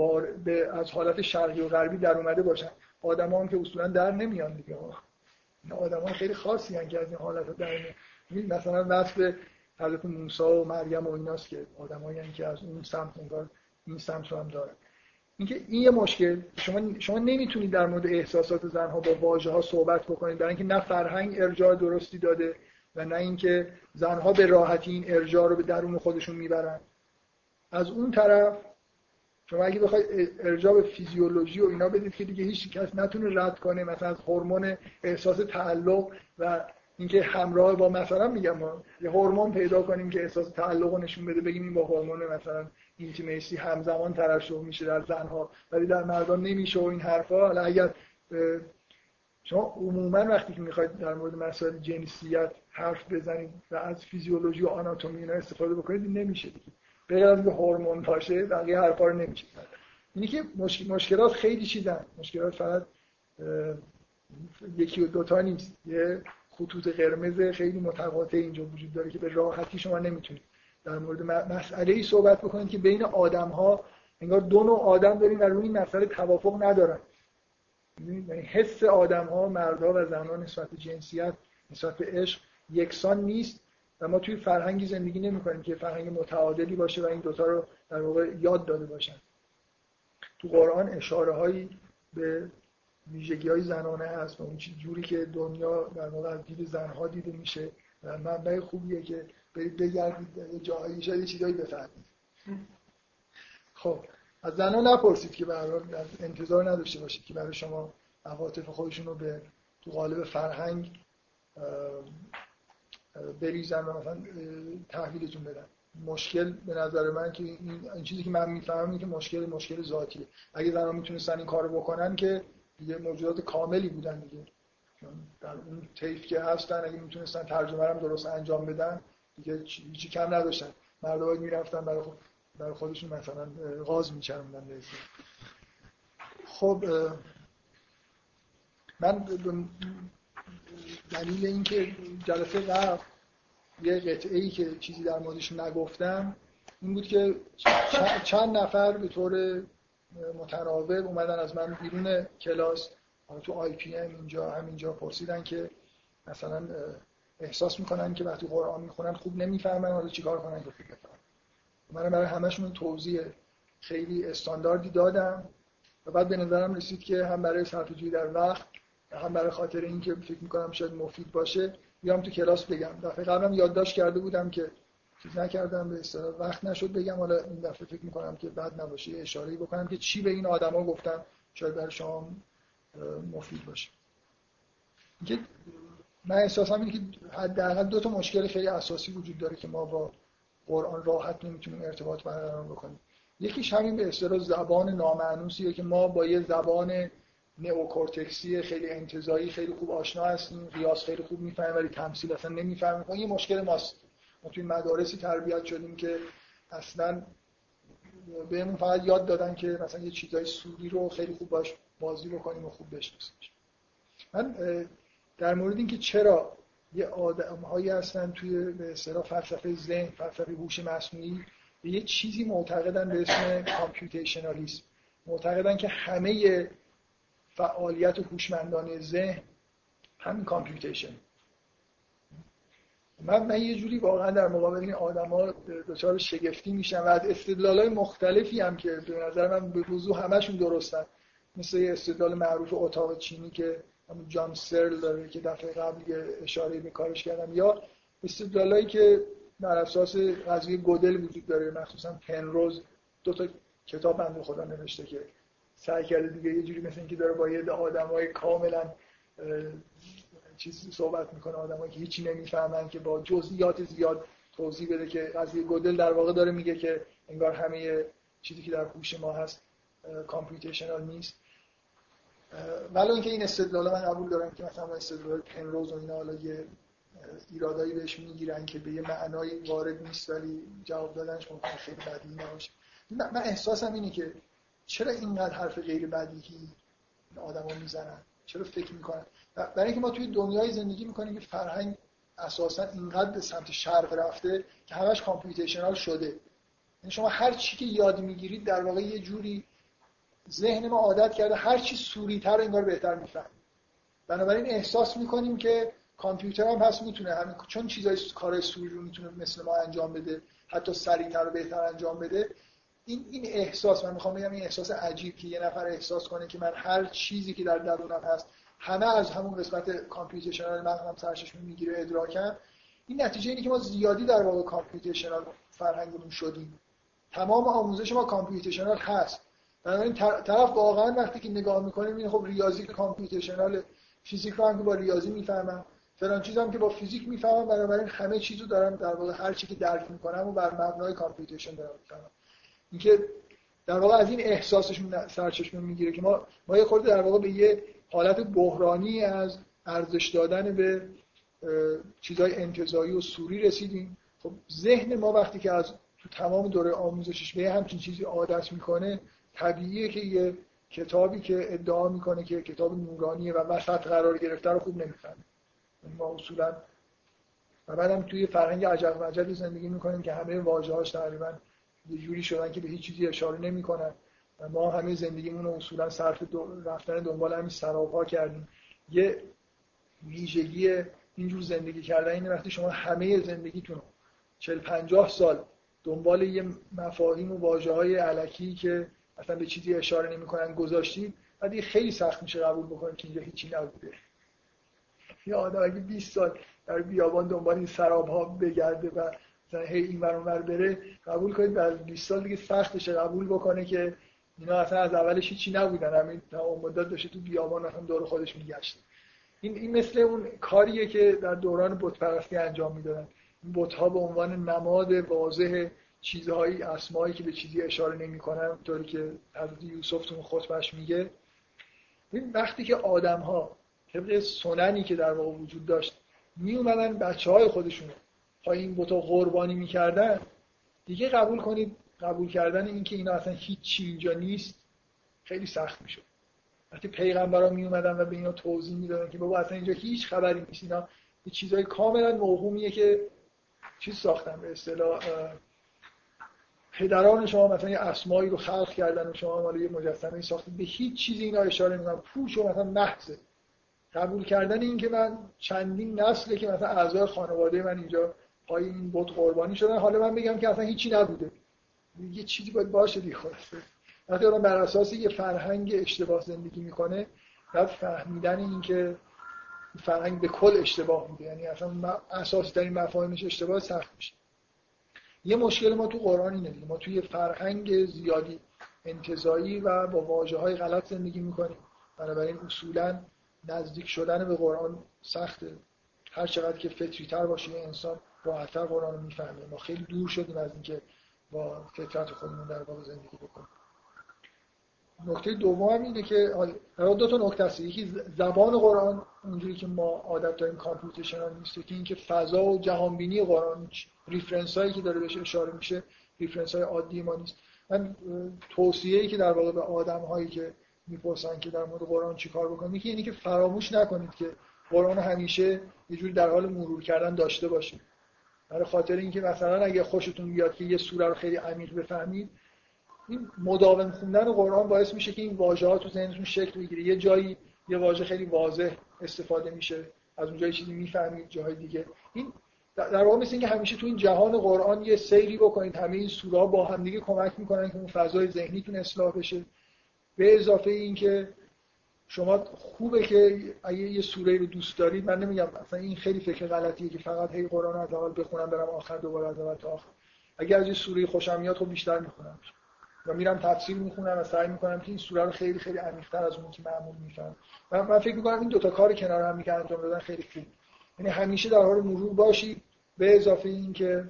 Speaker 1: از حالت شرقی و غربی در اومده باشن. آدما هم که اصولا در نمیان دیگه، آدما خیلی خاصی ان که از این حالت در میاد. مثلا وصف حضرت موسی و مریم و ایناست که آدمایی ان که از اون سمت انگار این سمت رو هم دارن. اینکه این یه مشکل، شما نمیتونید در مورد احساسات زنها با واژه‌ها صحبت بکنید، برای اینکه نه فرهنگ ارجاع درستی داده و نه اینکه زنها به راحتی این ارجاع رو به درون خودشون میبرن. از اون طرف شما اگه بخواید ارجاع به فیزیولوژی و اینا بدید که دیگه هیچ کس نتونه رد کنه، مثلا از هورمون احساس تعلق و اینکه همراه با مثلا میگم ما یه هورمون پیدا کنیم که احساس تعلق رو نشون بده، بگیم این با هورمون مثلا اینتیمیسی همزمان ترشح میشه در زنها ولی در مردان نمیشه و این حرفا. حالا اگر شما عموما وقتی که میخواید در مورد مسائل جنسیت حرف بزنید و از فیزیولوژی و آناتومی اینا استفاده بکنید نمیشه دیگه، غیر از اینکه هورمون باشه بقیه حرفا رو نمیشه. اینی که مشکلات خیلی چیزن، مشکلات فقط یکی و دوتا نیست، یه خطوط قرمز خیلی متقاطع اینجا وجود داره که به راحتی شما نمیتونید در مورد مسئله‌ای صحبت بکنید که بین آدم‌ها انگار دو نوع آدم داریم و روی این مسئله توافق ندارن. یعنی حس آدم‌ها، مردها و زن‌ها نسبت به جنسیت، نسبت به عشق یکسان نیست و ما توی فرهنگی زندگی نمی‌کنیم که فرهنگ متعادلی باشه و این دوتا رو در واقع یاد داده باشن. تو قرآن اشاره‌هایی به ویژگی‌های زنانه هست و اون جوری که دنیا در واقع از دید زن‌ها دیده میشه و منبع خوبیه که برید بگردید جایی شاید چیزایی بفهمید. خب از زن‌ها نپرسید که به هر حال انتظار نداشته باشید که برای شما عواطف خودشون رو به تو قالب فرهنگ بریزن و مثلا تحویلتون بدن. مشکل به نظر من که این چیزی که من میفهمم اینه که مشکل ذاتیه. اگه زن‌ها میتونستن این کارو بکنن که دیگه موجودات کاملی بودن دیگه، در اون طیف که هستن اگه میتونستن ترجمه هم درست انجام بدن دیگه هیچی کم نداشتن. مردم باید میرفتن برای خودشون مثلا غاز میچرموندن. خب من دلیل اینکه جلسه قبل یه قطعه‌ای که چیزی در موردش نگفتم این بود که چند نفر به طور متناوب اومدن از من بیرون کلاس تو آی پی ام اینجا همینجا پرسیدن که مثلا احساس میکنن که وقتی قرآن میخونن خوب نمیفهمن، حالا چیکار کنن که خوب بفهمن. من برای همشون توضیح خیلی استانداردی دادم و بعد به نظرم رسید که هم برای صرفه‌جویی در وقت هم برای خاطر اینکه فکر میکنم شاید مفید باشه بیام تو کلاس بگم. دفعه قبلم یادداشت کرده بودم که چیز نکردم، به اصطلاح وقت نشد بگم. حالا این دفعه فکر میکنم که بد نباشه اشاره‌ای بکنم که چی به این آدما گفتم شاید برای شما مفید باشه. اینکه من احساسم اینه که حداقل دو تا مشکل خیلی اساسی وجود داره که ما با قرآن راحت نمیتونیم ارتباط برقرار بکنیم. یکیش همین به اصطلاح زبان نامعنوسیه که ما با یه زبان نئوکورتکسی خیلی انتزاعی خیلی خوب آشنا هستیم، قیاس خیلی خوب میفهمیم ولی تمثیل اصلا نمیفهمیم. این مشکل ماست. ما توی مدارسی تربیت شدیم که اصلا بهمون فقط یاد دادن که مثلا یه چیزای سودی رو خیلی خوب باش بازی بکنیم و خوب بشناسیم. من در مورد اینکه چرا یه آدم‌هایی هستن توی به اصطلاح فلسفه ذهن، فلسفه هوش مصنوعی به یه چیزی معتقدن به اسم کامپیوتیشنالیسم، معتقدن که همه فعالیت هوشمندانه ذهن همین کامپیوتیشن. من یه جوری واقعا در مقابل این آدم‌ها دچار شگفتی میشم و از استدلال‌های مختلفی هم که به نظر من به وضوح همشون درستن، مثل یه استدلال معروف اتاق چینی که همون جان سرل داره که دفعه قبل یه اشاره به کارش کردم، یا استدلالایی که بر اساس قضیه گودل وجود داره، مخصوصا پنروز دو تا کتاب بنده خدا نوشته که سعی کرده دیگه یه جوری مثل اینکه داره با یه آدمای کاملا چیزی صحبت میکنه، آدمایی که هیچی نمیفهمن که با جزئیات زیاد توضیح بده که قضیه گودل در واقع داره میگه که انگار همه چیزی که در هوش ما هست کامپیوتیشنال نیست. ولی اینکه این استدلالا من قبول دارم که مثلا استدلال پنروز و اینا حالا یه ایرادایی بهش میگیرن که به یه معنایی وارد نیست ولی جواب دادنش ممکنه خیلی بدیهی نباشه. من احساسم اینه که چرا اینقدر حرف غیر بدیهی آدما میزنن، چرا فکر میکنن؟ برای اینکه ما توی دنیای زندگی میکنیم که فرهنگ اساسا اینقدر به سمت شرق رفته که همش کامپیوتیشنال شده. یعنی شما هر چی که یاد میگیرید در واقع یه جوری ذهن ما عادت کرده هر چی سوری‌تر انگار بهتر میفهمه. بنابراین احساس میکنیم که کامپیوتر هم پس میتونه همین، چون چیزای کارهای سوری رو میتونه مثل ما انجام بده، حتی سریعتر و بهتر انجام بده. این احساس، من میخوام بگم این احساس عجیب که یه نفر احساس کنه که من هر چیزی که در درونم هست همه از همون قسمت کامپیوتیشنال مغزم سرچشمه میگیره ادراکم، این نتیجه اینه که ما زیادی در واقع کامپیوتیشنال فرهنگمون شدیم. تمام آموزش ما کامپیوتیشنال هست. بنابراین طرف واقعا وقتی که نگاه میکنه میبینه خب ریاضی کامپیوتیشنال، فیزیک رو هم که با ریاضی میفهمم، فلان چیزام که با فیزیک میفهمم، بنابراین همه چیزو دارم در واقع هر چیزی که درک میکنم و بر مبنای کامپیوتیشن دارم میفهمم. اینکه در واقع از این احساسش سرچشمه میگیره که ما یه خورده در واقع به یه حالت بحرانی از ارزش دادن به چیزای انتزاعی و سوری رسیدیم. خب ذهن ما وقتی که از تو تمام دوره آموزشش به همچین چیزی عادت میکنه، طبیعیه که یه کتابی که ادعا میکنه که کتاب نورانیه و وسط قرار گرفته رو خوب نمیفهمه. ما اصولا و بعدم توی فرهنگ عجب و عجب زندگی میکنیم که همه واژه‌هاش تقریبا یه جوری شدن که به هیچ چیزی اشاره نمیکنن. ما همه زندگیمون رو اصولا صرف رفتن دنبال همین سراپا کردیم. یه ویژگی اینجور زندگی کردن اینه وقتی شما همه زندگیتون 40-50 سال دنبال یه مفاهیم و واژه‌های الکی که اصلا به چیزی اشاره نمی‌کنن گذاشتید، بعد خیلی سخت میشه قبول بکنید که اینجا هیچی نبوده. یه آدم اگه 20 سال در بیابان دنبال این سراب‌ها بگرده و مثلا هی این ور اون ور بره، قبول کنید بعد 20 سال دیگه سختشه قبول بکنه که اینا اصلا از اولش هیچی نبودن، همین تا مدت داشته تو بیابان اصلا دور خودش میگشت. این مثل اون کاریه که در دوران بت پرستی انجام میدادن. این بت‌ها به عنوان نماد واضح چیزهایی، اسمایی که به چیزی اشاره نمی‌کنن، طوری که حضرت یوسف تو خطبه‌اش میگه. این وقتی که آدم‌ها طبق سننی که در واقع وجود داشت می اومدن بچه‌های خودشون پای این بت‌ها قربانی می‌کردن، دیگه قبول کردن این که اینا اصلا هیچی اینجا نیست خیلی سخت میشد. وقتی پیغمبرا می اومدن و به اینا توضیح میدادن که بابا اصلا اینجا هیچ خبری نیست، اینا یه چیزای کاملا موهومیه که چیز ساختن، به اصطلاح پدران شما مثلا یه اسمایی رو خلق کردن و شما مال یه مجسمه ساختید، به هیچ چیزی اینا اشاره نمی‌کنن، پوچ و مثلا محض قبول کردن این که من چندین نسله که مثلا اعضای خانواده من اینجا پای این بت قربانی شدن، حالا من بگم که اصلا هیچی نبوده، یه چیزی باید باشه دیگه. خلاصه وقتی آدم بر اساس یه فرهنگ اشتباه زندگی میکنه، بعد فهمیدن این که فرهنگ به کل اشتباه میده، یعنی اصلا اساسی ترین مفاهیمش اشتباه، سخت میشه. یه مشکل ما تو قرآن اینه دیگه، ما توی فرهنگ زیادی انتزاعی و با واژه‌های غلط زندگی میکنیم، بنابراین اصولاً نزدیک شدن به قرآن سخته. هر چقدر که فطری‌تر باشه انسان راحت‌تر قرآن رو میفهمه. ما خیلی دور شدیم از اینکه با فطرت خودمون در واقع زندگی بکنیم. نکته دوم اینه که دو تا نکته است. یکی زبان قرآن اونجوری که ما عادت داریم کامپیوتیشنال نیست، که اینکه فضا و جهانبینی قرآن، ریفرنس هایی که داره بهش اشاره میشه ریفرنس های عادی ما نیست. من توصیه‌ای که در واقع به آدم هایی که میپرسن که در مورد قرآن چیکار بکنید، یعنی که فراموش نکنید که قرآن همیشه یه جوری در حال مرور کردن داشته باشید. برای خاطر اینکه مثلا اگه خوشتون بیاد که یه سوره رو خیلی عمیق بفهمید، این مداوم خوندن قرآن باعث میشه که این واژه‌ها تو ذهنتون شکل بگیره. یه جایی یه واژه خیلی واضح استفاده میشه، از اونجا یه چیزی میفهمید، جاهای دیگه. این در واقع مثل اینکه همیشه تو این جهان قرآن یه سیری بکنید، همه این سوره‌ها با هم دیگه کمک میکنن که اون فضای ذهنیتون اصلاح بشه. به اضافه این که شما خوبه که اگه یه سوره رو دوست دارید، من نمیگم مثلا این خیلی فکر غلطیه که فقط هی قرآن رو از اول بخونم برم آخر دوباره از اول تا آخر. اگه از یه سوره خوشم میاد خب بیشتر میخونم و میرم تفسیر میخونم و سعی میکنم که این سوره رو خیلی خیلی عمیق‌تر از اون که معمول میفهمم. من فکر میکنم این دوتا کار کنار هم دیگه انجام دادن خیلی خوب. یعنی همیشه در حال مرور باشید، به اضافه این که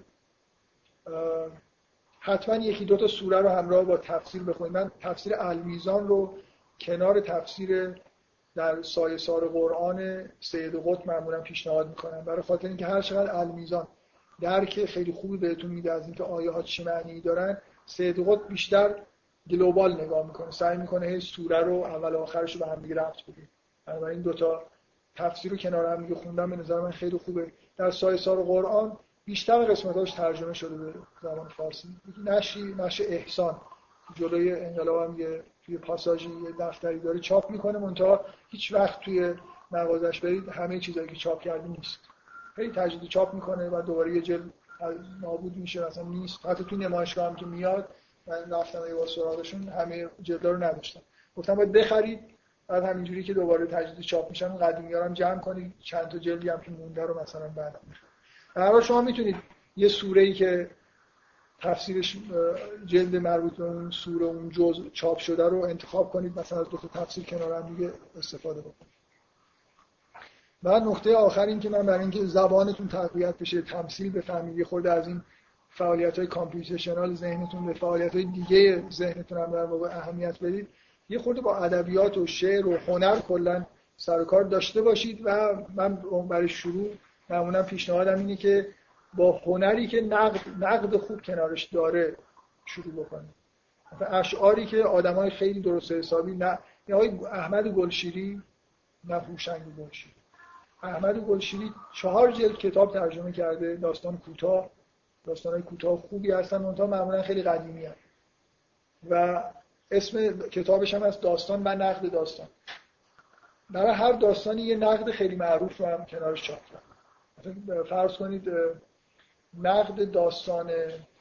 Speaker 1: حتما یکی دو تا سوره رو همراه با تفسیر بخونید. من تفسیر المیزان رو کنار تفسیر در سایه‌سار قرآن سید قطب معمولا پیشنهاد میکنم، برای خاطر اینکه هر چقدر المیزان درک خیلی خوبی بهتون میده از اینکه آیه ها چه معنی دارن، سید قطب بیشتر گلوبال نگاه میکنه، سعی میکنه هی سوره رو اول و آخرش رو به هم دیگه ربط بده. بنابراین دو تا تفسیر رو کنار هم دیگه خوندم به نظر من خیلی خوبه. در سایه‌سار قرآن بیشتر قسمتاش ترجمه شده به زبان فارسی. نشر احسان جلوی انقلاب هم توی پاساژی یه دفتری داره چاپ میکنه، منتها هیچ وقت توی مغازش برید همه چیزایی که چاپ کرده نیست. خیلی تجدید چاپ میکنه و دوباره یه جلد نابود میشه، مثلا نیست. حتی توی نمایشگاه هم که میاد، من رفتم یه بار سراغشون، همه جلدا رو نداشتن. گفتم باید بخرید، بعد همینجوری که دوباره تجدید چاپ میشن قدیمی‌ها هم جمع کنید، چند تا جلدی هم که مونده رو مثلا بعد میخرید. در واقع شما میتونید یه سوره‌ای که تفسیرش جلد مربوط به اون سوره اون جزء چاپ شده رو انتخاب کنید، مثلا از دو تا تفسیر کنار هم دیگه استفاده بکنید. بعد نکته آخر این که من برای اینکه زبانتون تقویت بشه، تمثیل بفهمید، یه خورده از این فعالیت‌های کامپیوتیشنال ذهنتون به فعالیت‌های دیگه ذهنتون هم در واقع اهمیت بدید، یه خورده با ادبیات و شعر و هنر کلاً سر و کار داشته باشید. و من برای شروع معمولاً پیشنهادم اینه که با هنری که نقد خوب کنارش داره شروع بکنید. مثلا اشعاری که آدمای خیلی درست حسابی، نه آقای احمد گلشیری، نه هوشنگ گلشیری، احمد گلشیری 4 جلد کتاب ترجمه کرده، داستان کوتاه، داستانای کوتاه خوبی هستن، اونها معمولا خیلی قدیمی هستن و اسم کتابش هم از داستان و نقد داستان. برای هر داستانی یه نقد خیلی معروف رو هم کنارش چاپ کرده. مثلا فرض کنید نقد داستان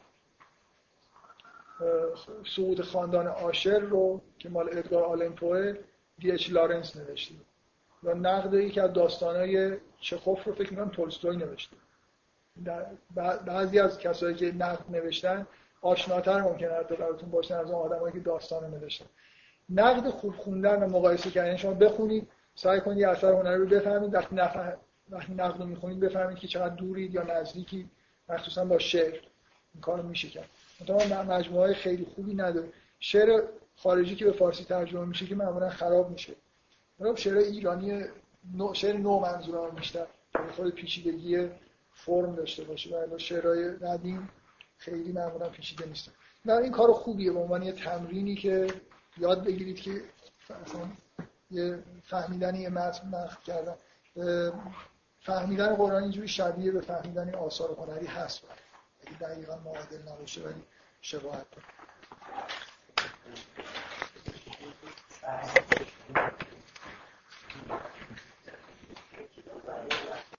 Speaker 1: سقوط خاندان آشر رو که مال ادگار آلن پوه دی اچ لارنس نوشته، و نقد یکی از داستان‌های چخوف رو فکر می‌کنم تولستوی نوشته. بعضی از کسایی که نقد نوشتن آشناتر ممکنه حتی براتون باشن از اون آدمایی که داستان رو نوشتن. نقد خوب خوندن و مقایسه کردن، شما بخونید، سعی کنید یه اثر هنری رو بفهمید، وقتی نقد رو می‌خونید بفهمید که چقدر دورید یا نزدیکی، مخصوصا با شعر این کارو میشه کرد. مثلا مجموعه خیلی خوبی نداره. شعر خارجی که به فارسی ترجمه میشه که معمولا خراب میشه. مثلا شعر ایرانی شعر نو منظورم بیشتر خود پیچیدگی فرم داشته باشه، ولی شعرهای قدیم خیلی معمولا پیچیده نیستن. نه این کارو خوبیه به عنوان یه تمرینی که یاد بگیرید که مثلا یه فهمیدن یه متن نقد کردن. فهمیدن قرآن اینجوری شبیه به فهمیدن این آثار هنری هست، اگه دقیقاً معادل نباشه ولی شباهت داره.